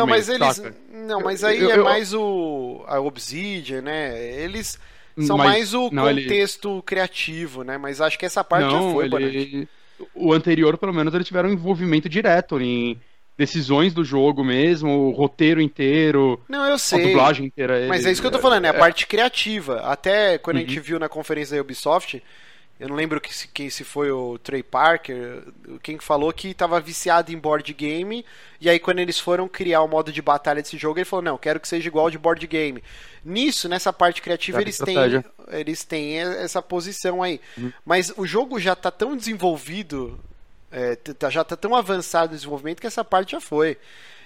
Mas aí é mais a Obsidian, né? Eles são mais o contexto criativo, né? Mas acho que essa parte já foi, o anterior, pelo menos, eles tiveram envolvimento direto em decisões do jogo mesmo, o roteiro inteiro, não, eu sei, a dublagem inteira. Mas é isso que eu tô falando, é a parte criativa. Até quando a gente viu na conferência da Ubisoft, eu não lembro se foi o Trey Parker, quem falou que tava viciado em board game, e aí quando eles foram criar o modo de batalha desse jogo, ele falou, não, quero que seja igual de board game. Nessa parte criativa, eles têm essa posição aí. Mas o jogo já tá tão desenvolvido, já tá tão avançado o desenvolvimento, que essa parte já foi.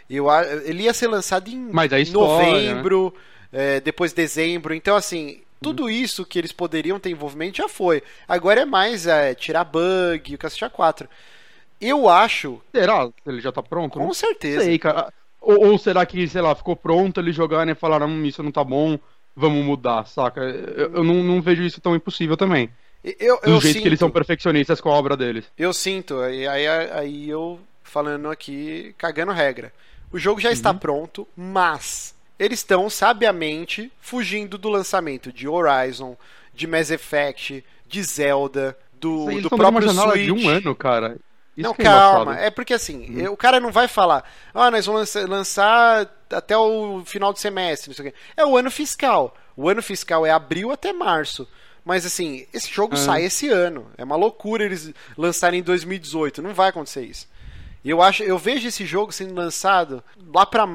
Ele ia ser lançado em novembro, né? Depois dezembro, então assim... Tudo isso que eles poderiam ter envolvimento já foi. Agora é mais tirar bug, o cacete A4. Eu acho... Será que ele já tá pronto? Com certeza. Sei, cara. Ou será que, sei lá, ficou pronto, eles jogaram e falaram, isso não tá bom, vamos mudar, saca? Eu não vejo isso tão impossível também. Do jeito que eles são perfeccionistas com a obra deles. Eu sinto. Aí eu falando aqui, cagando regra. O jogo já está pronto, mas... eles estão sabiamente fugindo do lançamento de Horizon, de Mass Effect, de Zelda, do próprio janela Switch. De um ano, cara. Isso não, que calma. É porque assim, o cara não vai falar, nós vamos lançar até o final do semestre, não sei o quê. É o ano fiscal. O ano fiscal é abril até março. Mas assim, esse jogo sai esse ano. É uma loucura eles lançarem em 2018. Não vai acontecer isso. E eu vejo esse jogo sendo lançado lá pra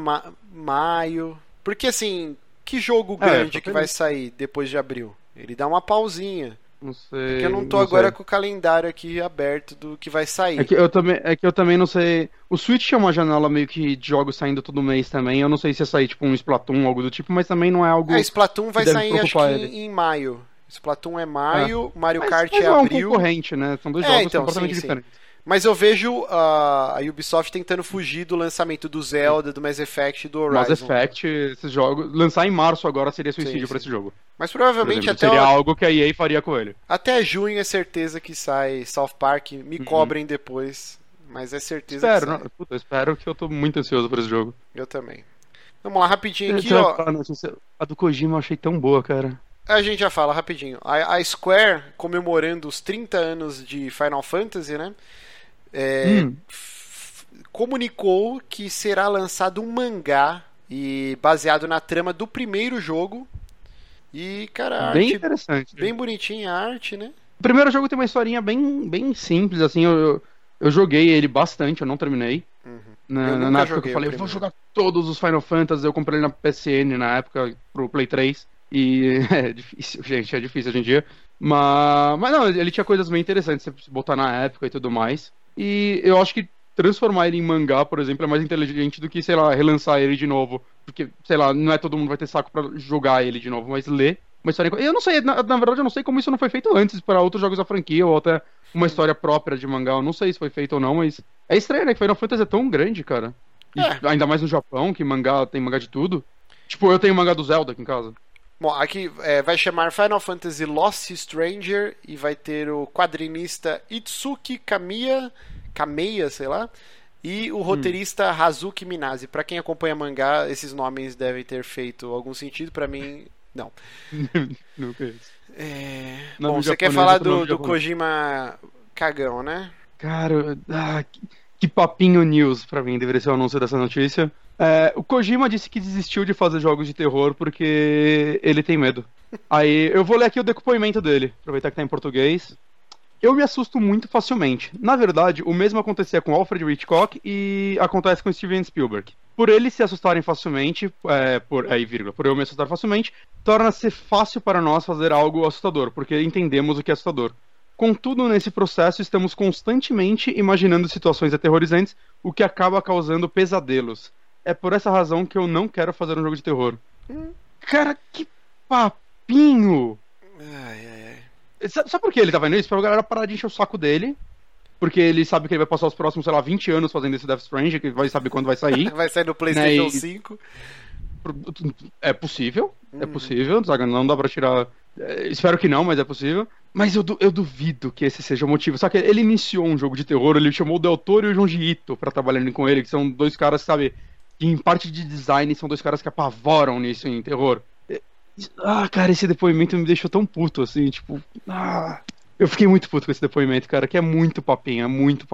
maio. Porque assim, que jogo grande que vai sair depois de abril? Ele dá uma pausinha. Não sei. Porque eu não tô agora com o calendário aqui aberto do que vai sair. É que eu também não sei. O Switch é uma janela meio que de jogos saindo todo mês também. Eu não sei se ia sair tipo um Splatoon, algo do tipo, mas também não é algo. Splatoon vai sair acho que em maio. Splatoon é maio, Mario Kart é abril. É um concorrente, né? São dois jogos completamente diferentes. Mas eu vejo a Ubisoft tentando fugir do lançamento do Zelda, do Mass Effect e do Horizon. Mass Effect, esses jogos... Lançar em março agora seria suicídio pra esse jogo. Mas provavelmente exemplo, seria algo que a EA faria com ele. Até junho é certeza que sai South Park. Me cobrem depois. Mas é certeza que sai. Eu espero, que eu tô muito ansioso por esse jogo. Eu também. Vamos lá, rapidinho aqui, ó. A do Kojima eu achei tão boa, cara. A gente já fala rapidinho. A Square, comemorando os 30 anos de Final Fantasy, né? Comunicou que será lançado um mangá baseado na trama do primeiro jogo. E, cara, a bem arte, interessante. Bem bonitinha a arte, né? O primeiro jogo tem uma historinha bem simples, assim. Eu joguei ele bastante, eu não terminei. Na época que eu falei, eu vou jogar todos os Final Fantasy, eu comprei ele na PSN na época, pro Play 3. E é difícil, gente, é difícil hoje em dia. Mas não, ele tinha coisas bem interessantes, você botar na época e tudo mais. E eu acho que transformar ele em mangá, por exemplo, é mais inteligente do que, sei lá, relançar ele de novo. Porque, sei lá, não é todo mundo vai ter saco pra jogar ele de novo, mas ler uma história... Eu não sei, na verdade eu não sei como isso não foi feito antes para outros jogos da franquia, ou até uma história própria de mangá. Eu não sei se foi feito ou não, mas é estranho, né? Que Final Fantasy é tão grande, cara. E ainda mais no Japão, que tem mangá de tudo. Tipo, eu tenho mangá do Zelda aqui em casa. Bom, aqui vai chamar Final Fantasy Lost Stranger e vai ter o quadrinista Itsuki Kamiya, sei lá, E o roteirista Hazuki Minase. Pra quem acompanha mangá, esses nomes devem ter feito algum sentido. Pra mim, não. Não conheço. Bom, você quer falar do Kojima cagão, né? Cara, que papinho news pra mim, deveria ser o anúncio dessa notícia. O Kojima disse que desistiu de fazer jogos de terror porque ele tem medo. Aí, eu vou ler aqui o depoimento dele, aproveitar que tá em português. Eu me assusto muito facilmente. Na verdade, o mesmo acontecia com Alfred Hitchcock e acontece com Steven Spielberg. Por eles se assustarem facilmente, por eu me assustar facilmente, torna-se fácil para nós fazer algo assustador, porque entendemos o que é assustador. Contudo, nesse processo, estamos constantemente imaginando situações aterrorizantes, o que acaba causando pesadelos. É por essa razão que eu não quero fazer um jogo de terror. Cara, que papinho! Sabe por que ele tá vendo isso? Pra galera parar de encher o saco dele. Porque ele sabe que ele vai passar os próximos, sei lá, 20 anos fazendo esse Death Stranding, que vai saber quando vai sair. Vai sair no PlayStation 5. É possível, sabe? Não dá pra tirar. Espero que não, mas é possível. Mas eu duvido que esse seja o motivo. Só que ele iniciou um jogo de terror, ele chamou o Del Toro e o Junji Ito pra trabalharem com ele, que são dois caras, sabe, que em parte de design são dois caras que apavoram nisso em terror. Cara, esse depoimento me deixou tão puto, assim, tipo... eu fiquei muito puto com esse depoimento, cara, que é muito papinho,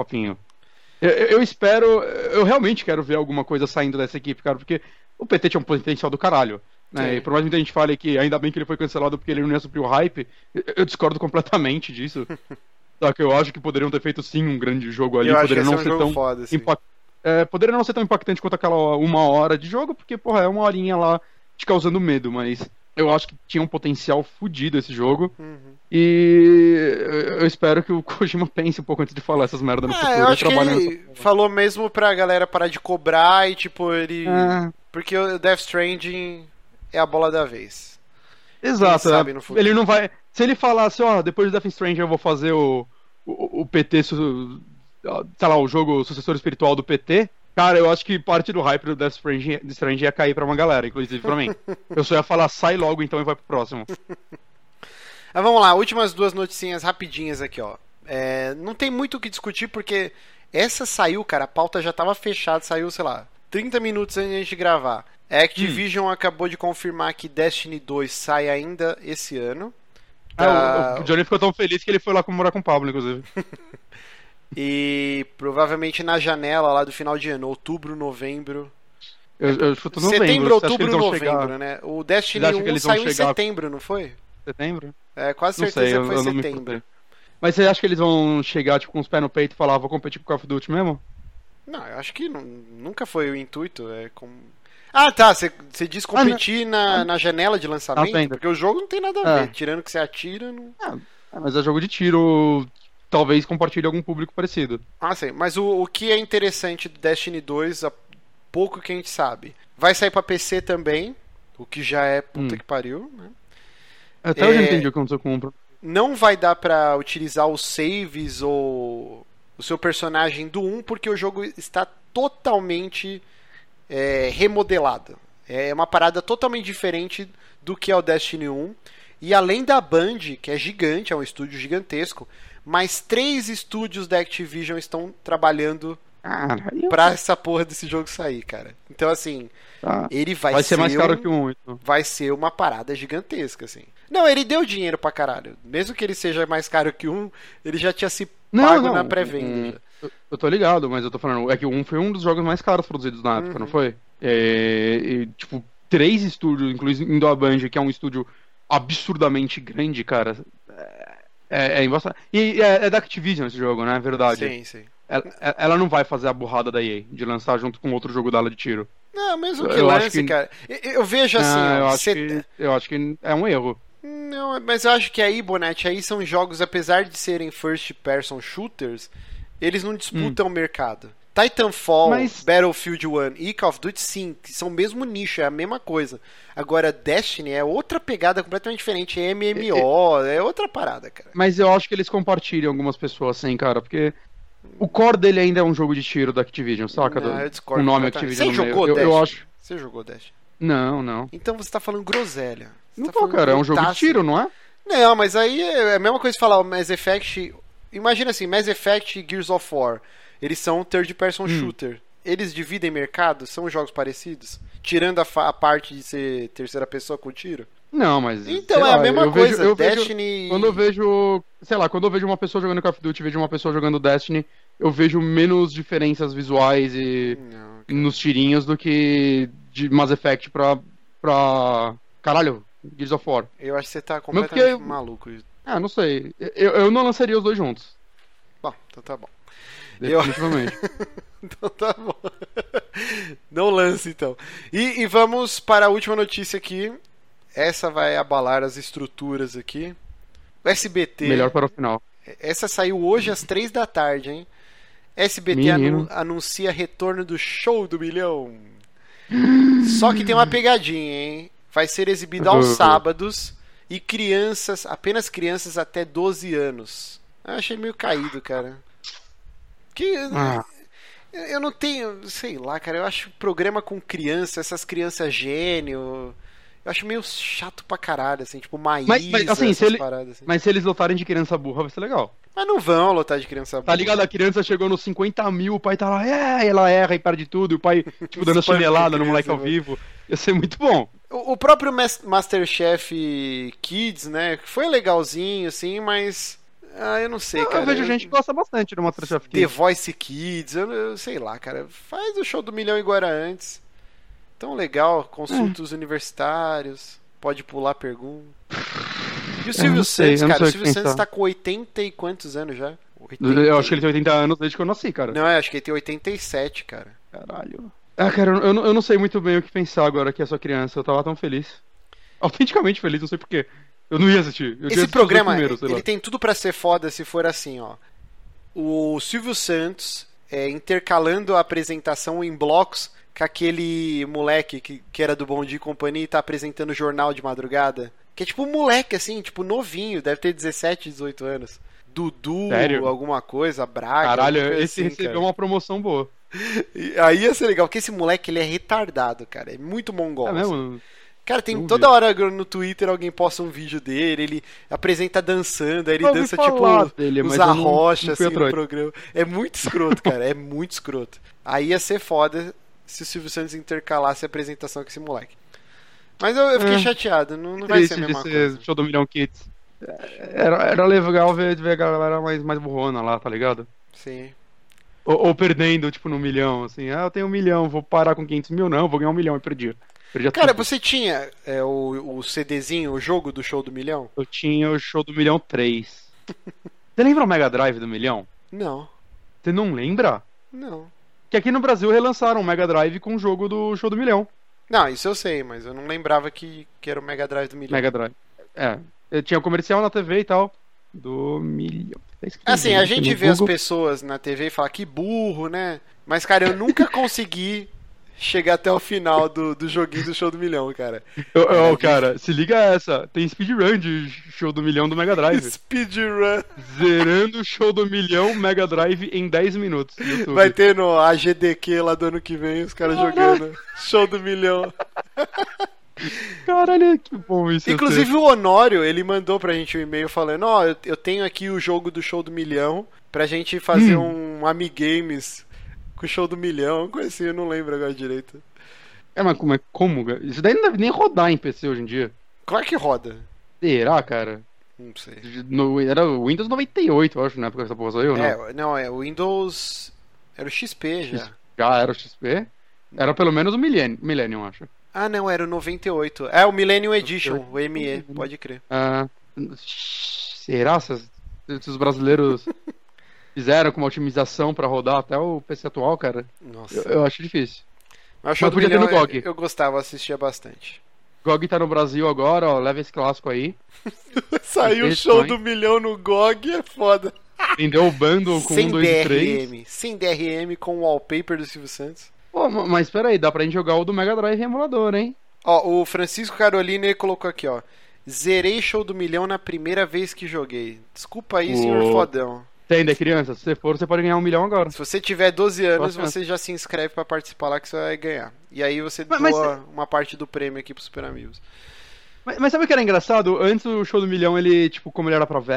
Eu espero... Eu realmente quero ver alguma coisa saindo dessa equipe, cara, porque o PT tinha um potencial do caralho, né? E por mais que muita gente fale que ainda bem que ele foi cancelado porque ele não ia suprir o hype, eu discordo completamente disso. Só que eu acho que poderiam ter feito, sim, um grande jogo ali, poderia não ser tão... foda, assim. Poderia não ser tão impactante quanto aquela 1 hora de jogo, porque, porra, é 1 horinha lá te causando medo, mas... Eu acho que tinha um potencial fodido esse jogo. E eu espero que o Kojima pense um pouco antes de falar essas merdas no futuro. Eu acho que ele falou mesmo pra galera parar de cobrar e, tipo, ele... Porque o Death Stranding é a bola da vez. Exato. Ele não vai... Se ele falasse, depois do Death Stranding eu vou fazer o PT... sei lá, o jogo sucessor espiritual do PT... Cara, eu acho que parte do hype do Death Stranding ia cair pra uma galera, inclusive pra mim. Eu só ia falar, sai logo então e vai pro próximo. Vamos lá, últimas 2 noticinhas rapidinhas aqui, ó. Não tem muito o que discutir, porque essa saiu, cara, a pauta já tava fechada, saiu, sei lá, 30 minutos antes de a gente gravar. A Activision acabou de confirmar que Destiny 2 sai ainda esse ano. O Johnny ficou tão feliz que ele foi lá comemorar com o Pablo, inclusive. E provavelmente na janela lá do final de ano, outubro, novembro. Eu chuto novembro. Setembro, outubro, novembro, né? O Destiny 1 saiu em setembro, não foi? Setembro? Quase certeza que foi setembro. Mas você acha que eles vão chegar tipo, com os pés no peito e falar, vou competir com o Call of Duty mesmo? Não, eu acho que nunca foi o intuito. Ah, tá. Você diz competir na janela de lançamento? Porque o jogo não tem nada a ver. Tirando que você atira. Não... mas é jogo de tiro. Talvez compartilhe algum público parecido. Sim. Mas o que é interessante do Destiny 2, pouco que a gente sabe. Vai sair pra PC também, o que já é puta que pariu, né? Até eu já entendi o que aconteceu com o... Não vai dar pra utilizar os saves ou o seu personagem do 1, porque o jogo está totalmente remodelado. É uma parada totalmente diferente do que é o Destiny 1. E além da Band, que é gigante, é um estúdio gigantesco, mais 3 estúdios da Activision estão trabalhando pra essa porra desse jogo sair, cara. Então, assim, ele vai ser mais caro que o 1. Então. Vai ser uma parada gigantesca, assim. Não, ele deu dinheiro pra caralho. Mesmo que ele seja mais caro que o 1, ele já tinha se pago na pré-venda. Eu tô ligado, mas eu tô falando, que o 1 foi um dos jogos mais caros produzidos na época, não foi? Tipo, 3 estúdios, incluindo a Band, que é um estúdio absurdamente grande, cara. Embaçado. E é da Activision esse jogo, né? É verdade. Sim. Ela não vai fazer a burrada da EA de lançar junto com outro jogo dela de tiro. Não, mesmo que lance, cara. Eu vejo assim. Eu acho que é um erro. Não, mas eu acho que aí, Bonatti, aí são jogos, apesar de serem first person shooters, eles não disputam o mercado. Titanfall, Battlefield 1 e Call of Duty, sim, que são o mesmo nicho, é a mesma coisa. Agora, Destiny é outra pegada completamente diferente, é MMO, é outra parada, cara. Mas eu acho que eles compartilham algumas pessoas, assim, cara, porque o core dele ainda é um jogo de tiro da Activision, saca? Eu discordo. O nome Activision. Você jogou Destiny? Eu acho... Você jogou Destiny? Não. Então você tá falando groselha. Não, cara, é um jogo de tiro, não é? Não, mas aí é a mesma coisa que falar o Mass Effect Imagina assim, Mass Effect e Gears of War. Eles são third person shooter. Eles dividem mercado? São jogos parecidos? Tirando a parte de ser terceira pessoa com tiro? Não, mas. Então é a mesma coisa. Eu Destiny. Quando eu vejo. Sei lá, quando eu vejo uma pessoa jogando Call of Duty e vejo uma pessoa jogando Destiny, eu vejo menos diferenças visuais e Não, nos tirinhos do que de Mass Effect pra. Caralho, Gears of War. eu acho que você tá completamente porque- maluco. Ah, não sei. Eu não lançaria os dois juntos. Bom, então tá bom. Eu- Definitivamente. Então tá bom. Não lance então. E vamos para a última notícia aqui. Essa vai abalar as estruturas aqui. O SBT. Melhor para o final. Essa saiu hoje às 3 da tarde, hein? SBT Menino. anuncia retorno do Show do Milhão. Só que tem uma pegadinha, hein? Vai ser exibido aos sábados e crianças, apenas crianças até 12 anos. Eu achei meio caído, cara. Que Ah. eu não tenho, sei lá, cara, eu acho programa com criança, essas crianças gênio, eu acho meio chato pra caralho, assim, tipo Maísa, Mas, assim, essas paradas, assim. Mas se eles lotarem de criança burra, vai ser legal. Mas não vão lotar de criança Tá ligado? A criança chegou nos 50 mil, o pai tá lá, e ela erra e perde tudo, e o pai, tipo, dando a Espanca a chinelada no criança, moleque ao né? vivo. Ia ser muito bom. O próprio Masterchef Kids, né, foi legalzinho, assim, mas eu não sei, cara. Eu vejo gente que gosta bastante do Masterchef The Kids. Voice Kids, eu sei lá, cara. Faz o Show do Milhão igual era antes. Tão legal, consulta os universitários, pode pular pergunta. E o Silvio não sei, Santos, eu não cara, o sei o Silvio que Santos pensar. tá com 80 e quantos anos já? Eu acho que ele tem 80 anos desde que eu nasci, cara. Não, eu acho que ele tem 87, cara. Caralho. Ah, cara, eu não sei muito bem o que pensar agora que é só criança. Eu tava tão feliz. Autenticamente feliz, não sei porquê. Eu não ia assistir. Eu ia Esse assistir os programa, dois primeiros, sei lá. ele tem tudo pra ser foda se for assim, ó. O Silvio Santos intercalando a apresentação em blocos com aquele moleque que era do Bom Dia e Companhia e tá apresentando o jornal de madrugada. Que é tipo um moleque, assim, tipo novinho, deve ter 17, 18 anos. Dudu, Sério? alguma coisa, Braga. Caralho, alguma coisa esse assim, recebeu cara. uma promoção boa. E aí ia ser legal, porque esse moleque ele é retardado, cara. É muito mongol. É assim. mesmo? Cara, tem Não toda vi. hora no Twitter alguém posta um vídeo dele, ele apresenta dançando, aí ele Eu ouvi dança falar tipo dele, mas os eu não arrocha fui assim no atrás. programa. É muito escroto, cara, é muito escroto. Aí ia ser foda se o Silvio Santos intercalasse a apresentação com esse moleque. Mas eu fiquei chateado, não vai ser a mesma coisa. Show do Milhão Kids. Era legal ver a galera mais burrona lá, tá ligado? Sim. Ou perdendo, tipo, no milhão, assim. Eu tenho 1 milhão, vou parar com 500 mil, não, vou ganhar 1 milhão e perdi. Perdi Cara, tudo. você tinha o CDzinho, o jogo do Show do Milhão? Eu tinha o Show do Milhão 3. Você lembra o Mega Drive do Milhão? Não, Você não lembra? não. Que aqui no Brasil relançaram o Mega Drive com o jogo do Show do Milhão. Não, isso eu sei, mas eu não lembrava que era o Mega Drive do Milhão. Mega Drive. Tinha comercial na TV e tal. Do Milhão. Tá escrito Assim, a aqui gente no vê as Google. pessoas na TV e fala que burro, né? Mas, cara, eu nunca consegui chegar até o final do joguinho do Show do Milhão, cara. Cara, se liga essa. Tem speedrun de Show do Milhão do Mega Drive. Speedrun. Zerando o Show do Milhão Mega Drive em 10 minutos. no YouTube. Vai ter no AGDQ lá do ano que vem, os caras jogando Show do Milhão. Caralho, que bom isso. Inclusive o Honório, ele mandou pra gente um e-mail falando, eu tenho aqui o jogo do Show do Milhão pra gente fazer um Amigames com o Show do Milhão, coisa assim, eu não lembro agora direito. Mas como? Isso daí não deve nem rodar em PC hoje em dia. Claro que roda. Será, cara? Não sei. Era o Windows 98, eu acho, na época que essa porra saiu, não? É o Windows. Era o XP já. Já era o XP? Era pelo menos o Millennium, acho. Ah, não, era o 98. É o Millennium Edition, o ME, pode crer. Será se os brasileiros fizeram com uma otimização pra rodar até o PC atual, cara? Nossa. Eu acho difícil. Mas o Show do podia ter Milhão no GOG. eu gostava, assistia bastante. GOG tá no Brasil agora, ó, leva esse clássico aí. Saiu o Show do Milhão no GOG, é foda. Entendeu o bundle com 1, 2 e 3. Sem DRM, com o wallpaper do Silvio Santos. Pô, mas peraí, dá pra gente jogar o do Mega Drive em emulador, hein? Ó, o Francisco Carolina ele colocou aqui, ó. Zerei Show do Milhão na primeira vez que joguei. Desculpa aí, senhor fodão. Você ainda é criança? Se você for, você pode ganhar 1 milhão agora. Se você tiver 12 anos, Bastante. você já se inscreve pra participar lá que você vai ganhar. E aí você Mas doa uma parte do prêmio aqui pros Super Amigos. Mas sabe o que era engraçado? Antes o Show do Milhão, ele, tipo, como ele era pra velho,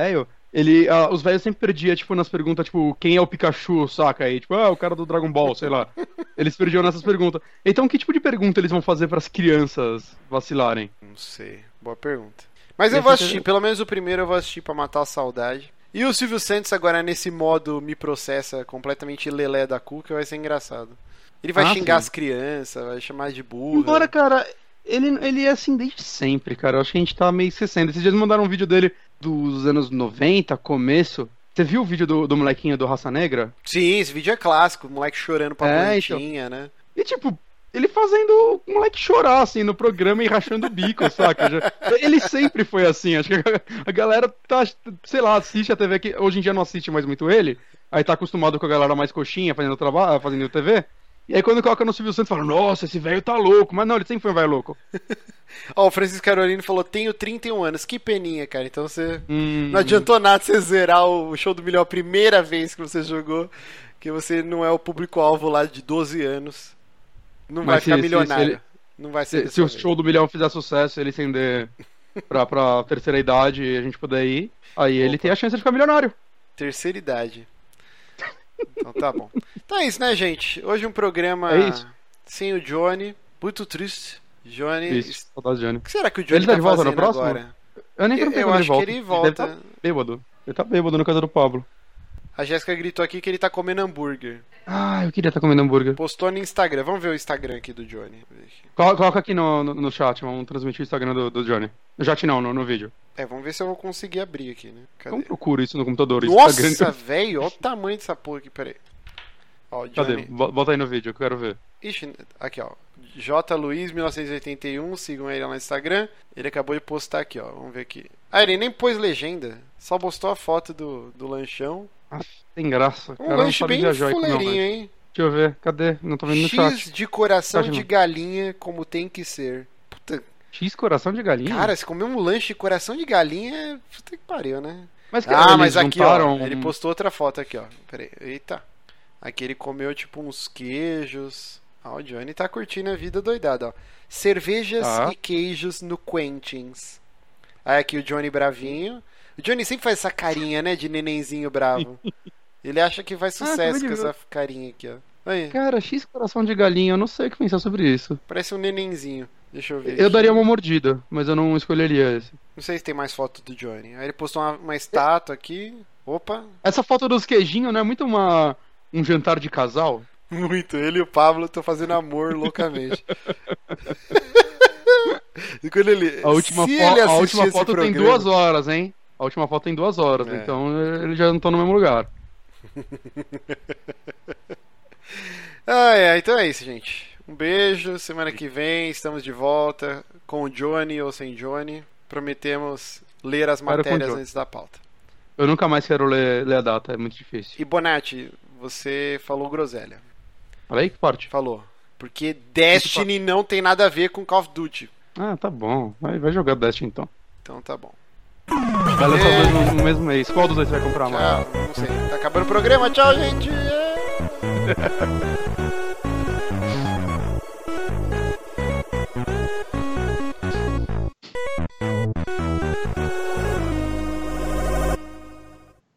Os velhos sempre perdiam, tipo, nas perguntas, tipo, quem é o Pikachu, saca? Aí, tipo, o cara do Dragon Ball, sei lá. Eles perdiam nessas perguntas. Então, que tipo de pergunta eles vão fazer pras crianças vacilarem? Não sei. Boa pergunta. Mas eu vou assistir. Pelo menos o primeiro eu vou assistir pra matar a saudade. E o Silvio Santos agora nesse modo me processa completamente lelé da cuca vai ser engraçado. Ele vai xingar as crianças, vai chamar de burra. Embora, cara, ele é assim desde sempre, cara. Eu acho que a gente tá meio esquecendo. Esses dias mandaram um vídeo dele dos anos 90, começo. Você viu o vídeo do molequinho do Raça Negra? Sim, esse vídeo é clássico. O moleque chorando pra plantinha, então. né? E tipo, ele fazendo o moleque chorar, assim, no programa e rachando o bico, saca? Ele sempre foi assim. Acho que a galera tá, sei lá, assiste a TV que hoje em dia não assiste mais muito ele. Aí tá acostumado com a galera mais coxinha, fazendo trabalho, fazendo TV. E aí quando coloca no Silvio Santos, fala, nossa, esse velho tá louco. Mas não, ele sempre foi um velho louco. Ó, o Francisco Carolino falou, tenho 31 anos. Que peninha, cara. Então você... Não adiantou nada você zerar o Show do Milhão a primeira vez que você jogou, que você não é o público-alvo lá de 12 anos. Não vai ficar milionário. Não vai ser se o Show do Milhão fizer sucesso, ele estender pra terceira idade e a gente puder ir, aí ele tem a chance de ficar milionário. Terceira idade. Então tá bom. Então é isso, né, gente? Hoje um programa sem o Johnny. Muito triste. Johnny. Isso, saudade do Johnny. O que será que o Johnny ele tá de volta no próximo? Agora? Eu nem perguntei quando ele volta. Que ele volta. Ele deve tá bêbado. Ele tá bêbado no casa do Pablo. A Jéssica gritou aqui que ele tá comendo hambúrguer. Ah, eu queria estar comendo hambúrguer. Postou no Instagram. Vamos ver o Instagram aqui do Johnny. Coloca aqui no chat, vamos transmitir o Instagram do Johnny. No chat não, no vídeo. Vamos ver se eu vou conseguir abrir aqui, né? Cadê? Como procura isso no computador? Nossa, velho, olha o tamanho dessa porra aqui, peraí. Ó, Johnny... Cadê? Bota aí no vídeo, que eu quero ver. Ixi, aqui ó, J. Luiz 1981, sigam ele lá no Instagram. Ele acabou de postar aqui, ó, vamos ver aqui. Ah, ele nem pôs legenda, só postou a foto do lanchão. Tem graça. Um lanche bem fuleirinho, hein? Deixa eu ver, cadê? Não tô vendo no chat. X de coração de galinha, como tem que ser. Puta. X coração de galinha? Cara, se comer um lanche de coração de galinha, puta que pariu, né? Mas, mas aqui, ó, ele postou outra foto aqui, ó. Pera aí, eita. Aqui ele comeu, tipo, uns queijos. Ó, o Johnny tá curtindo a vida doidada, ó. Cervejas e queijos no Quentin's. Aí aqui o Johnny bravinho. O Johnny sempre faz essa carinha, né, de nenenzinho bravo. Ele acha que faz sucesso com essa carinha aqui, ó. Aí. Cara, X coração de galinha, eu não sei o que pensar sobre isso. Parece um nenenzinho. Deixa eu ver. Eu daria uma mordida, mas eu não escolheria esse. Não sei se tem mais foto do Johnny. Aí ele postou uma estátua aqui. Opa. Essa foto dos queijinhos não é muito um jantar de casal? Muito. Ele e o Pablo estão fazendo amor loucamente. E quando a última foto tem 2 horas, hein? A última foto tem 2 horas, então eles já não estão no mesmo lugar. Então é isso, gente. Um beijo. Semana que vem estamos de volta com o Johnny ou sem Johnny. Prometemos ler as matérias antes da pauta. Eu nunca mais quero ler a data, é muito difícil. E Bonatti, você falou groselha. Falei? Que parte? Falou. Porque Destiny não tem nada a ver com Call of Duty. Ah, tá bom. Vai jogar Destiny então. Então tá bom. Vai lançar os dois no mesmo mês. Qual dos dois você vai comprar mais? Não sei. Tá acabando o programa. Tchau, gente.